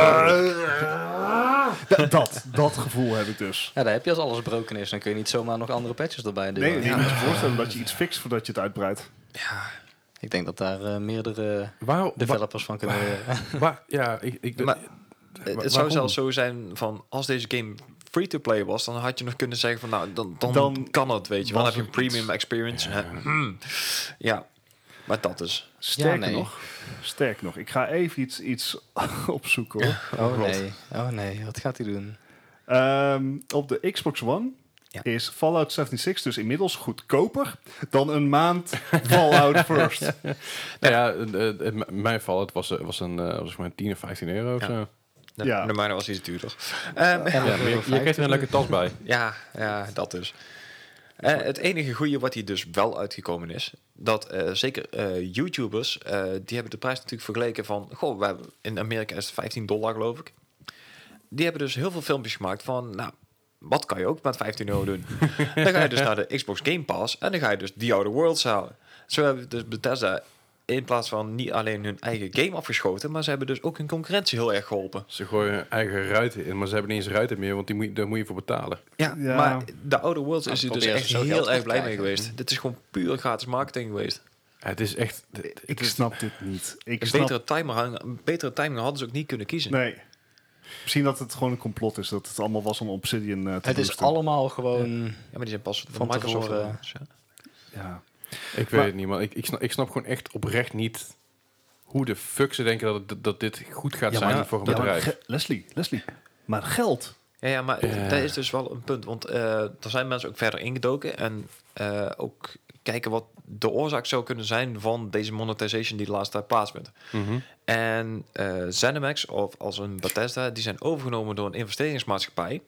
waarschijnlijk. Da- dat, dat gevoel heb ik dus. Ja, daar heb je als alles broken is. Dan kun je niet zomaar nog andere patches erbij doen. Nee, je moet je voorstellen dat je iets fixt voordat je het uitbreidt. ja, Ik denk dat daar eh, meerdere Waar, waar, developers van kunnen leren. waar- ja, ik, ik, Maar wa- het waarom? zou zelfs zo zijn van als deze game free-to-play was, dan had je nog kunnen zeggen van, nou, dan, dan, Dan kan het, weet je. Dan was heb je een er iets. premium experience. Ja. Ja, hmm. ja. Maar dat is... Sterker nee. nog, sterker nog, ik ga even iets, iets opzoeken hoor. Oh nee, oh nee, wat gaat hij doen? Ehm, op de Xbox One Ja. is Fallout zevenenzeventig dus inmiddels goedkoper dan een maand Fallout First. Nou ja, uh, uh, mijn val, het was, uh, was een uh, was maar tien of vijftien euro of Ja. zo. De, Ja. de mijne was iets duurder. Ehm, Ja, maar je, je krijgt er een leuke tas bij. Ja, ja, dat dus. Uh, het enige goede wat hier dus wel uitgekomen is, dat uh, zeker uh, YouTubers, uh, die hebben de prijs natuurlijk vergeleken van, goh, we hebben, in Amerika is het vijftien dollar geloof ik. Die hebben dus heel veel filmpjes gemaakt van, nou, wat kan je ook met vijftien euro doen? Dan ga je dus naar de Xbox Game Pass en dan ga je dus The Outer Worlds halen. Zo hebben dus Bethesda in plaats van niet alleen hun eigen game afgeschoten, maar ze hebben dus ook hun concurrentie heel erg geholpen. Ze gooien hun eigen ruiten in, maar ze hebben niet eens ruiten meer, want die moet, daar moet je voor betalen. Ja, Ja. maar de Outer Worlds Nou, is hier dus proberen echt ze zo heel geld erg te blij mee krijgen. geweest. Dit is gewoon puur gratis marketing geweest. Ja, het is echt... het- het Ik is- snap dit niet. Ik Een snap, betere, timer, hang- een betere timing hadden ze ook niet kunnen kiezen. nee. Misschien dat het gewoon een complot is, dat het allemaal was om Obsidian uh, te Het is boosten. allemaal gewoon... Ja, maar die zijn pas van Van Microsoft. tevoren. uh, dus ja. Ja. Ik weet Maar- het niet, maar ik, ik, snap, ik snap gewoon echt oprecht niet hoe de fuck ze denken dat, het, dat dit goed gaat Ja, zijn maar- voor een ja, maar bedrijf. ge- Leslie, Leslie, maar geld. Ja, ja, maar Ja. dat is dus wel een punt. Want uh, er zijn mensen ook verder ingedoken. En uh, ook kijken wat de oorzaak zou kunnen zijn van deze monetization die de laatste tijd plaatsvindt. Mhm. En uh, ZeniMax, of als een Bethesda, die zijn overgenomen door een investeringsmaatschappij.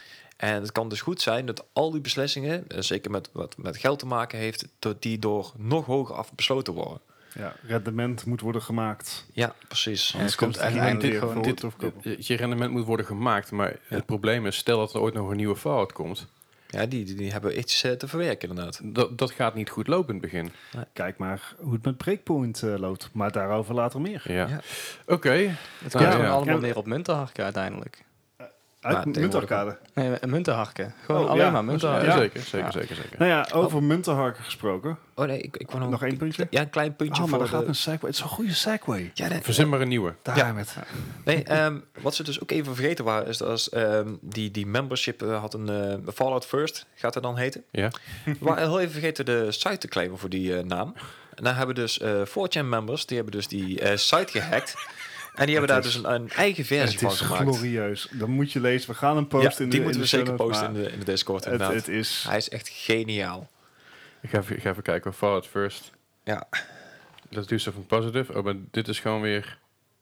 En het kan dus goed zijn dat al die beslissingen, uh, zeker met wat met geld te maken heeft, dat die door nog hoger af besloten worden. Ja, rendement moet worden gemaakt. Ja, precies. Ja, het komt er uiteindelijk geen keer gewoon... voor dit- te overkomen. Je rendement moet worden gemaakt, maar het probleem is, stel dat er ooit nog een nieuwe Fallout komt, Ja, die, die, die hebben iets uh, te verwerken inderdaad. dat, dat gaat niet goed lopen in het begin. Kijk maar hoe het met Breakpoint uh, loopt. Maar daarover later meer. Ja. Ja. Oké. Het Ah, komt ja. gewoon allemaal Ja. neer op munten harken uiteindelijk. Uit Maar muntarcade. Nee, munten harken. Gewoon Oh, alleen ja. maar munten Ja, harken. Ja. Zeker, zeker, Ja. zeker, zeker. Nou ja, over muntenharken gesproken. Oh nee, ik, ik wou nog, Nog één puntje? Ja, een klein puntje Oh, maar voor er gaat de- een segway. Het is een goede segway. Ja, nee, Verzin maar een nieuwe. Daar Ja. met. nee ehm, wat ze dus ook even vergeten waren, is dat als, ehm, die, die membership uh, had een uh, Fallout First, gaat het dan heten. Ja. We waren heel even vergeten de site te claimen voor die uh, naam. En dan hebben dus uh, four chan members, die hebben dus die uh, site gehackt. En die hebben daar is- dus een, een eigen versie Het van is gemaakt. glorieus. Dan moet je lezen. We gaan een Ja, post in de die in moeten we de show zeker notes, posten in maar de, in de Discord Het, inderdaad. het is... Hij is echt geniaal. Ik ga even, ik ga even kijken. Fallout First. Ja. Let's do something positive. Oh, maar dit is gewoon weer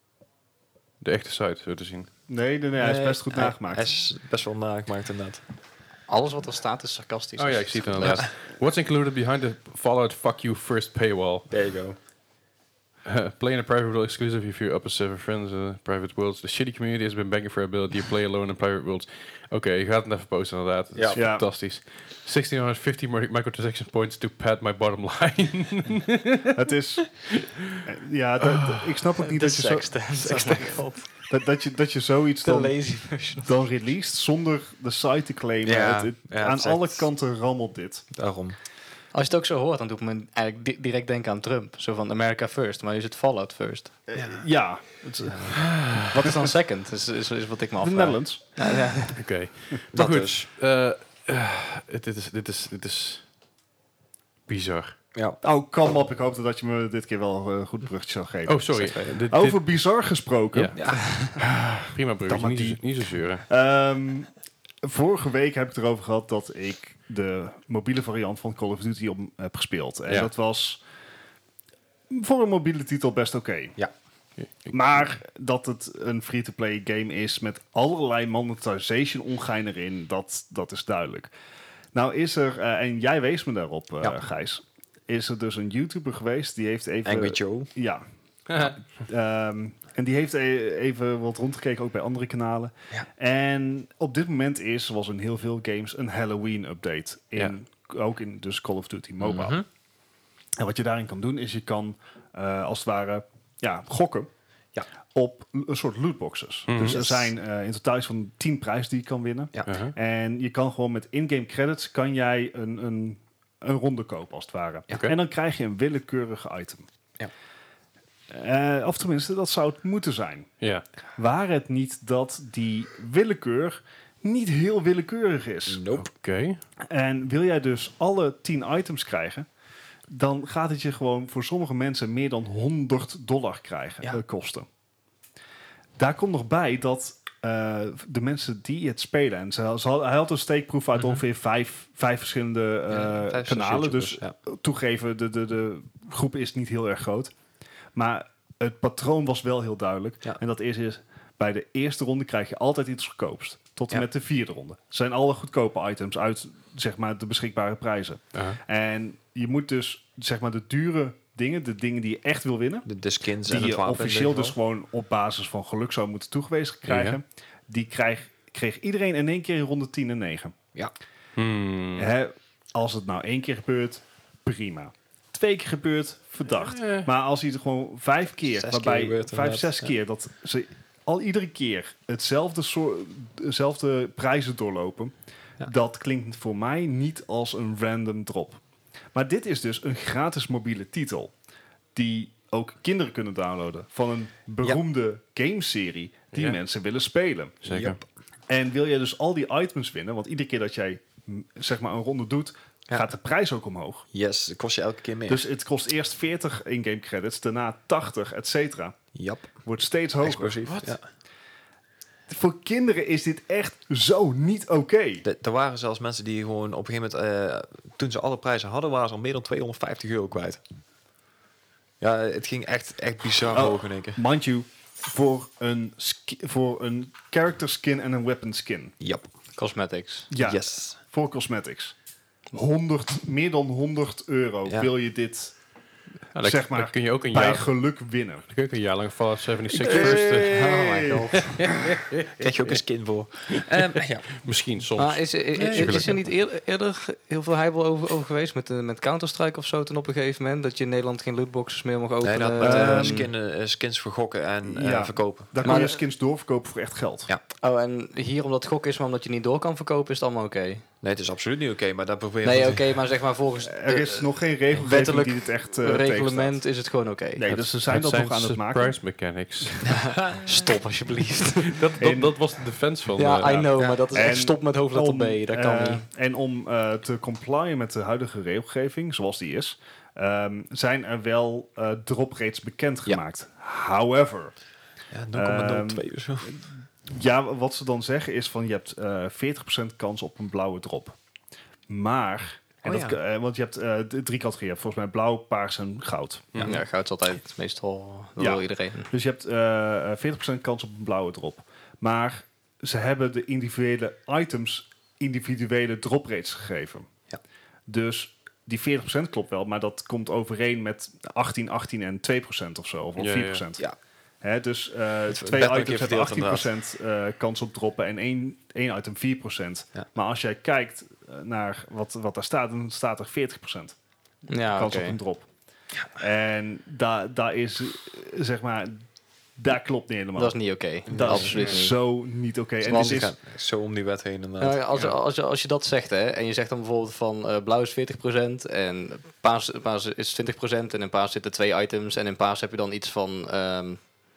de echte site, zo te zien. Nee, nee, nee, hij is Nee, best goed hij- nagemaakt. Hij is best wel nagemaakt inderdaad. Alles wat er staat is sarcastisch. Oh ja, ik zie het inderdaad. What's included behind the Fallout Fuck You First paywall? There you go. Uh, play in a private world exclusive if you're up with seven friends in uh, private worlds. The shitty community has been begging for ability to play alone in private worlds. Oké, je gaat het even posten inderdaad. Dat is Ja. Ja. fantastisch. zestien fifty mi- microtransaction points to pad my bottom line. Het is... eh, Ja, dat- dat- ik snap ook niet De dat je, zo, sextant. Oh my god. dat, dat, je, dat je zoiets De dan, lazy version. dan released zonder de site te claimen. Ja, Het- het- ja, het aan is alle echt- kanten rammelt dit. Daarom. Als je het ook zo hoort, dan doet men eigenlijk di- direct denken aan Trump. Zo van America first, maar je zit Fallout first. Eh, Ja, het, Wat is dan second? Is, is, is wat ik me de afvraag. Netherlands. Ja, ja. Oké. Maar Dat goed, dus. eh, eh, dit, is, dit, is, dit is bizar. Ja. Oh, kom op. Ik hoopte dat je me dit keer wel een goed bruggetje zou geven. Oh, sorry. Dit, dit- Over bizar gesproken. Ja. Ja. prima bruggetje, maar niet, die- zo- niet zo zeuren. Ehm, vorige week heb ik het erover gehad dat ik de mobiele variant van Call of Duty op heb gespeeld. En Ja. dat was voor een mobiele titel best oké. Ik- Maar dat het een free-to-play game is met allerlei monetization ongein erin, dat, dat is duidelijk. Nou is er, eh, en jij wees me daarop, eh, Ja. Gijs, is er dus een YouTuber geweest die heeft even... Angry Joe. Ja. Ehm, en die heeft e- even wat rondgekeken, ook bij andere kanalen. Ja. En op dit moment is, zoals in heel veel games, een Halloween-update. In, Ook in dus Call of Duty Mobile. Mhm. En wat je daarin kan doen, is je kan eh, als het ware ja, gokken Ja. op een soort lootboxes. Mhm. Dus er Yes. zijn eh, in totaal iets van tien prijzen die je kan winnen. Ja. Uh-huh. En je kan gewoon met in-game credits kan jij een, een, een ronde kopen, als het ware. Ja. Oké. En dan krijg je een willekeurige item. Ja. Eh, of tenminste, dat zou het moeten zijn. Ja. Waar het niet dat die willekeur niet heel willekeurig is. Nope. Oké. Okay. En wil jij dus alle tien items krijgen, dan gaat het je gewoon voor sommige mensen meer dan honderd dollar krijgen, Ja. uh, kosten. Daar komt nog bij dat uh, de mensen die het spelen, en ze, ze had, hij had een steekproef uit Mhm. ongeveer vijf, vijf verschillende uh, Ja, vijf kanalen, dus YouTubers, ja. toegeven, de, de, de groep is niet heel erg groot. Maar het patroon was wel heel duidelijk. Ja. En dat is, is, bij de eerste ronde krijg je altijd iets goedkoopst. Tot en Ja. met de vierde ronde. Het zijn alle goedkope items uit zeg maar, de beschikbare prijzen. Uh-huh. En je moet dus zeg maar, de dure dingen, de dingen die je echt wil winnen, De, de skins en die het je wapen. officieel in dit dus geval. gewoon op basis van geluk zou moeten toegewezen krijgen, die krijg, kreeg iedereen in één keer in ronde tien en negen. Hmm. Hè, als het nou één keer gebeurt, prima. Twee keer gebeurt, verdacht. Eh. Maar als hij er gewoon vijf keer, Zes waarbij keer gebeurt, vijf, inderdaad. zes Ja. keer, dat ze al iedere keer hetzelfde soort, dezelfde prijzen doorlopen, Ja. dat klinkt voor mij niet als een random drop. Maar dit is dus een gratis mobiele titel, die ook kinderen kunnen downloaden van een beroemde gameserie die Ja. mensen willen spelen. Zeker. Yep. En wil je dus al die items winnen, want iedere keer dat jij m, zeg maar een ronde doet, Ja. gaat de prijs ook omhoog. Yes, dat kost je elke keer meer. Dus het kost eerst veertig in-game credits, daarna tachtig, et cetera. Jap. Wordt steeds hoger. Explosief. Wat? Ja. Voor kinderen is dit echt zo niet oké. De- er waren zelfs mensen die gewoon op een gegeven moment, eh, toen ze alle prijzen hadden, waren ze al meer dan tweehonderdvijftig euro kwijt. Ja, het ging echt, echt bizar Oh. hoog in één keer. Mind you, voor een, ski- voor een character skin en een weapon skin. Jap. Cosmetics. Ja, Yes. voor cosmetics. honderd, meer dan honderd euro Ja. wil je dit Ja, dan, zeg maar, dan kun je ook een bij jaar, geluk winnen. dan kun je ook een jaar lang Fallout zevenenzeventig Hey. rusten. Oh my god. Krijg je ook een skin voor. Ehm, ja. Misschien soms. Maar is, is, is, gelukkig. is er niet eerder, eerder heel veel heibel over, over geweest met, uh, met Counter-Strike of zo toen op een gegeven moment? Dat je in Nederland geen lootboxes meer mag Nee, openen? dat met eh, Ehm, skin, eh, skins vergokken en eh, ja. verkopen. Daar Maar kun je de- skins doorverkopen voor echt geld. Ja. Oh, en hier omdat het gok is, maar omdat je niet door kan verkopen, is het allemaal oké? Nee, het is absoluut niet oké, maar daar proberen Nee, we oké, maar zeg maar volgens Er is de- nog geen regelgeving wettelijk die dit echt uh, reglement is het gewoon oké. Nee, dus ze zijn dat nog aan het maken. surprise mechanics. Stop alsjeblieft. dat, dat, En- dat was de defense van... ja, eh, I know, ja. maar dat is En echt stop met hoofdletter Om, B. Dat kan eh, niet. En om uh, te complyen met de huidige regelgeving, zoals die is, um, zijn er wel uh, drop rates bekendgemaakt. However, Ja, nul komma nul twee of zo. ja, wat ze dan zeggen is van je hebt uh, veertig procent kans op een blauwe drop. Maar, en Oh, dat, ja. uh, want je hebt uh, d- drie categorieën, je hebt volgens mij blauw, paars en goud. Ja, ja, goud is altijd meestal dat Ja. wil iedereen. Dus je hebt uh, veertig procent kans op een blauwe drop. Maar ze hebben de individuele items individuele drop rates gegeven. Ja. Dus die veertig procent klopt wel, maar dat komt overeen met achttien, achttien en twee procent of zo, of Ja, vier procent. Ja. Hè, dus uh, Het twee werd nog een items keer hebben verdeeld, achttien procent uh, kans op droppen en één, één item vier procent. Ja. Maar als jij kijkt uh, naar wat, wat daar staat, dan staat er veertig procent Ja, kans oké. op een drop. En daar daar is, uh, zeg maar, daar klopt niet helemaal. Dat is niet oké. Dat Absoluut is niet. zo niet oké. En Want dit Ze is, gaan zo om die wet heen inderdaad. Nou, als, Ja. als, je, als je dat zegt, hè, en je zegt dan bijvoorbeeld van eh, blauw is veertig procent en paars, paars is twintig procent en in paars zitten twee items en in paars heb je dan iets van, ehm,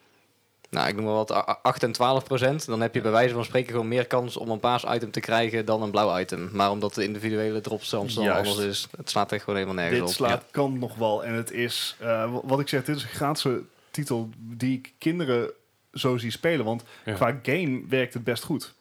nou ik noem maar wat, a- acht en twaalf procent. Dan heb je bij wijze van spreken gewoon meer kans om een paars item te krijgen dan een blauw item. Maar omdat de individuele drop soms dan Juist. anders is, het slaat echt gewoon helemaal nergens dit op. slaat kan nog wel. En het is, uh, wat ik zeg, dit is een gratis titel die ik kinderen zo zie spelen. Want Ja. qua game werkt het best goed.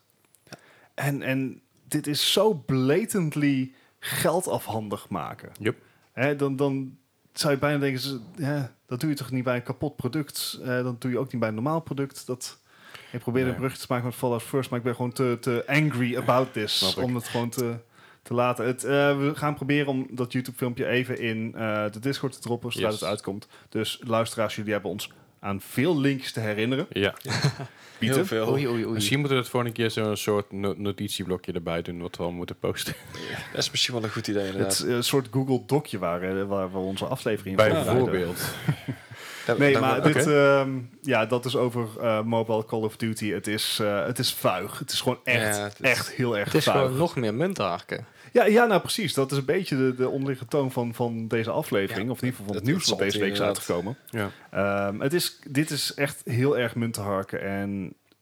En, en dit is zo blatantly geld afhandig maken. Yup. Hè, dan, dan zou je bijna denken, ze- ja, dat doe je toch niet bij een kapot product. Uh, dat doe je ook niet bij een normaal product. Dat, ik probeer Nee. een brug te maken met Fallout First, maar ik ben gewoon te, te angry about this. Snap ik. Om het gewoon te, te laten. Het, uh, we gaan proberen om dat YouTube-filmpje even in uh, de Discord te droppen, zodra Yes. het uitkomt. Dus luisteraars, jullie hebben ons aan veel linkjes te herinneren. Ja. Pieter? Heel veel. Oei, oei, oei. Misschien moeten we het voor een keer zo'n soort no- notitieblokje erbij doen, wat we al moeten posten. Dat is misschien wel een goed idee Het inderdaad. uh, soort Google Docje waar, uh, waar we onze aflevering in Bijvoorbeeld. Daar- Nee, daar- maar oké. dit, ehm, ja, dat is over uh, mobile Call of Duty. Het is, uh, het is vuig. Het is gewoon echt, Ja, het is- echt heel erg Het is vuig. gewoon nog meer munthaken. Ja, ja, nou precies. Dat is een beetje de, de onderliggende toon van, van deze aflevering. Ja, of in ieder geval van het, het- nieuws het wat deze zal week is inderdaad. uitgekomen. Ja. Ehm, het is, dit is echt heel erg munt te harken. En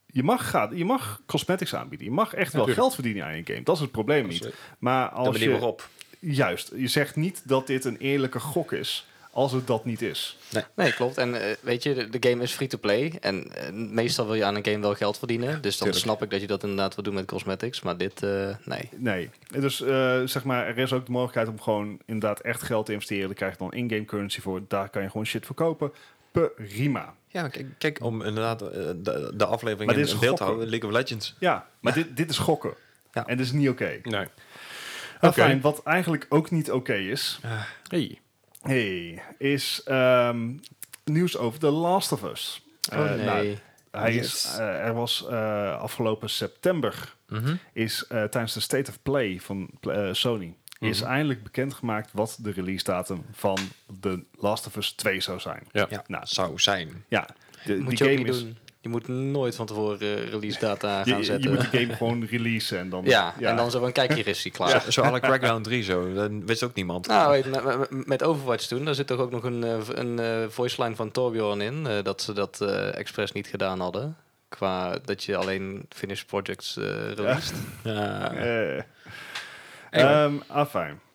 je mag, gaan, je mag cosmetics aanbieden. Je mag echt wel Natuurlijk. geld verdienen aan je game. Dat is het probleem niet. Absoluut. Maar De als manier je... waarop. Juist. Je zegt niet dat dit een eerlijke gok is. Als het dat niet is. Nee, klopt. En uh, weet je, de, de game is free-to-play. En uh, meestal wil je aan een game wel geld verdienen. Dus dan Tuurlijk. snap ik dat je dat inderdaad wil doen met cosmetics. Maar dit, uh, nee. Nee. Dus uh, zeg maar, er is ook de mogelijkheid om gewoon inderdaad echt geld te investeren. Daar krijg je dan in-game currency voor. Daar kan je gewoon shit verkopen. Prima. Ja, kijk, kijk om inderdaad uh, de, de aflevering Maar in, dit is in beeld te gokken. houden. League of Legends. Ja, maar Dit, dit is gokken. Ja. En dat is niet oké. Okay. Nee. Nou, Oké. fijn, wat eigenlijk ook niet oké okay is... Hey. Hey, is um, nieuws over The Last of Us. Oh Uh, nee. nou, hij Yes. is, uh, er was uh, afgelopen september, Mm-hmm. is uh, tijdens de State of Play van uh, Sony, is Mhm. eindelijk bekendgemaakt wat de release datum van The Last of Us twee zou zijn. Ja. Ja, Nou, zou zijn. ja, de, Moet die je ook game niet is... doen. Je moet nooit van tevoren uh, release data Je, gaan je zetten. moet de game gewoon releasen en dan... ja, en dan zo van, kijk, hier is hij klaar. Ja. Zo, zo à la Crackdown drie zo. Dat wist ook niemand. Nou, weet, je, met, met, met Overwatch toen, daar zit toch ook nog een, uh, een uh, voice line van Torbjorn in. Uh, dat ze dat uh, expres niet gedaan hadden. Qua dat je alleen finished projects uh, released. Ja. Uh, Anyway. um, afijn. Uh,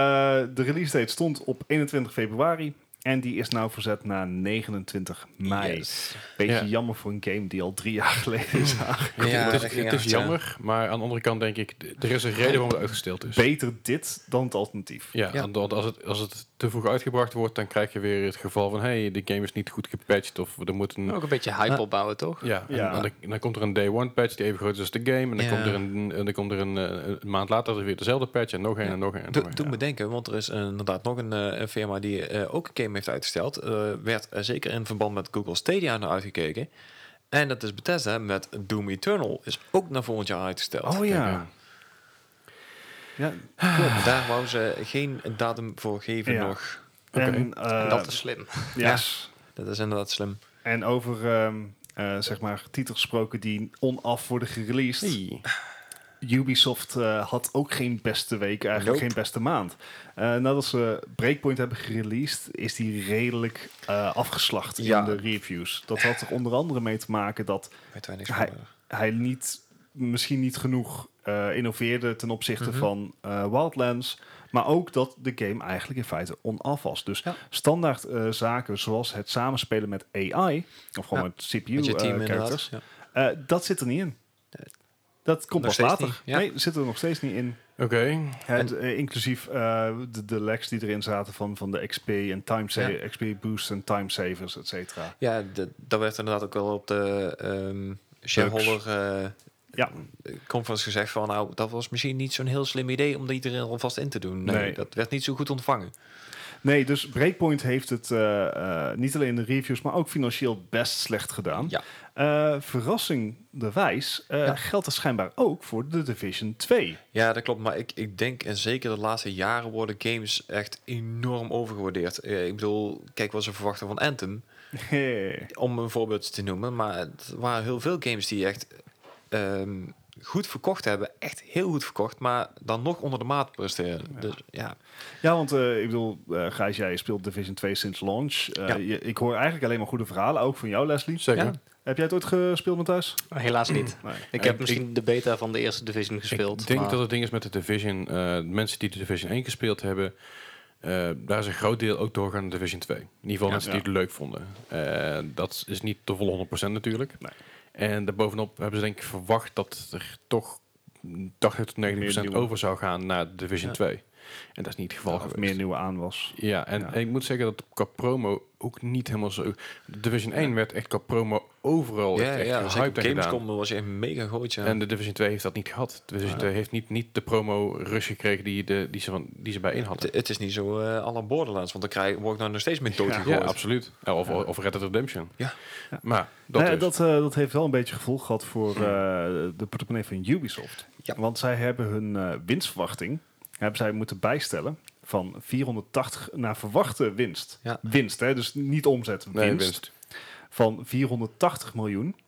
de release date stond op eenentwintig februari. En die is nou verzet naar negenentwintig mei. Yes. Beetje Ja. jammer voor een game die al drie jaar geleden is aangekondigd. Ja, het dat is, ging het is echt, ja. jammer, maar aan de andere kant denk ik, d- er is een reden waarom het uitgesteld is. Beter dit dan het alternatief. Ja, Ja. want als het, als het te vroeg uitgebracht wordt, dan krijg je weer het geval van, hey, de game is niet goed gepatcht of er moet een... Ook een beetje hype Ja. opbouwen, toch? Ja, en, Ja. en dan, dan komt er een day one patch die even groot is als de game. En dan Ja. komt er een, en dan komt er een, eh, een maand later weer dezelfde patch en nog een Ja. en nog een. En Doe, nog een. doe me denken, want er is eh, inderdaad nog een, eh, een firma die eh, ook een game heeft uitgesteld. Eh, werd eh, zeker in verband met Google Stadia naar uitgekeken. En dat is Bethesda met Doom Eternal. Is ook naar volgend jaar uitgesteld. Oh ja. Ja, Klopt. Daar wou ze geen datum voor geven Ja. nog. en, uh, En dat is slim. yes. Dat is inderdaad slim. En over ehm, uh, zeg maar titels gesproken die onaf worden gereleased. Hey. Ubisoft uh, had ook geen beste week, eigenlijk Nope. geen beste maand. Uh, nadat ze Breakpoint hebben gereleased, is die redelijk uh, afgeslacht Ja. in de reviews. Dat had er onder andere mee te maken dat Weet wij niks Hij- van. hij niet, misschien niet genoeg uh, innoveerde ten opzichte Mhm. van uh, Wildlands. Maar ook dat de game eigenlijk in feite onaf was. Dus Ja. standaard uh, zaken zoals het samenspelen met A I, of gewoon Ja. met C P U Met je uh, team characters, inderdaad. Ja. uh, dat zit er niet in. Dat komt Nog pas steeds later. niet, ja. Nee, zit er nog steeds niet in. Oké. Het, uh, inclusief uh, de, de lags die erin zaten van, van de X P en time sa- Ja. X P boost en time savers, et cetera. Ja, de, dat werd inderdaad ook wel op de ehm shareholder eh, Ja. conference gezegd van, nou, dat was misschien niet zo'n heel slim idee om die er alvast in te doen. Nee, Nee. dat werd niet zo goed ontvangen. Nee, dus Breakpoint heeft het uh, uh, niet alleen in de reviews, maar ook financieel best slecht gedaan. Ja. Uh, verrassingerwijs uh, Ja. geldt dat schijnbaar ook voor The Division twee. Ja, dat klopt. Maar ik, ik denk, en zeker de laatste jaren worden games echt enorm overgewaardeerd. Eh, ik bedoel, kijk wat ze verwachten van Anthem, om een voorbeeld te noemen. Maar het waren heel veel games die echt ehm, goed verkocht hebben. Echt heel goed verkocht, maar dan nog onder de maat presteren. Ja. Dus ja, Ja, want uh, ik bedoel, uh, Gijs, jij speelt Division twee sinds launch. Uh, Ja. je, ik hoor eigenlijk alleen maar goede verhalen, ook van jou, Leslie. Zeker. Ja. Heb jij het ooit gespeeld met thuis? Helaas niet. Nee. Ik Ik- heb misschien de beta van de eerste Division gespeeld. Ik denk maar- dat het ding is met de Division, uh, mensen die de Division één gespeeld hebben, uh, daar is een groot deel ook doorgaan naar Division twee. In ieder geval Ja, mensen die ja. het leuk vonden. Uh, dat is niet de volle honderd procent natuurlijk. Nee. En daarbovenop hebben ze denk ik verwacht dat er toch tachtig tot negentig procent nieuwe. over zou gaan naar Division Ja. twee. En dat is niet het geval Of geweest. meer nieuwe aan was. Ja, en, Ja. en ik moet zeggen dat qua promo ook niet helemaal zo... Division één werd echt qua promo overal ja, echt, echt ja zeker gehyped op en gedaan. Gamescom was je echt mega groot. Ja. En de Division twee heeft dat niet gehad. De Division Ja. twee heeft niet, niet de promo rush gekregen die, de, die, ze, van, die ze bij in hadden. het, het is niet zo uh, alle Borderlands, want dan krijg, word ik nou nog steeds meer dood Ja. Ja, gegooid. absoluut. Ja, of, Ja. of Red Dead Redemption. Ja. Ja. Maar dat Nee, is. dat, uh, dat heeft wel een beetje gevolg gehad voor uh, de portemonnee van Ubisoft. Ja. Want zij hebben hun uh, winstverwachting hebben zij moeten bijstellen van vierhonderdtachtig naar verwachte winst. Ja. Winst, hè? Dus niet omzet, winst. Nee, winst. Van vierhonderdtachtig miljoen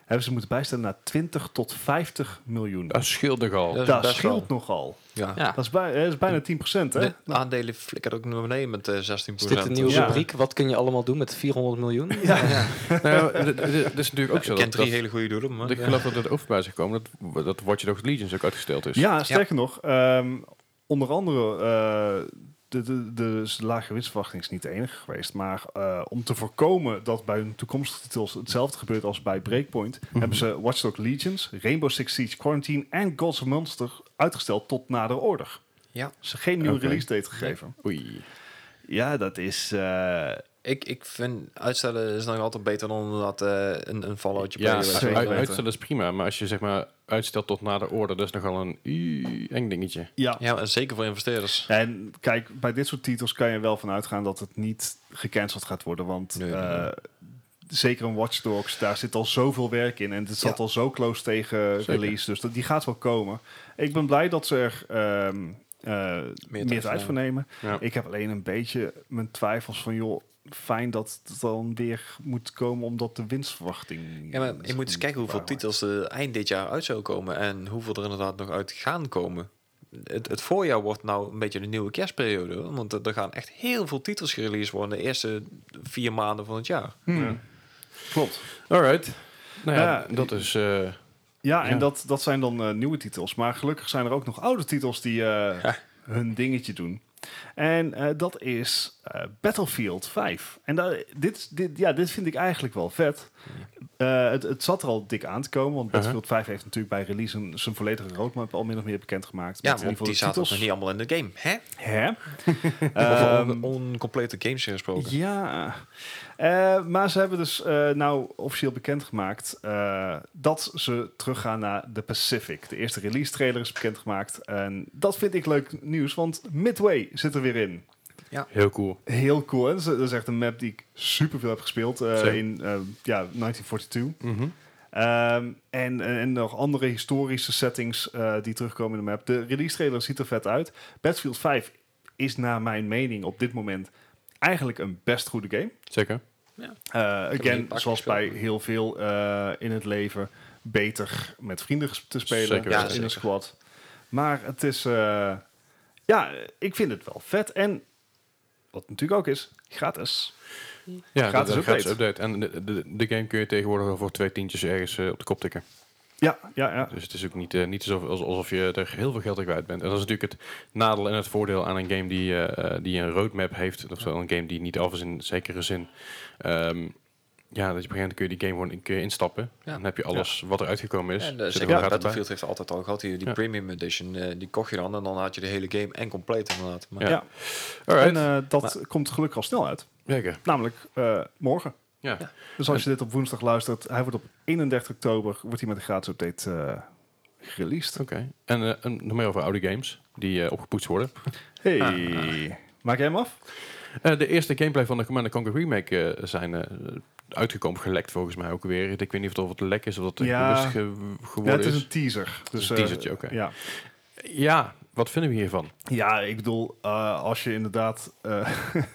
hebben ze moeten bijstellen naar twintig tot vijftig miljoen. Dat scheelt nogal. Dat Dat, is best scheelt wel. nogal. Ja. Ja. Dat is, bij, dat is bijna tien procent, hè? De aandelen flikkert ook naar beneden met uh, zestien Is procent. dit een nieuwe Ja. rubriek? Wat kun je allemaal doen met vierhonderd miljoen? Ja. Nou, ja, d- d- dit is natuurlijk ook zo. Ik Dat, ken drie dat, hele goede doelen, maar... ik ja. geloof dat het ook bij is gekomen dat, dat Watch Dogs Legion ook uitgesteld is. Ja, sterker nog, ehm, onder andere, uh, de, de, de lage winstverwachting is niet de enige geweest, maar uh, om te voorkomen dat bij hun toekomstige titels hetzelfde gebeurt als bij Breakpoint, Mhm. hebben ze Watch Dogs Legions, Rainbow Six Siege Quarantine en Gods of Monster uitgesteld tot nader order. Ja. Ze geen nieuwe Oké. release date gegeven. Oei. Ja, dat is... Uh, Ik, ik vind uitstellen is nog altijd beter dan inderdaad uh, een, een Falloutje Ja, play, weet je zeker wel. uit, weten. uitstellen is prima, maar als je zeg maar uitstelt tot na de orde, dat is nogal een ii, eng dingetje. ja. Ja, en zeker voor investeerders. En kijk, bij dit soort titels kan je wel van uitgaan dat het niet gecanceld gaat worden, want... Nee, nee, uh, nee. Zeker een Watch Dogs, daar zit al zoveel werk in. En het zat Ja. al zo close tegen Zeker. release. Dus dat, die gaat wel komen. Ik ben blij dat ze er ehm, uh, meer, tijd tijd voor voor nemen. Ja. Ik heb alleen een beetje mijn twijfels van... joh, fijn dat het dan weer moet komen... omdat de winstverwachting... Ja, maar je moet eens kijken hoeveel titels er eind dit jaar uit zouden komen. En hoeveel er inderdaad nog uit gaan komen. Het, het voorjaar wordt nou een beetje de nieuwe kerstperiode. Hoor. Want er, er gaan echt heel veel titels gereleased worden... de eerste vier maanden van het jaar. Hmm. Ja. Klopt. Alright. Nou ja, Ja, dat is... uh, Ja, Ja. en dat, dat zijn dan uh, nieuwe titels. Maar gelukkig zijn er ook nog oude titels die uh, Ja. hun dingetje doen. En uh, dat is uh, Battlefield vijf. En da- dit, dit, ja, dit vind ik eigenlijk wel vet. Uh, het, het zat er al dik aan te komen. Want Battlefield vijf heeft natuurlijk bij release een, zijn volledige roadmap al min of meer bekendgemaakt. Ja, Met in ieder want geval die de zaten titels. nog niet allemaal in de game. Hè? Hè? Over Ehm, on- oncomplete games gesproken. Ja, uh, maar ze hebben dus uh, nou officieel bekendgemaakt uh, dat ze teruggaan naar de Pacific. De eerste release trailer is bekendgemaakt en dat vind ik leuk nieuws, want Midway zit er weer in. heel cool. Heel cool, hè? Dat is- dat is echt een map die ik super veel heb gespeeld uh, Zeker. in uh, ja, negentien tweeënveertig. Mhm. Um, en, en nog andere historische settings uh, die terugkomen in de map. De release trailer ziet er vet uit. Battlefield vijf is naar mijn mening op dit moment eigenlijk een best goede game. Zeker. Uh, hem again, een paar zoals keer bij gespeeld. heel veel uh, in het leven, beter met vrienden ges- te spelen Zeker Ja, in zeker. een squad. Maar het is, uh, ja, ik vind het wel vet. En wat natuurlijk ook is, gratis. Ja, Gratis de, de gratis update. update. En de, de, de game kun je tegenwoordig wel voor twee tientjes ergens uh, op de kop tikken. Ja, ja, ja. Dus het is ook niet, uh, niet alsof, alsof je er heel veel geld in kwijt bent. En dat is natuurlijk het nadeel en het voordeel aan een game die, uh, die een roadmap heeft. Of zo, een game die niet af is in zekere zin. Um, ja, dat je op een gegeven moment kun je die game gewoon kun je instappen. Ja. Dan heb je alles wat er uitgekomen is. En uh, zit er zeker wel ja, gratis bij. Battlefield heeft altijd al gehad. Die, die Ja. Premium Edition, uh, die kocht je dan. En dan had je de hele game en compleet inderdaad. Maar Ja. Ja. Alright. En uh, dat komt gelukkig al snel uit. Zeker. Namelijk uh, morgen. Ja. Ja. Dus als je dit op woensdag luistert, hij wordt op eenendertig oktober wordt hij met een gratis update uh, gereleased. Oké. En uh, een, nog meer over oude games die uh, opgepoetst worden. Hey, Ah. maak jij hem af? Uh, de eerste gameplay van de Command and Conquer Remake uh, zijn uh, uitgekomen, gelekt volgens mij ook weer. Ik weet niet of het lek is of dat het Ja. bewust ge Ja, geworden het is is. een teaser. Dus, Een uh, teasertje, oké. Ja. Ja, wat vinden we hiervan? Ja, ik bedoel, uh, als je inderdaad uh,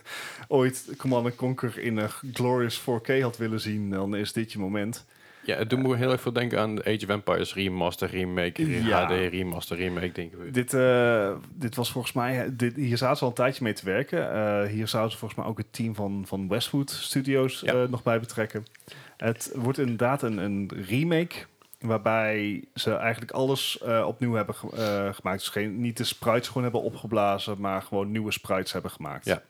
ooit Command and Conquer in een glorious four K had willen zien, dan is dit je moment. Ja, het doet me heel erg veel denken aan de Age of Empires remaster, remake, Ja. H D remaster, remake, denk ik. Dit, uh, dit was volgens mij, dit, hier zaten ze al een tijdje mee te werken. Uh, hier zouden ze volgens mij ook het team van, van Westwood Studios Ja. uh, nog bij betrekken. Het wordt inderdaad een, een remake, waarbij ze eigenlijk alles uh, opnieuw hebben ge- uh, gemaakt. Dus geen, niet de sprites gewoon hebben opgeblazen, maar gewoon nieuwe sprites hebben gemaakt. Ja.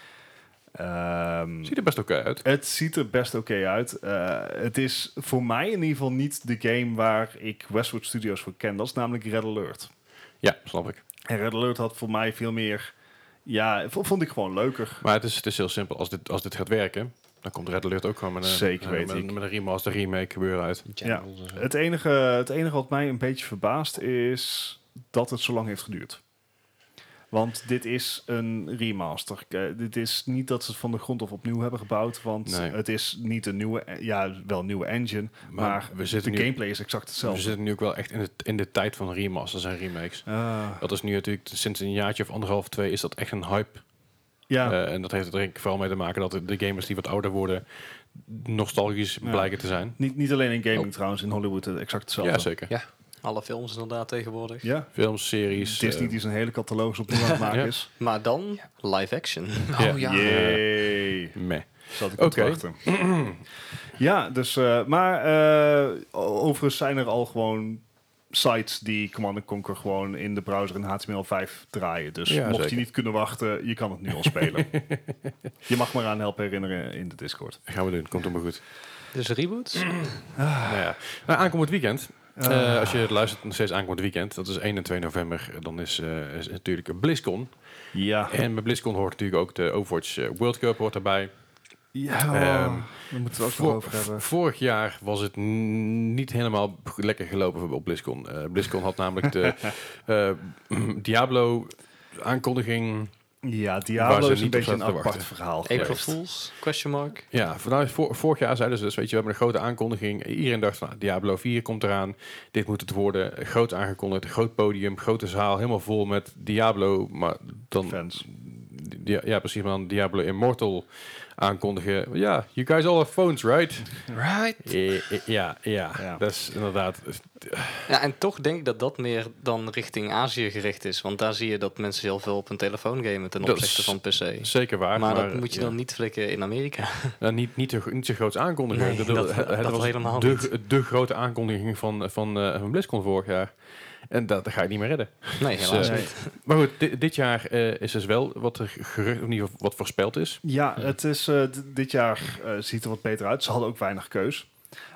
Um, Ziet er best oké uit. Het ziet er best oké uit. Uh, het is voor mij in ieder geval niet de game waar ik Westwood Studios voor ken. Dat is namelijk Red Alert. Ja, snap ik. En Red Alert had voor mij veel meer... Ja, v- vond ik gewoon leuker. Maar het is, het is heel simpel. Als dit, als dit gaat werken, dan komt Red Alert ook gewoon met een, Zeker eh, weet met, ik. met een remaster, remake gebeuren uit. Channels en zo. Het enige, het enige wat mij een beetje verbaast is dat het zo lang heeft geduurd. Want dit is een remaster. Uh, dit is niet dat ze het van de grond af opnieuw hebben gebouwd. Want Nee. het is niet een nieuwe... Ja, wel een nieuwe engine. Maar, Maar, we de zitten nu, gameplay is exact we hetzelfde. zitten nu ook wel echt in de, in de tijd van remasters en remakes. Ah. Dat is nu natuurlijk sinds een jaartje of anderhalf, twee, is dat echt een hype Ja. Uh, en dat heeft er denk ik vooral mee te maken dat de, de gamers die wat ouder worden nostalgisch ja. blijken te zijn. Niet, niet alleen in gaming oh. trouwens, in Hollywood exact hetzelfde. Ja, zeker. Ja. Alle films inderdaad tegenwoordig. Ja. Films, series. Disney uh, die zijn hele catalogus op aan het maken ja. is. Maar dan live action. Oh ja. Yay. Meh. Zat ik okay. te wachten. Ja, dus... Uh, maar uh, overigens zijn er al gewoon sites die Command and Conquer gewoon in de browser in H T M L vijf draaien. Dus ja, mocht zeker. je niet kunnen wachten, je kan het nu al spelen. Je mag me eraan helpen herinneren in de Discord. Dat gaan we doen, komt helemaal goed. Dus reboots? ah. nou ja. nou, aankomend weekend. Uh, uh, als je luistert nog steeds aankomend weekend, dat is één en twee november, dan is, uh, is natuurlijk een BlizzCon. Ja. En met BlizzCon hoort natuurlijk ook de Overwatch uh, World Cup hoort daarbij. Ja, um, daar moeten we ook voor, over hebben. Vorig jaar was het n- niet helemaal lekker gelopen op BlizzCon. Uh, BlizzCon had namelijk de uh, Diablo aankondiging. Ja, Diablo is een beetje een apart wachten. verhaal. April Fools, question mark. Ja, vanuit vor, vorig jaar zeiden ze dus, weet je, we hebben een grote aankondiging. Iedereen dacht van, nou, Diablo vier komt eraan. Dit moet het worden. Groot aangekondigd, groot podium, grote zaal, helemaal vol met Diablo. Maar dan... Fans. Ja, ja, precies, maar dan Diablo Immortal aankondigen. Ja, you guys all have phones, right? Right. Ja, ja, ja, ja. Dat is inderdaad... Ja, en toch denk ik dat dat meer dan richting Azië gericht is. Want daar zie je dat mensen heel veel op een telefoon gamen ten opzichte van P C. Zeker waar. Maar, maar dat moet je ja. dan niet flikken in Amerika. Ja, niet, niet, zo, niet zo groot aankondigen. Nee, dat, dat, het, dat het was helemaal de, niet. de grote aankondiging van, van, uh, van BlizzCon vorig jaar. En dat, dat ga je niet meer redden. Nee, helaas dus, uh, niet. Maar goed, dit, dit jaar uh, is dus wel wat er gerucht, of in ieder geval wat voorspeld is. Ja, het is uh, d- dit jaar uh, ziet er wat beter uit. Ze hadden ook weinig keus.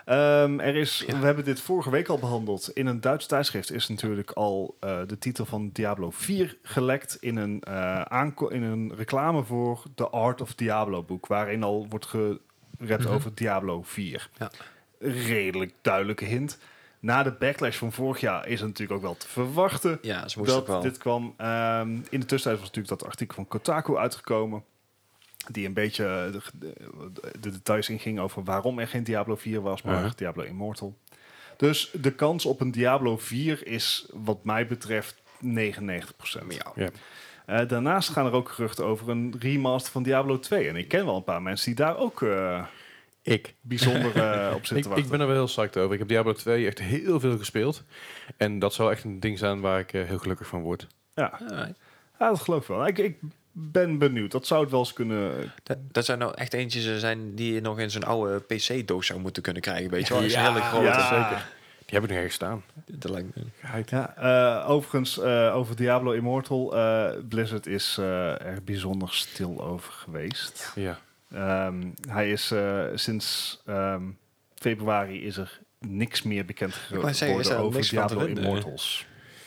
Um, er is, ja. We hebben dit vorige week al behandeld. In een Duits tijdschrift is natuurlijk al uh, de titel van Diablo vier gelekt in een, uh, aanko- in een reclame voor The Art of Diablo boek, waarin al wordt gerept mm-hmm. over Diablo vier. Ja. Redelijk duidelijke hint. Na de backlash van vorig jaar is het natuurlijk ook wel te verwachten ja, ze dat wel. dit kwam. Um, in de tussentijd was natuurlijk dat artikel van Kotaku uitgekomen, die een beetje de, de, de details inging over waarom er geen Diablo vier was, maar uh-huh. Diablo Immortal. Dus de kans op een Diablo vier is wat mij betreft negenennegentig procent. Ja. Ja. Uh, daarnaast gaan er ook geruchten over een remaster van Diablo twee. En ik ken wel een paar mensen die daar ook... Uh, Ik. Bijzonder uh, op zitten ik, wachten. Ik ben er wel heel psyched over. Ik heb Diablo twee echt heel veel gespeeld. En dat zou echt een ding zijn waar ik uh, heel gelukkig van word. Ja, ja dat geloof ik wel. Ik, ik ben benieuwd. Dat zou het wel eens kunnen... Dat, dat zou nou echt eentje zijn die je nog in zo'n oude P C-doos zou moeten kunnen krijgen. Weet je wel? Ja, hele grote. Ja, zeker. Die heb ik nog ergens staan. Dat lijkt me. Ja, uh, overigens, uh, over Diablo Immortal. Uh, Blizzard is uh, er bijzonder stil over geweest. Ja. Um, hij is uh, sinds um, februari is er niks meer bekend geworden zeggen, over Diablo Immortals.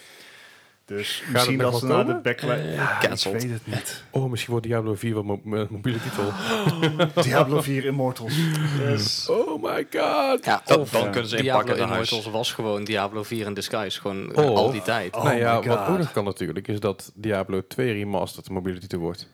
Dus Gaat misschien dat ze naar de backlash... Uh, ja, cancelled. ik weet het niet. Oh, misschien wordt Diablo vier wel mo- mo- mobiele titel. Diablo vier Immortals. Yes. Oh my god. Ja, dat, of dan uh, kunnen ze Diablo inpakken naar Immortals was gewoon Diablo vier in disguise. Gewoon oh. al die tijd. Oh nou ja, my wat God. ook nog kan natuurlijk, is dat Diablo twee Remastered de mobiele titel wordt.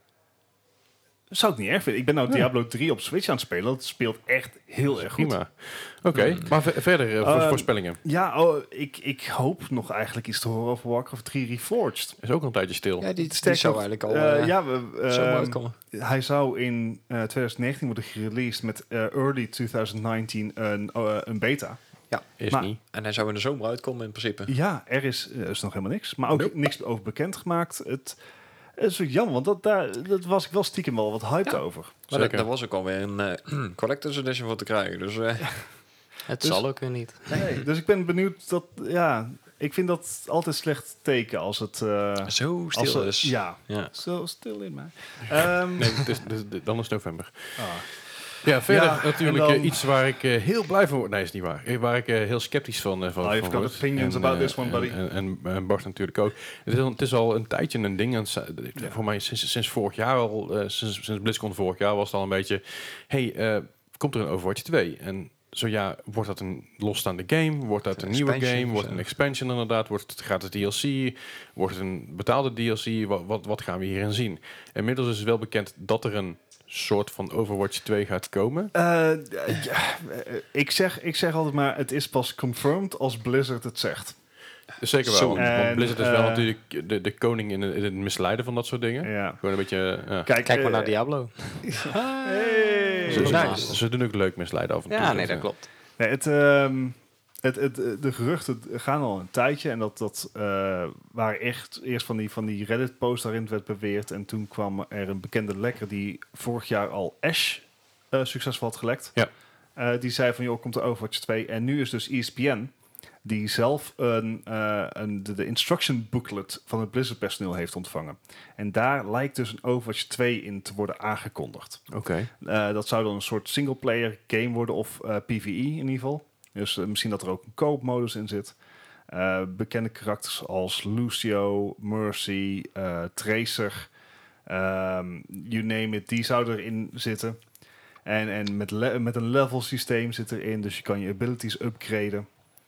Dat zou ik niet erg vinden. Ik ben nou ja. Diablo drie op Switch aan het spelen. Dat speelt echt heel erg goed. Prima. Oké, okay. mm. maar v- verder uh, uh, voorspellingen. Ja, oh, ik, ik hoop nog eigenlijk iets te horen over Warcraft drie Reforged. Is ook al een tijdje stil. Ja, die, die zou eigenlijk al uh, uh, ja, we, uh, zo uitkomen. Hij zou in uh, twintig negentien worden gereleased met uh, early twintig negentien een, uh, een beta. Ja, is maar, niet. En hij zou in de zomer uitkomen in principe. Ja, er is, uh, is nog helemaal niks. Maar ook nope. niks over bekendgemaakt. Het is zo jammer, want dat, daar dat was ik wel stiekem wel wat hyped ja. over. Maar dat, daar was ook alweer een uh, collector's edition voor te krijgen. Dus, uh. Het dus, zal ook weer niet. Nee, dus ik ben benieuwd dat, ja, ik vind dat altijd slecht teken als het... Uh, zo stil als het, is. Ja, ja. zo stil in mij. Um, nee, het is, het is, dan is november. Ah. Ja, verder ja, natuurlijk dan, uh, iets waar ik uh, heel blij van word. Nee, is niet waar. Waar ik uh, heel sceptisch van, uh, van, oh, van word. You've got opinions en, about uh, this one, buddy. En, en, en Bart natuurlijk ook. Het is, al, het is al een tijdje een ding. En, ja. Voor mij sinds, sinds vorig jaar al, uh, sinds, sinds BlizzCon vorig jaar was het al een beetje... Hey, uh, komt er een Overwatch twee? En zo ja, wordt dat een losstaande game? Wordt dat een, een nieuwe game? Wordt het een expansion inderdaad? Wordt het gratis D L C? Wordt het een betaalde D L C? Wat, wat, wat gaan we hierin zien? Inmiddels is het wel bekend dat er een soort van Overwatch twee gaat komen? Uh, ja, ik, zeg, ik zeg altijd maar, het is pas confirmed als Blizzard het zegt. Zeker wel. Zo. Want, En, want Blizzard is wel uh, natuurlijk de, de koning in het, in het misleiden van dat soort dingen. Ja. Gewoon een beetje... Ja. Kijk, Kijk maar uh, naar Diablo. Hey. Ze, Nice. ze, ze doen ook leuk misleiden af en toe. Ja, nee, dus, dat ja. klopt. Nee, het, um, het, het, de geruchten gaan al een tijdje. En dat, dat uh, waren echt eerst van die, van die Reddit-posts waarin het werd beweerd. En toen kwam er een bekende lekker die vorig jaar al Ash uh, succesvol had gelekt. Ja. Uh, die zei van, joh, komt er Overwatch twee. En nu is dus E S P N... die zelf een, uh, een, de, de instruction booklet van het Blizzard personeel heeft ontvangen. En daar lijkt dus een Overwatch twee in te worden aangekondigd. Oké. Okay. Uh, dat zou dan een soort singleplayer game worden of uh, P V E in ieder geval. Dus uh, misschien dat er ook een co-op modus in zit. Uh, bekende karakters als Lucio, Mercy, uh, Tracer, um, you name it, die zouden erin zitten. En, en met, le- met een level systeem zit erin, dus je kan je abilities upgraden.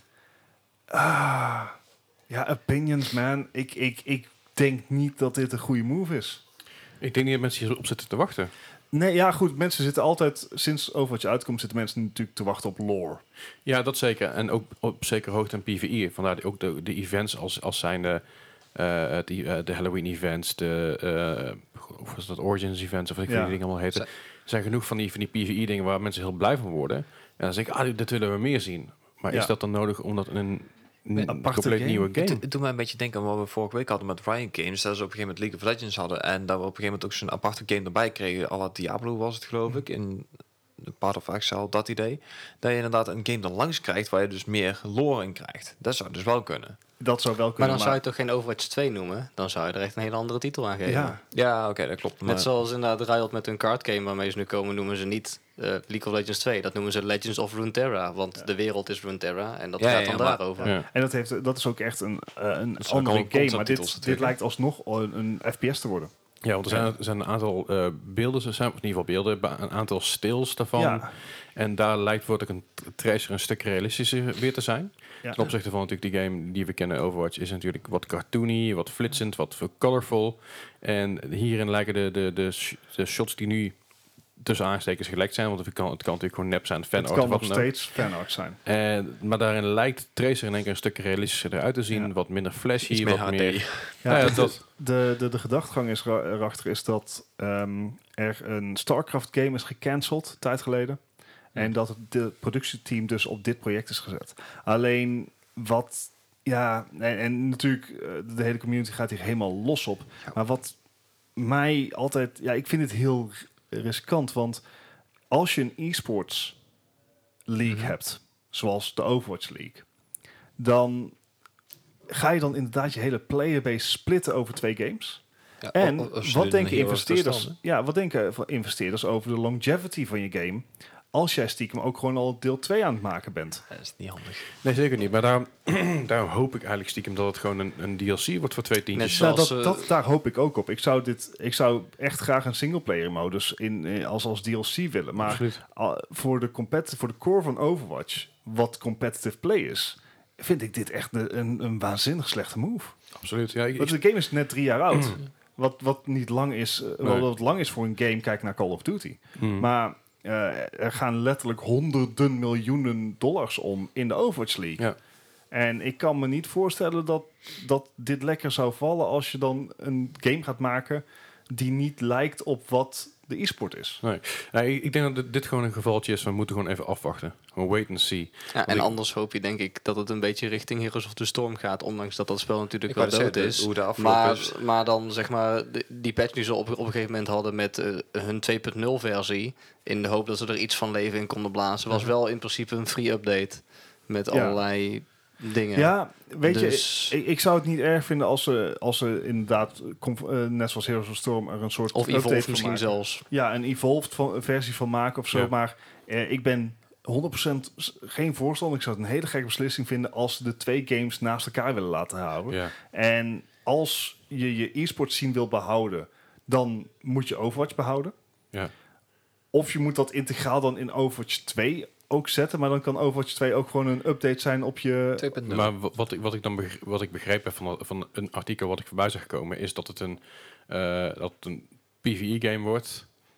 Ah, ja, opinions, man. Ik, ik, ik denk niet dat dit een goede move is. Ik denk niet dat mensen hierop zitten te wachten. Nee, ja, goed. Mensen zitten altijd, sinds Overwatch uitkomt, zitten mensen natuurlijk te wachten op lore. Ja, dat zeker. En ook op zeker hoogte en P V E. Vandaar ook de, de events als, als zijn de, uh, die, uh, de Halloween events, de uh, of was dat Origins events, of ik weet Ja. die dingen allemaal heten. Er zijn genoeg van die, van die P V E dingen waar mensen heel blij van worden. En dan zeg ik, ah, dit willen we meer zien. Maar Ja. is dat dan nodig omdat een... Een aparte compleet game? nieuwe game. Het, het doet mij een beetje denken aan wat we vorige week hadden met Riot Games. Dat ze op een gegeven moment League of Legends hadden. En dat we op een gegeven moment ook zo'n aparte game erbij kregen. À la Diablo was het, geloof ik. In Path of Exile, dat idee. Dat je inderdaad een game er langs krijgt waar je dus meer lore in krijgt. Dat zou dus wel kunnen. Dat zou wel Maar kunnen. dan zou je toch geen Overwatch twee noemen? Dan zou je er echt een hele andere titel aan geven. Ja, Ja, oké, okay, dat klopt. Maar Net zoals inderdaad Riot met hun card game waarmee ze nu komen, noemen ze niet uh, League of Legends twee. Dat noemen ze Legends of Runeterra. Want Ja. de wereld is Runeterra en dat Ja, gaat ja, dan maar- daarover. Ja. en dat, heeft, dat is ook echt een, uh, een Dat zijn andere gewoon game. Maar dit, concepttitels dit natuurlijk, lijkt alsnog een, een F P S te worden. Ja, want er zijn, er zijn een aantal uh, beelden, er zijn, of in ieder geval beelden, ba- een aantal stills daarvan. Ja, En daar lijkt wordt ook een t- tracer een stuk realistischer weer te zijn. ja. Ten opzichte van natuurlijk die game die we kennen, Overwatch, is natuurlijk wat cartoony, wat flitsend, wat colorful. En hierin lijken de, de, de, sh- de shots die nu tussen aanstekens gelekt zijn, want het kan, het kan natuurlijk gewoon nep zijn, fanart Het kan of nog wat dan ook. steeds fanart zijn. En, maar daarin lijkt Tracer in één keer een stuk realistischer eruit te zien, Ja. wat minder flashy, iets meer wat H D. meer... Ja, Nou ja, de, dat- de, de, de gedachtegang is ra- erachter is dat um, er een StarCraft game is gecanceld, een tijd geleden. En dat het de productieteam dus op dit project is gezet. Alleen wat... Ja, en, en natuurlijk, uh, de hele community gaat hier helemaal los op. Ja. Maar wat mij altijd... Ja, ik vind het heel riskant, want als je een e-sports league Mhm. hebt, zoals de Overwatch League, dan ga je dan inderdaad je hele playerbase splitten over twee games. Ja, En of- of ze wat doen denken Heroes investeerders? tussenstand, Ja, wat denken van investeerders over de longevity van je game? Als jij stiekem ook gewoon al deel twee aan het maken bent. hè? Dat is niet handig. Nee, zeker niet. Maar daarom, daarom hoop ik eigenlijk stiekem dat het gewoon een, een D L C wordt voor twee tientjes. Net Nou, dat, Zoals, eh, dat, daar hoop ik ook op. Ik zou, dit, ik zou echt graag een singleplayer modus in, eh, als, als D L C willen. Maar Absoluut. al- voor, de compet- voor de core van Overwatch, wat competitive play is, vind ik dit echt een, een, een waanzinnig slechte move. Absoluut. Ja, ik, Want ik- de game is net drie jaar oud. Wat, wat niet lang is, uh, Nee. wat lang is voor een game, kijk naar Call of Duty. mm. Maar uh, er gaan letterlijk honderden miljoenen dollars om in de Overwatch League. Ja. En ik kan me niet voorstellen dat, dat dit lekker zou vallen als je dan een game gaat maken die niet lijkt op wat de e-sport is. Nee. Nee, ik denk dat dit- dit gewoon een gevaltje is. We moeten gewoon even afwachten. Gewoon wait and see. Ja, en ik- anders hoop je denk ik dat het een beetje richting Heroes of the Storm gaat. Ondanks dat dat spel natuurlijk Ik wel wou dood zeggen, is. hoe de afloop Maar, is. maar dan zeg maar, de- die patch die ze op, op een gegeven moment hadden met uh, hun twee punt nul versie. In de hoop dat ze er iets van leven in konden blazen. Was Mhm. wel in principe een free update. Met Ja. allerlei dingen. Ja, weet Dus- je, ik, ik zou het niet erg vinden als ze, als ze inderdaad, conf- uh, net zoals Heroes of Storm, er een soort Of update Evolve van misschien maken. zelfs. Ja, een evolved van, versie van maken of zo. Ja. Maar eh, ik ben honderd procent s- geen voorstander. Ik zou het een hele gekke beslissing vinden als ze de twee games naast elkaar willen laten houden. Ja. En als je je e-sport scene wil behouden, dan moet je Overwatch behouden. Ja. Of je moet dat integraal dan in Overwatch twee ook zetten. Maar dan kan Overwatch twee ook gewoon een update zijn op je... twee punt nul. Maar wa- wat ik, wat ik dan begre- wat ik begrepen heb van, van een artikel wat ik voorbij zag komen, is dat het een, eh, dat het een P V E game wordt.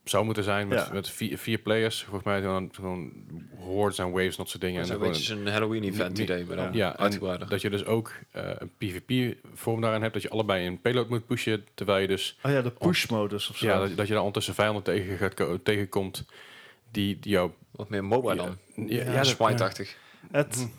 zou moeten zijn met, Ja. met vier, vier players. Volgens mij dan gewoon hordes en waves, dat soort dingen. Dat is En een dan beetje gewoon- een Halloween-event niet- idee, maar dan ja, en uitgebreider. dat je dus ook uh, een PvP-vorm daarin hebt, dat je allebei een payload moet pushen, terwijl je dus... Oh ja, de push-modus of zo. Ja, dat, dat je daar ondertussen vijanden tegen gaat ko- tegenkomt die, die jou... Wat meer mobile dan. Ja, Ja, dat- Smite-achtig. Het, Misschien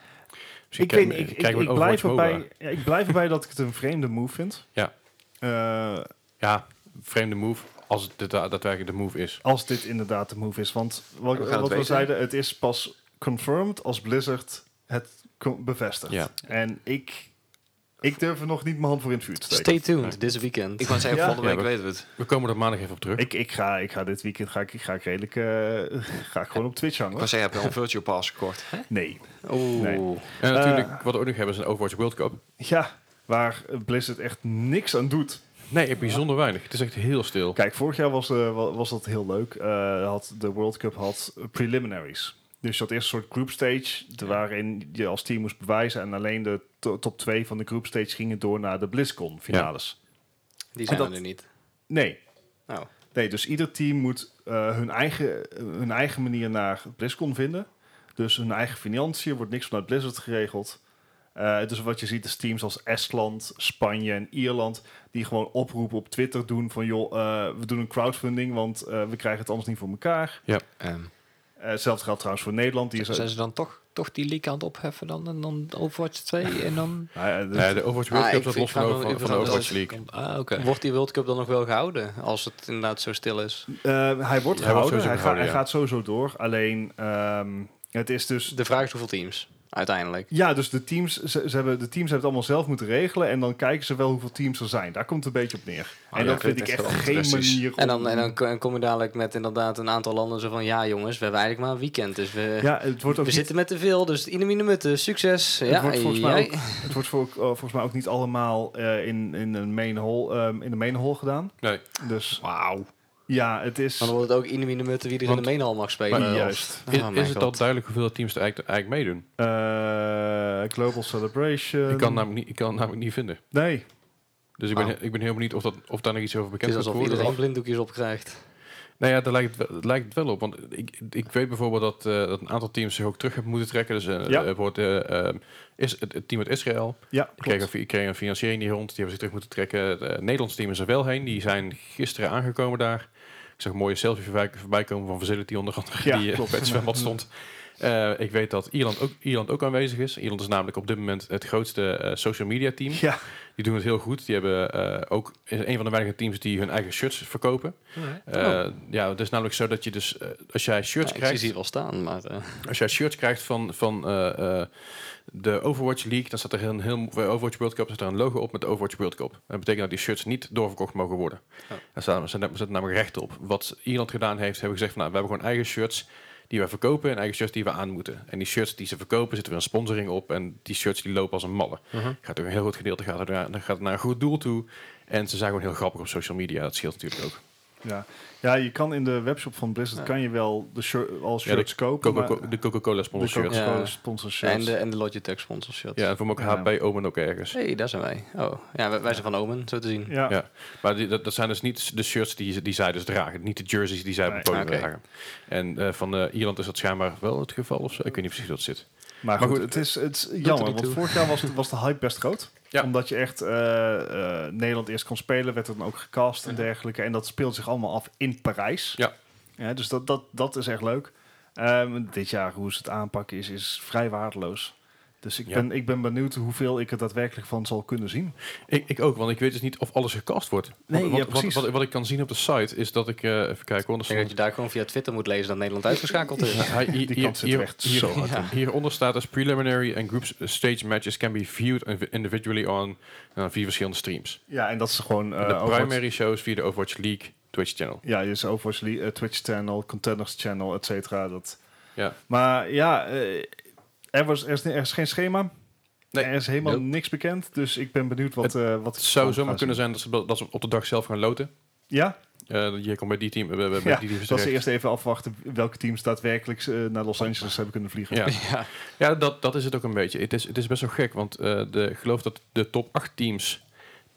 ik, kijk- weet, niet, ik, kijken ik, we ik, een blijf Overwatch erbij, ja, ik blijf erbij dat ik het een vreemde move vind. Ja. Uh, Ja, vreemde move, als het dit da- daadwerkelijk de move is. als dit inderdaad de move is. Want wat, We gaan het wat we weten. zeiden, het is pas confirmed als Blizzard het co- bevestigt. Ja. En ik, ik durf er nog niet mijn hand voor in het vuur te steken. Stay tuned, this weekend. Ik wou zeggen, Ja. volgende week Ja, we- weten we het. We komen er maandag even op terug. Ik, ik, ga, ik ga dit weekend ga ik, ga ik redelijk uh, ga ik gewoon op Twitch Ik hangen. wou zeggen, heb je al een Virtual Pass gekocht? Hè? Nee. Oeh. Nee. En natuurlijk, Uh, wat we ook nog hebben, is een Overwatch World Cup. Ja, waar Blizzard echt niks aan doet. Nee, bijzonder weinig. Het is echt heel stil. Kijk, vorig jaar was, uh, wa- was dat heel leuk. Uh, had, de World Cup had preliminaries. Dus je had eerst een soort group stage, de- waarin je als team moest bewijzen. En alleen de to- top twee van de group stage gingen door naar de BlizzCon finales. Die zijn En er dat- nu niet. Nee. Nou, Nee, dus ieder team moet uh, hun, eigen, hun eigen manier naar BlizzCon vinden. Dus hun eigen financiën, wordt niks vanuit Blizzard geregeld. Uh, dus wat je ziet is teams als Estland, Spanje en Ierland... die gewoon oproepen op Twitter doen van... joh, uh, we doen een crowdfunding, want uh, we krijgen het anders niet voor elkaar. Ja. Um, Uh, hetzelfde geldt trouwens voor Nederland. Die is zijn ze dan toch, toch die leak aan het opheffen dan? En dan Overwatch twee en dan... Ja, dus Nee, de Overwatch World Ah, Cup ik staat los vind- van, ik de- ga van, nog van de even Overwatch van League. Ah, oké. wordt die World Cup dan nog wel gehouden? Als het inderdaad zo stil is. uh, hij wordt Hij wordt gehouden. sowieso Hij, ga- gehouden, hij ja. gaat sowieso door. Alleen, um, het is dus... De vraag is hoeveel teams, uiteindelijk. Ja, dus de teams, ze, ze hebben, de teams hebben het allemaal zelf moeten regelen. En dan kijken ze wel hoeveel teams er zijn. Daar komt het een beetje op neer. Ah, en ja, dat vind ik ik vind echt het wel geen fantastisch. manier om... En dan, en dan ko- kom je dadelijk met inderdaad een aantal landen zo van... ja jongens, we hebben eigenlijk maar een weekend. Dus we, Ja, het wordt ook we niet- zitten met te veel. Dus ieder minuut, succes. Het Ja, wordt volgens mij jij- ook, het wordt voor, uh, volgens mij ook niet allemaal uh, in, in, een main hall, um, in de main hall gedaan. Nee. Dus Wauw. ja, het is... Maar dan wordt het ook ieder minuut wie er in Want- de mainhal mag spelen. Maar of- juist. Oh Is, mijn is het god. al duidelijk hoeveel teams er eigenlijk, eigenlijk meedoen? Uh, Global Celebration. Ik kan, het namelijk niet, ik kan het namelijk niet vinden. Nee. Dus ik ben, Oh. ik ben heel benieuwd of, dat, of daar nog iets over Het bekend is gaat alsof worden. iedereen Of- blinddoekjes op krijgt. Nou ja, daar lijkt het, wel- het lijkt het wel op. Want ik, ik weet bijvoorbeeld dat, uh, dat een aantal teams zich ook terug hebben moeten trekken. Dus uh, Ja. uh, wordt, uh, uh, is, het, het team uit Israël. Ja, Die kregen, klopt. een- kregen een financiering niet rond. Die hebben zich terug moeten trekken. Het uh, Nederlands team is er wel heen. Die zijn gisteren aangekomen daar. Ik zag een mooie selfie voorbij, voorbij komen van Facility onder andere. Ja, die uh, klopt. op het zwembad stond. Uh, ik weet dat Ierland ook, Ierland ook aanwezig is. Ierland is namelijk op dit moment het grootste uh, social media team. Ja, Die doen het heel goed. Die hebben uh, ook is een van de weinige teams die hun eigen shirts verkopen. Uh, Oh. Ja, het is namelijk zo dat je dus uh, als jij shirts Ja, ik zie krijgt, ze hier wel staan, maar... eh, als jij shirts krijgt van van uh, uh, de Overwatch League, dan staat er een heel voor Overwatch World Cup staat er een logo op met de Overwatch World Cup. Dat betekent dat die shirts niet doorverkocht mogen worden. Oh. Daar staan er zitten namelijk recht op. Wat Ierland gedaan heeft, hebben gezegd van, nou, we hebben gewoon eigen shirts die we verkopen en eigen shirts die we aan moeten. En die shirts die ze verkopen, zitten weer een sponsoring op. En die shirts die lopen als een malle. Uh-huh. Gaat ook een heel groot gedeelte gaat er naar, dan gaat het naar een goed doel toe. En ze zijn gewoon heel grappig op social media. Dat scheelt natuurlijk ook. ja. ja, je kan in de webshop van Blizzard Ja. kan je wel de shir- al Ja, de shirts kopen. Coca- maar de Coca-Cola sponsor de shirts. Coca-Cola Ja. sponsor en, shirts. de, en de Logitech sponsorship. Ja, en voor mij ook Ja. H P Omen ook ergens. Hé, hey, daar zijn wij. Oh, ja, wij, wij zijn van Omen, zo te zien. ja. Ja. Maar die, dat, dat zijn dus niet de shirts die, ze- die zij dus dragen. Niet de jerseys die zij op het Nee. podium Oké. dragen. En uh, van uh, Ierland is dat schijnbaar wel het geval of zo. Ik weet niet precies hoe dat zit. Maar, Maar goed, goed, het is, het is er jammer, niet want toe. vorig jaar was, was de hype best groot. Ja. Omdat je echt uh, uh, Nederland eerst kon spelen, werd er dan ook gecast en dergelijke. En dat speelt zich allemaal af in Parijs. Ja. Ja, dus dat, dat, dat is echt leuk. Um, dit jaar, hoe ze het aanpakken, is, is vrij waardeloos. Dus ik, Ja. ben, ik ben benieuwd hoeveel ik er daadwerkelijk van zal kunnen zien. Ik, ik ook, want ik weet dus niet of alles gecast wordt. Nee, Want- ja, want- precies. Wat, wat, wat ik kan zien op de site is dat ik... Uh, even kijken, Ik denk dat je daar gewoon via Twitter moet lezen dat Nederland uitgeschakeld is. Hij- hier, Die hier, kant zit hier, er echt hier- zo hard Ja. in. Hieronder staat als preliminary and group stage matches can be viewed inv- individually on uh, vier verschillende streams. Ja, en dat is gewoon... Uh, de Overwatch- primary shows via de Overwatch League Twitch channel. Ja, je is Overwatch League, uh, Twitch channel, Contenders channel, et cetera. Dat. Ja. Maar ja, uh, er, was, er, is, er is geen schema. Nee. Er is helemaal Nope. niks bekend. Dus ik ben benieuwd wat... Uh, wat Het zou we zomaar gaan kunnen zien. zijn dat ze, dat ze op de dag zelf gaan loten. Ja? Uh, je komt bij die team, uh, bij Ja, die teams dat ze terecht. eerst even afwachten welke teams daadwerkelijk uh, naar Los Angeles hebben kunnen vliegen. Ja, Ja. ja dat, dat is het ook een beetje. Het is, het is best wel gek, want uh, de, ik geloof dat de top acht teams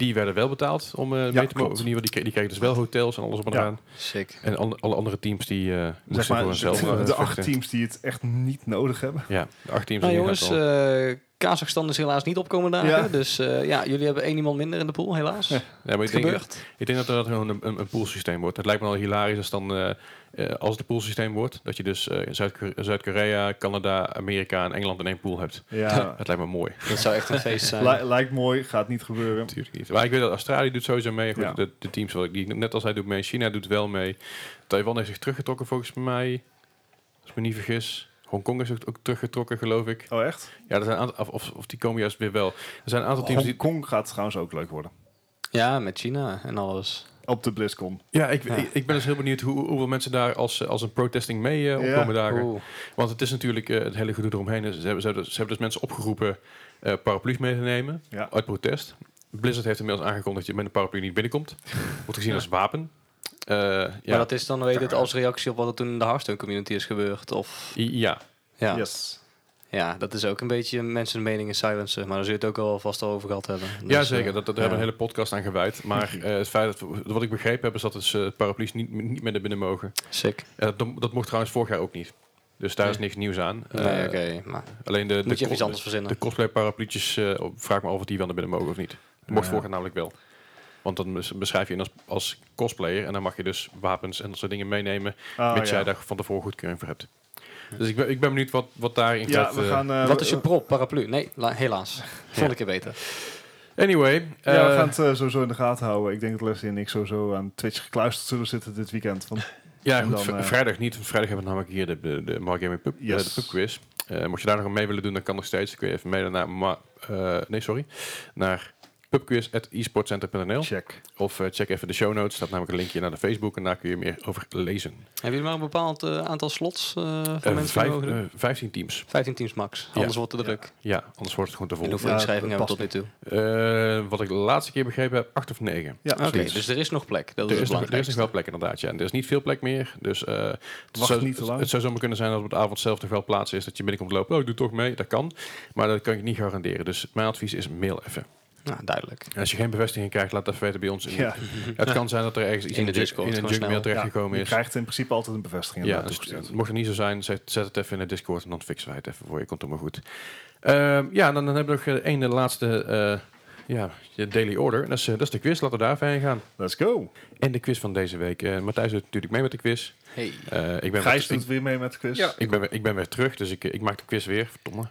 Die werden wel betaald om uh, Ja, mee te mogen. klopt. In ieder geval, die, kre- die kregen dus wel hotels en alles op en Ja. eraan. Sick. En alle, alle andere teams die uh, Zeg moesten voor maar, hunzelf de, uh, de acht vechten. teams die het echt niet nodig hebben. Ja, de acht teams. Nou die jongens, gaat wel. uh, Kazachstan is helaas niet opkomen dagen. Ja. Dus uh, ja, jullie hebben één iemand minder in de pool, helaas. Ja. Ja, maar ik, denk, Gebeurt. ik denk dat er gewoon een, een, een poolsysteem wordt. Het lijkt me al hilarisch als dan uh, uh, als het een poolsysteem wordt, dat je dus uh, Zuid-Korea, Zuid-Korea, Canada, Amerika en Engeland in één pool hebt. Ja. Dat lijkt me mooi. Dat zou echt een feest zijn. Li- lijkt mooi, gaat niet gebeuren. Natuurlijk niet. Maar ik weet dat Australië doet sowieso mee. Goed, Ja. de, de teams wat ik die net als hij doet mee. China doet wel mee. Taiwan heeft zich teruggetrokken volgens mij. Als ik me niet vergis. Hongkong is ook teruggetrokken, geloof ik. Oh, echt? Ja, er zijn een aantal, of, of die komen juist weer wel. Er zijn een aantal teams die... Hongkong gaat trouwens ook leuk worden. Ja, met China en alles. Op de BlizzCon. Ja, ik, Ja. Ik, ik ben dus heel benieuwd hoe, hoeveel mensen daar als, als een protesting mee uh, Ja. opkomen dagen. Oeh. Want het is natuurlijk uh, het hele gedoe eromheen. Ze hebben, ze hebben, ze hebben dus mensen opgeroepen uh, paraplu's mee te nemen. Ja. Uit protest. Blizzard heeft inmiddels aangekondigd dat je met een paraplu niet binnenkomt. Wordt gezien Ja. als wapen. Uh, ja. Maar dat is dan, weet het, als reactie op wat er toen in de Hearthstone community is gebeurd. Of, I- ja. ja. Yes. ja, dat is ook een beetje mensen meningen silencen. Maar daar zul je het ook al vast al over gehad hebben. Ja, Dus, zeker. uh, Dat, dat ja. hebben we een hele podcast aan gewijd. Maar uh, het feit dat, wat ik begrepen heb, is dat het uh, paraplu's niet, niet meer naar binnen mogen. Sick. Uh, dat, dat mocht trouwens vorig jaar ook niet. Dus daar is Nee. niks nieuws aan. Uh, Nee, oké. Okay, maar alleen de, de, moet je even cos- iets anders verzinnen. de cosplay parapluutjes, uh, vraag me af of die wel naar binnen mogen of niet. Dat mocht Ja. vorig jaar namelijk wel. Want dan bes- beschrijf je je als, als cosplayer en dan mag je dus wapens en dat soort dingen meenemen, Ah, mits ja. jij daar van tevoren goedkeuring voor hebt. Dus ik ben, ik ben benieuwd wat, wat daarin Ja, gaat. we uh, gaan... eh, Wat is je we- prop? Paraplu? Nee, la- helaas. Vond ik je beter. Anyway. Ja, we uh, gaan het eh, sowieso in de gaten houden. Ik denk dat Leslie en ik sowieso aan Twitch gekluisterd zullen zitten dit weekend. Van, Ja, En goed, dan, v- eh, vrijdag niet. Want vrijdag hebben we namelijk hier de, de, de Margaming Pub, Yes. eh, de pubquiz. Uh, mocht je daar nog aan mee willen doen, dan kan nog steeds. Dan kun je even mailen naar, ma- uh, nee, sorry, naar pubquiz at e sportcenter punt n l. check. Of uh, check even de show notes. Er staat namelijk een linkje naar de Facebook en daar kun je meer over lezen. Hebben jullie maar een bepaald uh, aantal slots uh, van Uh, mensen die vijf, mogen doen? uh, vijftien teams. vijftien teams max. Ja. Anders wordt het Ja. druk. Ja, anders wordt het gewoon te vol. En hoeveel Ja, inschrijvingen dat hebben we tot nu toe? Uh, wat ik de laatste keer begrepen heb, acht of negen. Ja, Oké, zoiets. dus er is nog plek. Dat Er is is, het nog, er is nog belangrijkste. wel plek inderdaad, ja. En er is niet veel plek meer. Dus uh, het, Wacht zou, niet te lang. het zou zomaar kunnen zijn dat op de avond zelf nog wel plaats is. Dat je binnenkomt lopen. Oh, ik doe toch mee. Dat kan. Maar dat kan ik niet garanderen. Dus mijn advies is mail even. Nou, duidelijk. En als je geen bevestiging krijgt, laat dat even weten bij ons. In, Ja. Het kan zijn dat er ergens iets In in, de de Discord, in een gewoon junkmail snel. terechtgekomen je is. krijgt in principe altijd een bevestiging. Ja, inderdaad dus, toegestuurd. mocht het niet zo zijn, zet, zet het even in de Discord en dan fixen wij het even voor je. Komt helemaal goed. Uh, ja, dan, dan hebben we nog uh, één de laatste uh, ja, je daily order. Dat is, uh, dat is de quiz. Laten we daar even heen gaan. Let's go. En de quiz van deze week. Uh, Matthijs doet natuurlijk mee met de quiz. Hey. Uh, ik ben Gijs weer, doet weer mee met de quiz. Ja. ik, ben, weer- ik ben weer terug, dus ik, ik maak de quiz weer. Verdomme.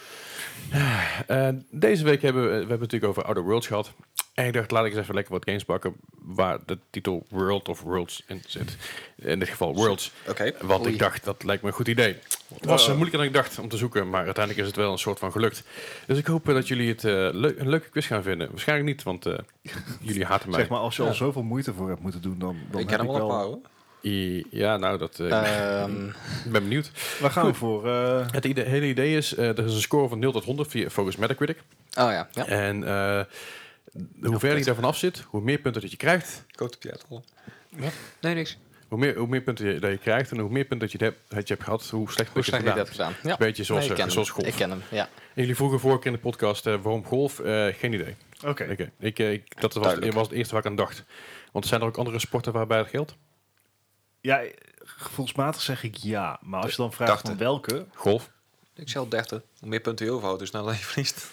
Uh, deze week hebben we, we hebben het natuurlijk over Outer Worlds gehad. En ik dacht, laat ik eens even lekker wat games pakken waar de titel World of Worlds in zit. In dit geval Worlds. Oké. Want Oei. ik dacht, dat lijkt me een goed idee. Het was uh, moeilijker dan ik dacht om te zoeken, maar uiteindelijk is het wel een soort van gelukt. Dus ik hoop uh, dat jullie het uh, leuk, een leuke quiz gaan vinden. Waarschijnlijk niet, want uh, jullie haten mij. Zeg maar, als je Ja. al zoveel moeite voor hebt moeten doen, dan, dan Ik heb kan ik hem wel wel... ophouden. I- ja, nou, dat, uh, Um, ik ben benieuwd. Waar gaan we voor? Uh, Het idee, hele idee is, uh, er is een score van nul tot honderd via Focus Metacritic. oh ja. ja. En uh, hoe verder je daarvan af zit, hoe meer punten dat je krijgt, Ik hoop dat je het al. Nee, niks. hoe meer, hoe meer punten je, dat je krijgt en hoe meer punten dat je, hebt, dat je hebt gehad, hoe slecht Hoe dat je slecht het je het gedaan. hebt gedaan. Ja. Een beetje zoals, Nee, ik uh, ken zoals hem. golf. Ik ken hem, ja. En jullie vroegen vorige keer in de podcast uh, waarom golf? Uh, geen idee. Oké. Okay. Ik, uh, ik, dat was, Duidelijk. was het eerste waar ik aan dacht. Want zijn er ook andere sporten waarbij het geldt? Ja, gevoelsmatig zeg ik ja. Maar als je dan vraagt Dachten. van welke... Golf? Ik zal dertig. Hoe meer punten je overhoudt, hoe sneller je verliest.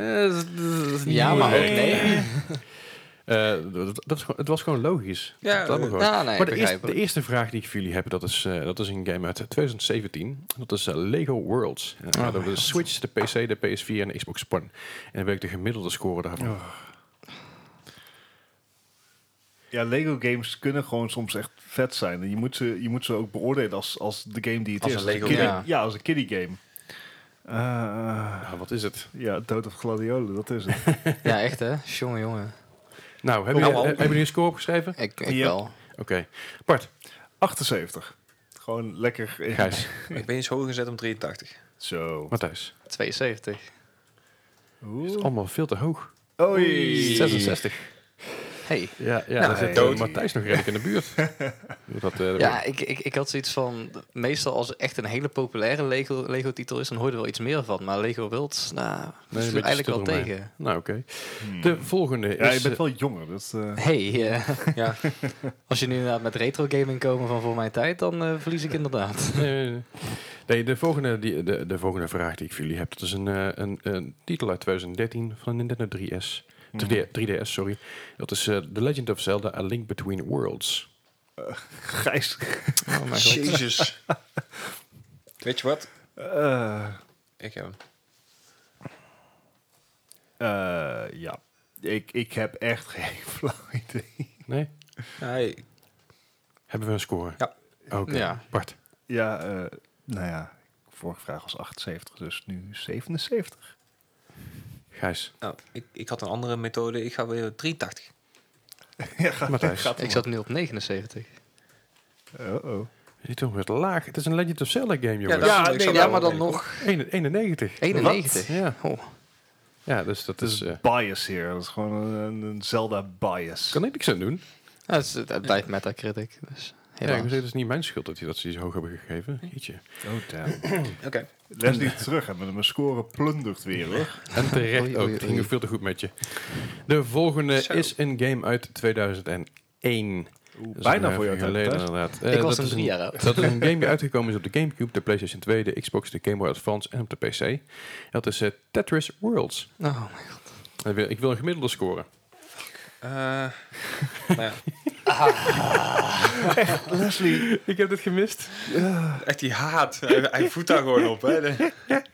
Ja, maar ook nee. Uh, dat, dat is gewoon, het was gewoon logisch. Ja, dat me gewoon. Ja, nee, maar de eerste, de begrijpelijk. eerste vraag die ik voor jullie heb, dat is, uh, dat is een game uit twintig zeventien. Dat is uh, Lego Worlds. Uh, Oh dat my de Switch, de P C, de P S vier en de Xbox One. En dan weet ik de gemiddelde score daarvan. Oh. Ja, Lego games kunnen gewoon soms echt vet zijn. En je moet ze, je moet ze ook beoordelen als, als de game die het Als is. een Lego kiddie- game. Ja, als een kiddie game. Uh, Nou, wat is het? ja, Dood of Gladiolen, dat is het. Ja, echt hè? Jongen, jongen. Nou, hebben Oh, jullie oh. hebben jullie een score opgeschreven? Ik, ik Yep. wel. Oké. Okay. Bart, achtenzeventig. Gewoon lekker. Gijs, Ik ben iets hoger gezet om drieëntachtig. Zo. Matthijs. tweeënzeventig. Oeh. Allemaal veel te hoog. Oei. zesenzestig. Hey. Ja, ja Nou, daar zit dood. uh, Matthijs nog redelijk in de buurt. dat, uh, Ja, ik, ik, ik had zoiets van... Meestal als er echt een hele populaire Lego, Lego titel is, dan hoor je er wel iets meer van. Maar Lego Worlds, nou, Nee, dat een viel beetje eigenlijk wel stil eromheen. tegen. Nou, oké. Okay. Hmm. De volgende Ja, is... je bent wel jonger. Dus, uh... Hey, uh, Ja. als je nu inderdaad met retro gaming komen van voor mijn tijd, dan uh, verlies ik inderdaad. Nee, nee, nee. Nee, de volgende, die, de, de volgende vraag die ik voor jullie heb, dat is een, uh, een, een titel uit twintig dertien van de Nintendo drie S. drie D S, sorry. Dat is uh, The Legend of Zelda: A Link Between Worlds. Uh, Gijs. Oh mijn god. Jezus. Weet je wat? Uh, Ik heb hem. uh, ja. Ik, ik heb echt geen flauw idee. Nee? Nee. Hebben we een score? Ja. Oké, okay. Ja. Bart. Ja, uh, nou ja. Vorige vraag was achtenzeventig, dus nu zevenenzeventig. Gijs. Nou, ik, ik had een andere methode. Ik ga weer drieëntachtig. Ja, gaat, Matthijs. gaat Ik zat nu op negenenzeventig. Oh-oh. Je zit toch weer te laag. Het is een Legend of Zelda game, jongens. dat- Ja, ik nee, zat Ja, daar maar wel dan mee. nog eenennegentig. eenennegentig. Ja. Oh. Ja, dus dat Dat is... is Uh, bias hier. Dat is gewoon een, een Zelda bias. kan ik niks aan doen. Ja, het, is, het blijft Metacritic. Dus Ja, helaas. ik zeg, het is niet mijn schuld dat, die, dat ze die zo hoog hebben gegeven. Jeetje. Oh, damn. Oké. Leslie terug hebben mijn score plundert weer, hoor. En terecht Oei, ook. oei, Het ging oei. veel te goed met je. De volgende Zo. is een game uit tweeduizend één. Oeh, Dat is bijna een voor jou even tijd, geleden, Thijs. inderdaad. Eh, Ik was dat een is drie jaar oud. Dat is een game die uitgekomen is op de Gamecube, de PlayStation twee, de Xbox, de Game Boy Advance en op de P C. Dat is uh, Tetris Worlds. Oh mijn god. Ik wil, ik wil een gemiddelde score. Uh, nou ja. Leslie. Ik heb dit gemist. Echt die haat. Hij, hij voet daar gewoon op. Hè. De-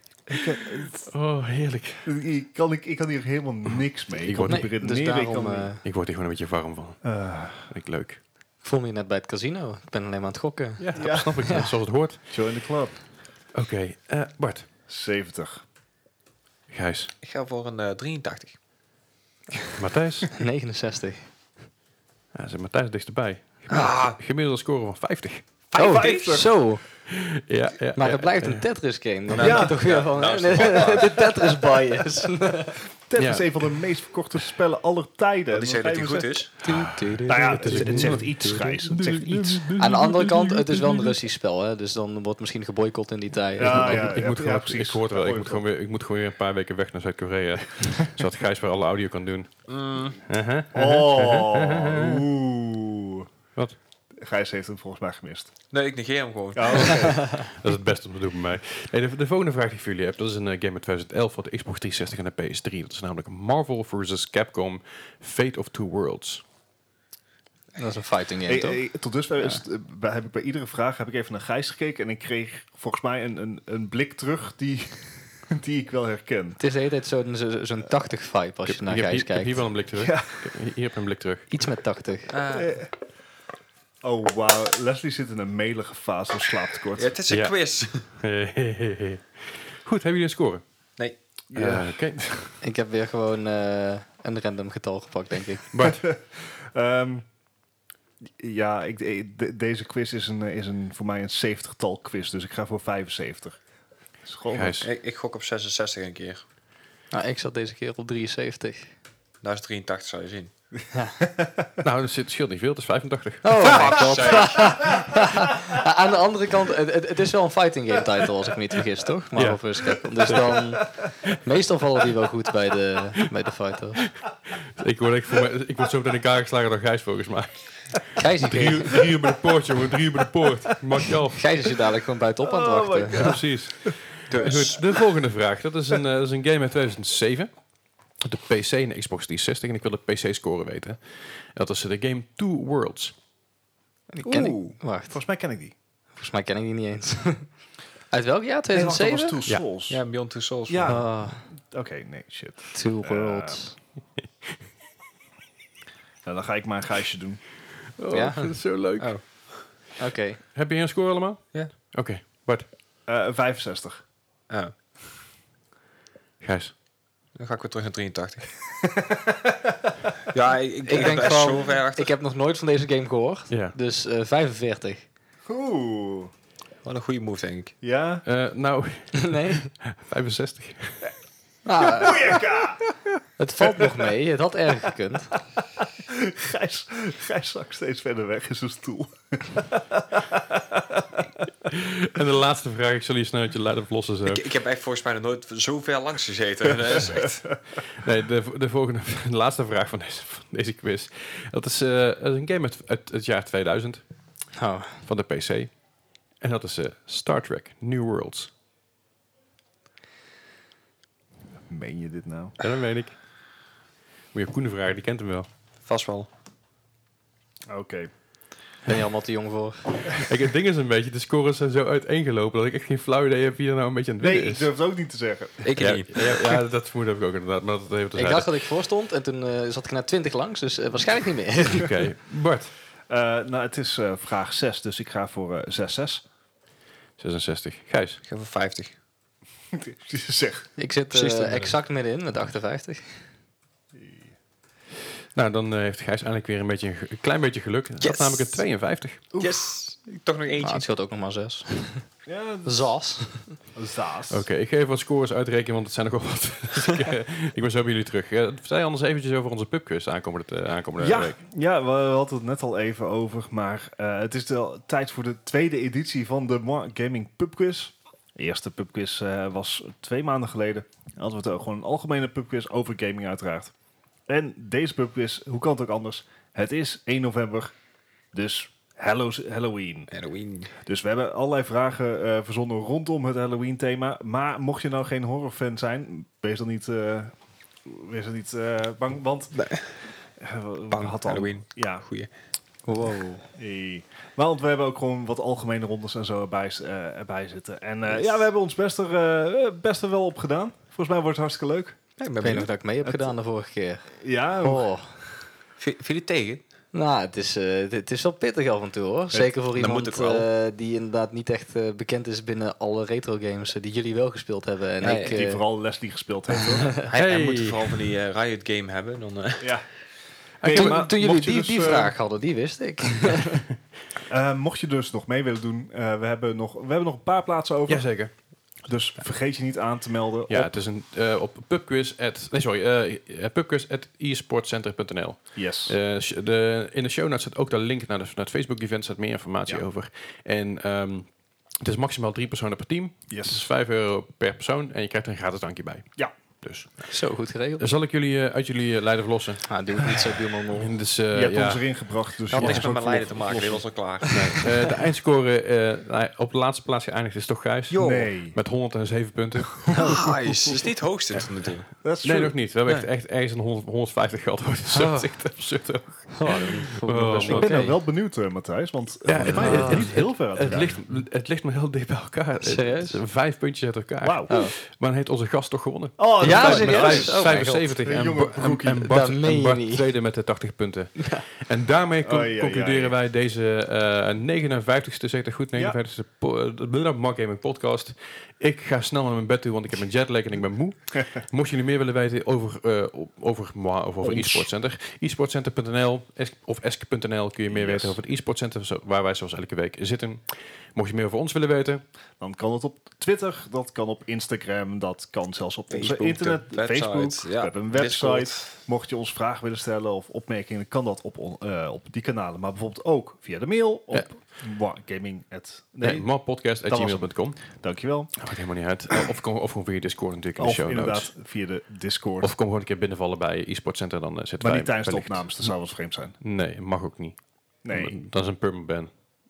Oh, heerlijk. Ik kan, ik, ik kan hier helemaal niks mee. Ik, Ik kan word- niet Nee, dus redeneren. ik daarom... kan eh, niet- Ik word hier gewoon een beetje warm van. Uh, Vind ik leuk. ik voel me net bij het casino. Ik ben alleen maar aan het gokken. Ja, dat Ja. snap ik. Zoals het hoort. join the club. Oké, eh, Bart. zeventig. Gijs. Ik ga voor een uh, drieëntachtig. Matthijs. negenenzestig. Ja, zit Matthijs dichterbij. Ah. Gemiddelde score van vijftig. Oh, vijftig. zo. Ja, ja, Maar ja, het blijft ja. een Tetris game. Dan Ja. denk je toch weer van... Nou, hè, de Tetris bias. Tetris Ja. is een van de meest verkochte spellen aller tijden. Dat is En dat dan hij ga je goed zeggen- is. Nou ja, het, is- het zegt iets, Gijs. Het zegt iets. Aan de andere kant, het is wel een Russisch spel. Hè? Dus dan wordt misschien geboycott in die tijd. Ja, ik, ja, ik, ja, moet ja, gewoon, precies. ik, hoor het wel, ik, Gooi moet het gewoon weer, ik moet gewoon weer een paar weken weg naar Zuid-Korea. Zodat Gijs weer alle audio kan doen. Mm. Uh-huh. Oh, oeh. Wat? Gijs heeft hem volgens mij gemist. Nee, ik negeer hem gewoon. Oh, oké. Dat is het beste om te doen bij mij. Nee, de, de volgende vraag die ik voor jullie heb, dat is een uh, game uit twintig elf voor de Xbox driehonderdzestig en de P S drie. Dat is namelijk Marvel versus. Capcom Fate of Two Worlds. Dat is een fighting game, Hey, toch? hey, tot dusver is het, eh, bij- heb ik bij iedere vraag heb ik even naar Gijs gekeken en ik kreeg volgens mij een, een, een blik terug die, die ik wel herken. Het is de hele tijd zo'n zo, zo'n tachtig vibe als Ik je heb, naar ik heb, Gijs hier, ik heb kijkt. hier wel een blik terug. Ja. Ik heb- Hier, hier heb je een blik terug. Iets met tachtig. Uh, Eh, Oh, wauw. Leslie zit in een melige fase van slaaptekort. ja, het is een Ja. quiz. Goed, hebben jullie een score? Nee. Ja. Uh, Oké. Ik heb weer gewoon eh, een random getal gepakt, denk ik. Bart. Ehm, ja, ik, de- deze quiz is, een, is een, voor mij een zeventigtal quiz, dus ik ga voor vijfenzeventig. Dat is gewoon Gijs. Ik, ik gok op zesenzestig een keer. Nou, ik zat deze keer op drieënzeventig. Nou is drieëntachtig, zou je zien. Nou, dat scheelt niet veel. Het is vijfentachtig. Oh my god. Zeg. Aan de andere kant, het, het, het is wel een fighting game title, als ik me niet vergis, toch? Marvel Ja. versus. Capcom. Dus dan... Meestal vallen die wel goed bij de, bij de fighters. Ik word, echt voor mij, ik word zo meteen in elkaar geslagen door Gijs, volgens mij. Gijs, die Drie uur, drie uur bij de poort, jongen. Drie uur bij de poort. Mag je af. Gijs is je dadelijk gewoon buitenop aan het Oh my wachten. Ja, precies. Dus. Goed, de volgende vraag. Dat is een, eh, dat is een game uit tweeduizend zeven. Op de P C en de Xbox driehonderdzestig. En ik wil de P C-score weten. En dat is de game Two Worlds. Die ken Oeh. ik. Wacht, Volgens mij ken ik die. volgens mij ken ik die niet eens. Uit welk jaar? Nee, wacht, dat tweeduizend zeven? was Two Ja. Souls. Ja, Beyond Two Souls. Ja. Ah, Oké, nee, shit. Two Worlds. Nou, dan ga ik maar een Gijsje doen. Oh, Ja. ik vind het zo leuk. Oh. Oké. Heb je een score allemaal? Ja. Oké, Bart. Eh vijfenzestig. Oh. Gijs. Dan ga ik weer terug naar drieëntachtig. Ja, ik, ik, Ik denk denk echt van, zo ver achter. ik heb nog nooit van deze game gehoord. Ja. Dus eh, vijfenveertig. Oeh. Wat een goede move, denk ik. Ja? Uh, nou, Nee? vijfenzestig. Nou, het valt nog mee. Het had erger gekund. Gijs, Gijs zakt steeds verder weg in zijn stoel. En de laatste vraag, ik zal hier snel uit je luid oplossen. Zo. Ik, ik heb echt volgens mij nog nooit zo ver langs gezeten. Dat is echt... Nee, de, de volgende, de laatste vraag van deze, van deze quiz. Dat is, uh, dat is een game uit, uit het jaar tweeduizend Oh. van de P C. En dat is uh, Star Trek New Worlds. Meen je dit nou? En dat weet ik. Moet je op Koen vragen, die kent hem wel. Vast wel. Oké. Okay. Ben je allemaal te jong voor? Kijk, het ding is een beetje, de scores zijn zo uiteengelopen dat ik echt geen flauw idee heb wie er nou een beetje aan het winnen Nee, is. ik durf het ook niet te zeggen. Ik ja, niet. Ja, ja, dat vermoeden heb ik ook inderdaad. Maar dat heeft Ik dacht dat ik voor stond en toen uh, zat ik naar twintig langs, dus uh, waarschijnlijk niet meer. Oké, okay. Bart. Uh, nou, het is uh, vraag zes, dus ik ga voor uh, zes zes. zesenzestig. Gijs. Ik ga voor vijftig. Zeg. Ik zit uh, exact middenin met achtenvijftig. Nou, dan uh, heeft Gijs eigenlijk weer een, beetje, een klein beetje geluk. Dat Yes. is namelijk een tweeënvijftig. Oef. Yes! Toch nog eentje. Nou, het scheelt ook nog maar zes. Ja, Zas. Zaas. Oké, okay, ik ga even wat scores uitrekenen, want het zijn nog wel wat. Dus ik, uh, ik ben zo bij jullie terug. Uh, vertel je anders eventjes over onze pubquiz aankomende, uh, aankomende ja, week. Ja, we hadden het net al even over, maar uh, het is de tijd voor de tweede editie van de More Gaming Pubquiz. De eerste pubquiz uh, was twee maanden geleden. Dan hadden we het gewoon een algemene pubquiz over gaming uiteraard. En deze pubquiz, hoe kan het ook anders? Het is één november, dus Hallow- Halloween. Halloween. Dus we hebben allerlei vragen uh, verzonnen rondom het Halloween thema. Maar mocht je nou geen horrorfan zijn, wees dan niet, uh, wees dan niet uh, bang, want... Nee. Uh, Bang, had al, Halloween. Ja. Goeie. Wow. Hey. Want we hebben ook gewoon wat algemene rondes en zo erbij, uh, erbij zitten. En uh, ja, we hebben ons best er, uh, best er wel op gedaan. Volgens mij wordt het hartstikke leuk. Ja, ik Ik ben weet nog benieuwd. dat ik mee heb Het- gedaan de vorige keer. Ja, Oh. Viel viel je tegen? Nou, het is, uh, het is wel pittig af en toe hoor. Zeker voor dat iemand moet ook wel. uh, die inderdaad niet echt uh, bekend is binnen alle retro games uh, die jullie wel gespeeld hebben. En Ja, ik, die uh, vooral Leslie gespeeld heeft. Hoor. Hij, hij Hey. moet vooral van die uh, Riot game hebben. Dan, uh, Ja. toen, Hey, maar toen jullie mocht je die, dus, die uh, vraag hadden, die wist ik. Uh, mocht je dus nog mee willen doen, uh, we, hebben nog, we hebben nog een paar plaatsen over. Jazeker. Dus vergeet je niet aan te melden. Ja, op, het is een, uh, op pubquiz at, nee, sorry, uh, pubquiz at e sportcenter punt n l. yes. Uh, sh- de, in de show notes staat ook de link naar, de, naar het Facebook-event, staat meer informatie Ja. over. En um, het is maximaal drie personen per team. Yes. Het is vijf euro per persoon en je krijgt er een gratis drankje bij. Ja. Dus Zo, goed geregeld. dan zal ik jullie uh, uit jullie uh, lijden verlossen. Ah, doe het niet zo, Bielman. En dus, uh, je hebt ja. ons erin gebracht. Dus had je niks mag met ons mijn ook lijden te maken. Dit was al klaar. Nee, uh, de eindscore uh, nou, op de laatste plaats geëindigd is toch Gijs. Yo. Nee. Met honderdzeven punten. Nice. Dat is niet het hoogste tot nu toe. Dat is Nee, true. nog niet. We hebben Nee. echt, echt ergens een honderd, honderdvijftig gehad. Dat is Oh. echt absurd hoog. Oh, Oh, best Ik wel ben oké. nou wel benieuwd, uh, Matthijs. Want Ja, uh, het- mij het- het niet heel ver uit Het elkaar. ligt, het ligt me heel dicht bij elkaar. Het- Serieus? het zijn vijf puntjes uit elkaar. Wauw. Oh. Maar dan heeft onze gast toch gewonnen. Oh, Ja, dat is serieus? met Met vijf- Oh vijf- my God. vijfenzeventig en, Een jonge Ba- en, broekie. en Bart, Dat meen en je Bart niet. tweede met de tachtig punten. En daarmee con- Oei, oei, concluderen oei. wij deze uh, negenenvijftigste, zeg ik dat goed, negenenvijftigste po- de Mark Gaming podcast. Ik ga snel naar mijn bed toe, want ik heb een jetlag en ik ben moe. Mocht jullie meer willen weten over, uh, over, moi, of over Ons. eSports Center, e sportcenter punt n l es- of esk punt n l kun je meer Yes. weten over het eSports Center, zo- waar wij zoals elke week zitten. Mocht je meer over ons willen weten, Dan kan het op Twitter, dat kan op Instagram, dat kan zelfs op Facebook, onze internet, de website, Facebook. ja, We hebben een website. Discord. Mocht je ons vragen willen stellen of opmerkingen, dan kan dat op, on- uh, op die kanalen. Maar bijvoorbeeld ook via de mail op Ja. gaming. At, nee, nee, mapodcast at dat was gmail punt com. dankjewel. Dat maakt helemaal niet uit. Uh, of, kom, of gewoon via Discord natuurlijk in de Of show inderdaad notes. via de Discord. Of kom gewoon een keer binnenvallen bij eSports Center, dan uh, zitten maar wij niet tijdens de wellicht. opnames, dat zou wel vreemd zijn. Nee, mag ook niet. Nee. Dat is een permanent ban.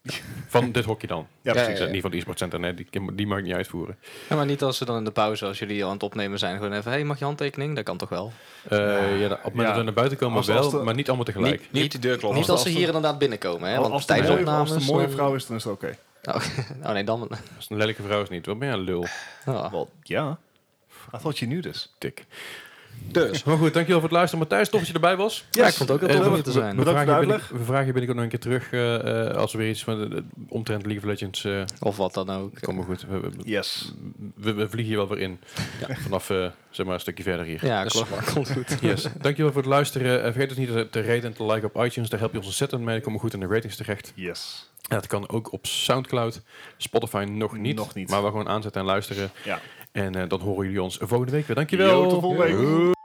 Van dit hokje dan. Ja, Ja, precies. Ik zeg niet van het eSports Center, nee, die, die mag ik niet uitvoeren. Ja, maar niet als ze dan in de pauze, als jullie aan het opnemen zijn, gewoon even, hey, mag je handtekening? Dat kan toch wel? Uh, ja, op het moment Ja. dat we naar buiten komen Als- wel, als de- maar niet allemaal tegelijk. Niet, niet op die deur kloppen. Niet als ze hier inderdaad binnenkomen, hè? Als, Want als, de tijdens mooie, opnames... als de mooie dan- vrouw is, dan is het oké. Oh, oh nee, dan... Als het een lelijke vrouw is niet. Wat ben jij een lul? Oh. Wel, ja. I thought you knew this. Dik. Dus. Maar goed, dankjewel voor het luisteren. Matthijs, tof dat je erbij was. Ja, ik vond het ook heel Eh, tof om we- hier te we- zijn. We Bedankt vragen, voor de je binnen, we vragen je binnenkort nog een keer terug uh, uh, als er weer iets van de, de, omtrent League of Legends uh, Of wat dan ook. komen. Goed, we, we, Yes. we, we vliegen hier wel weer in. Ja. Vanaf uh, zeg maar een stukje verder hier. Ja, Dus- klopt. Komt goed. Yes. Dankjewel voor het luisteren. Uh, vergeet dus niet te, te raten en te liken op iTunes. Daar help je ons ontzettend mee. Dan komen we goed in de ratings terecht. Yes. Ja, dat kan ook op Soundcloud. Spotify nog niet. Nog niet. Maar we gewoon aanzetten en luisteren. Ja. En uh, dan horen jullie ons volgende week weer. Dankjewel. Yo, tot volgende week. Yo.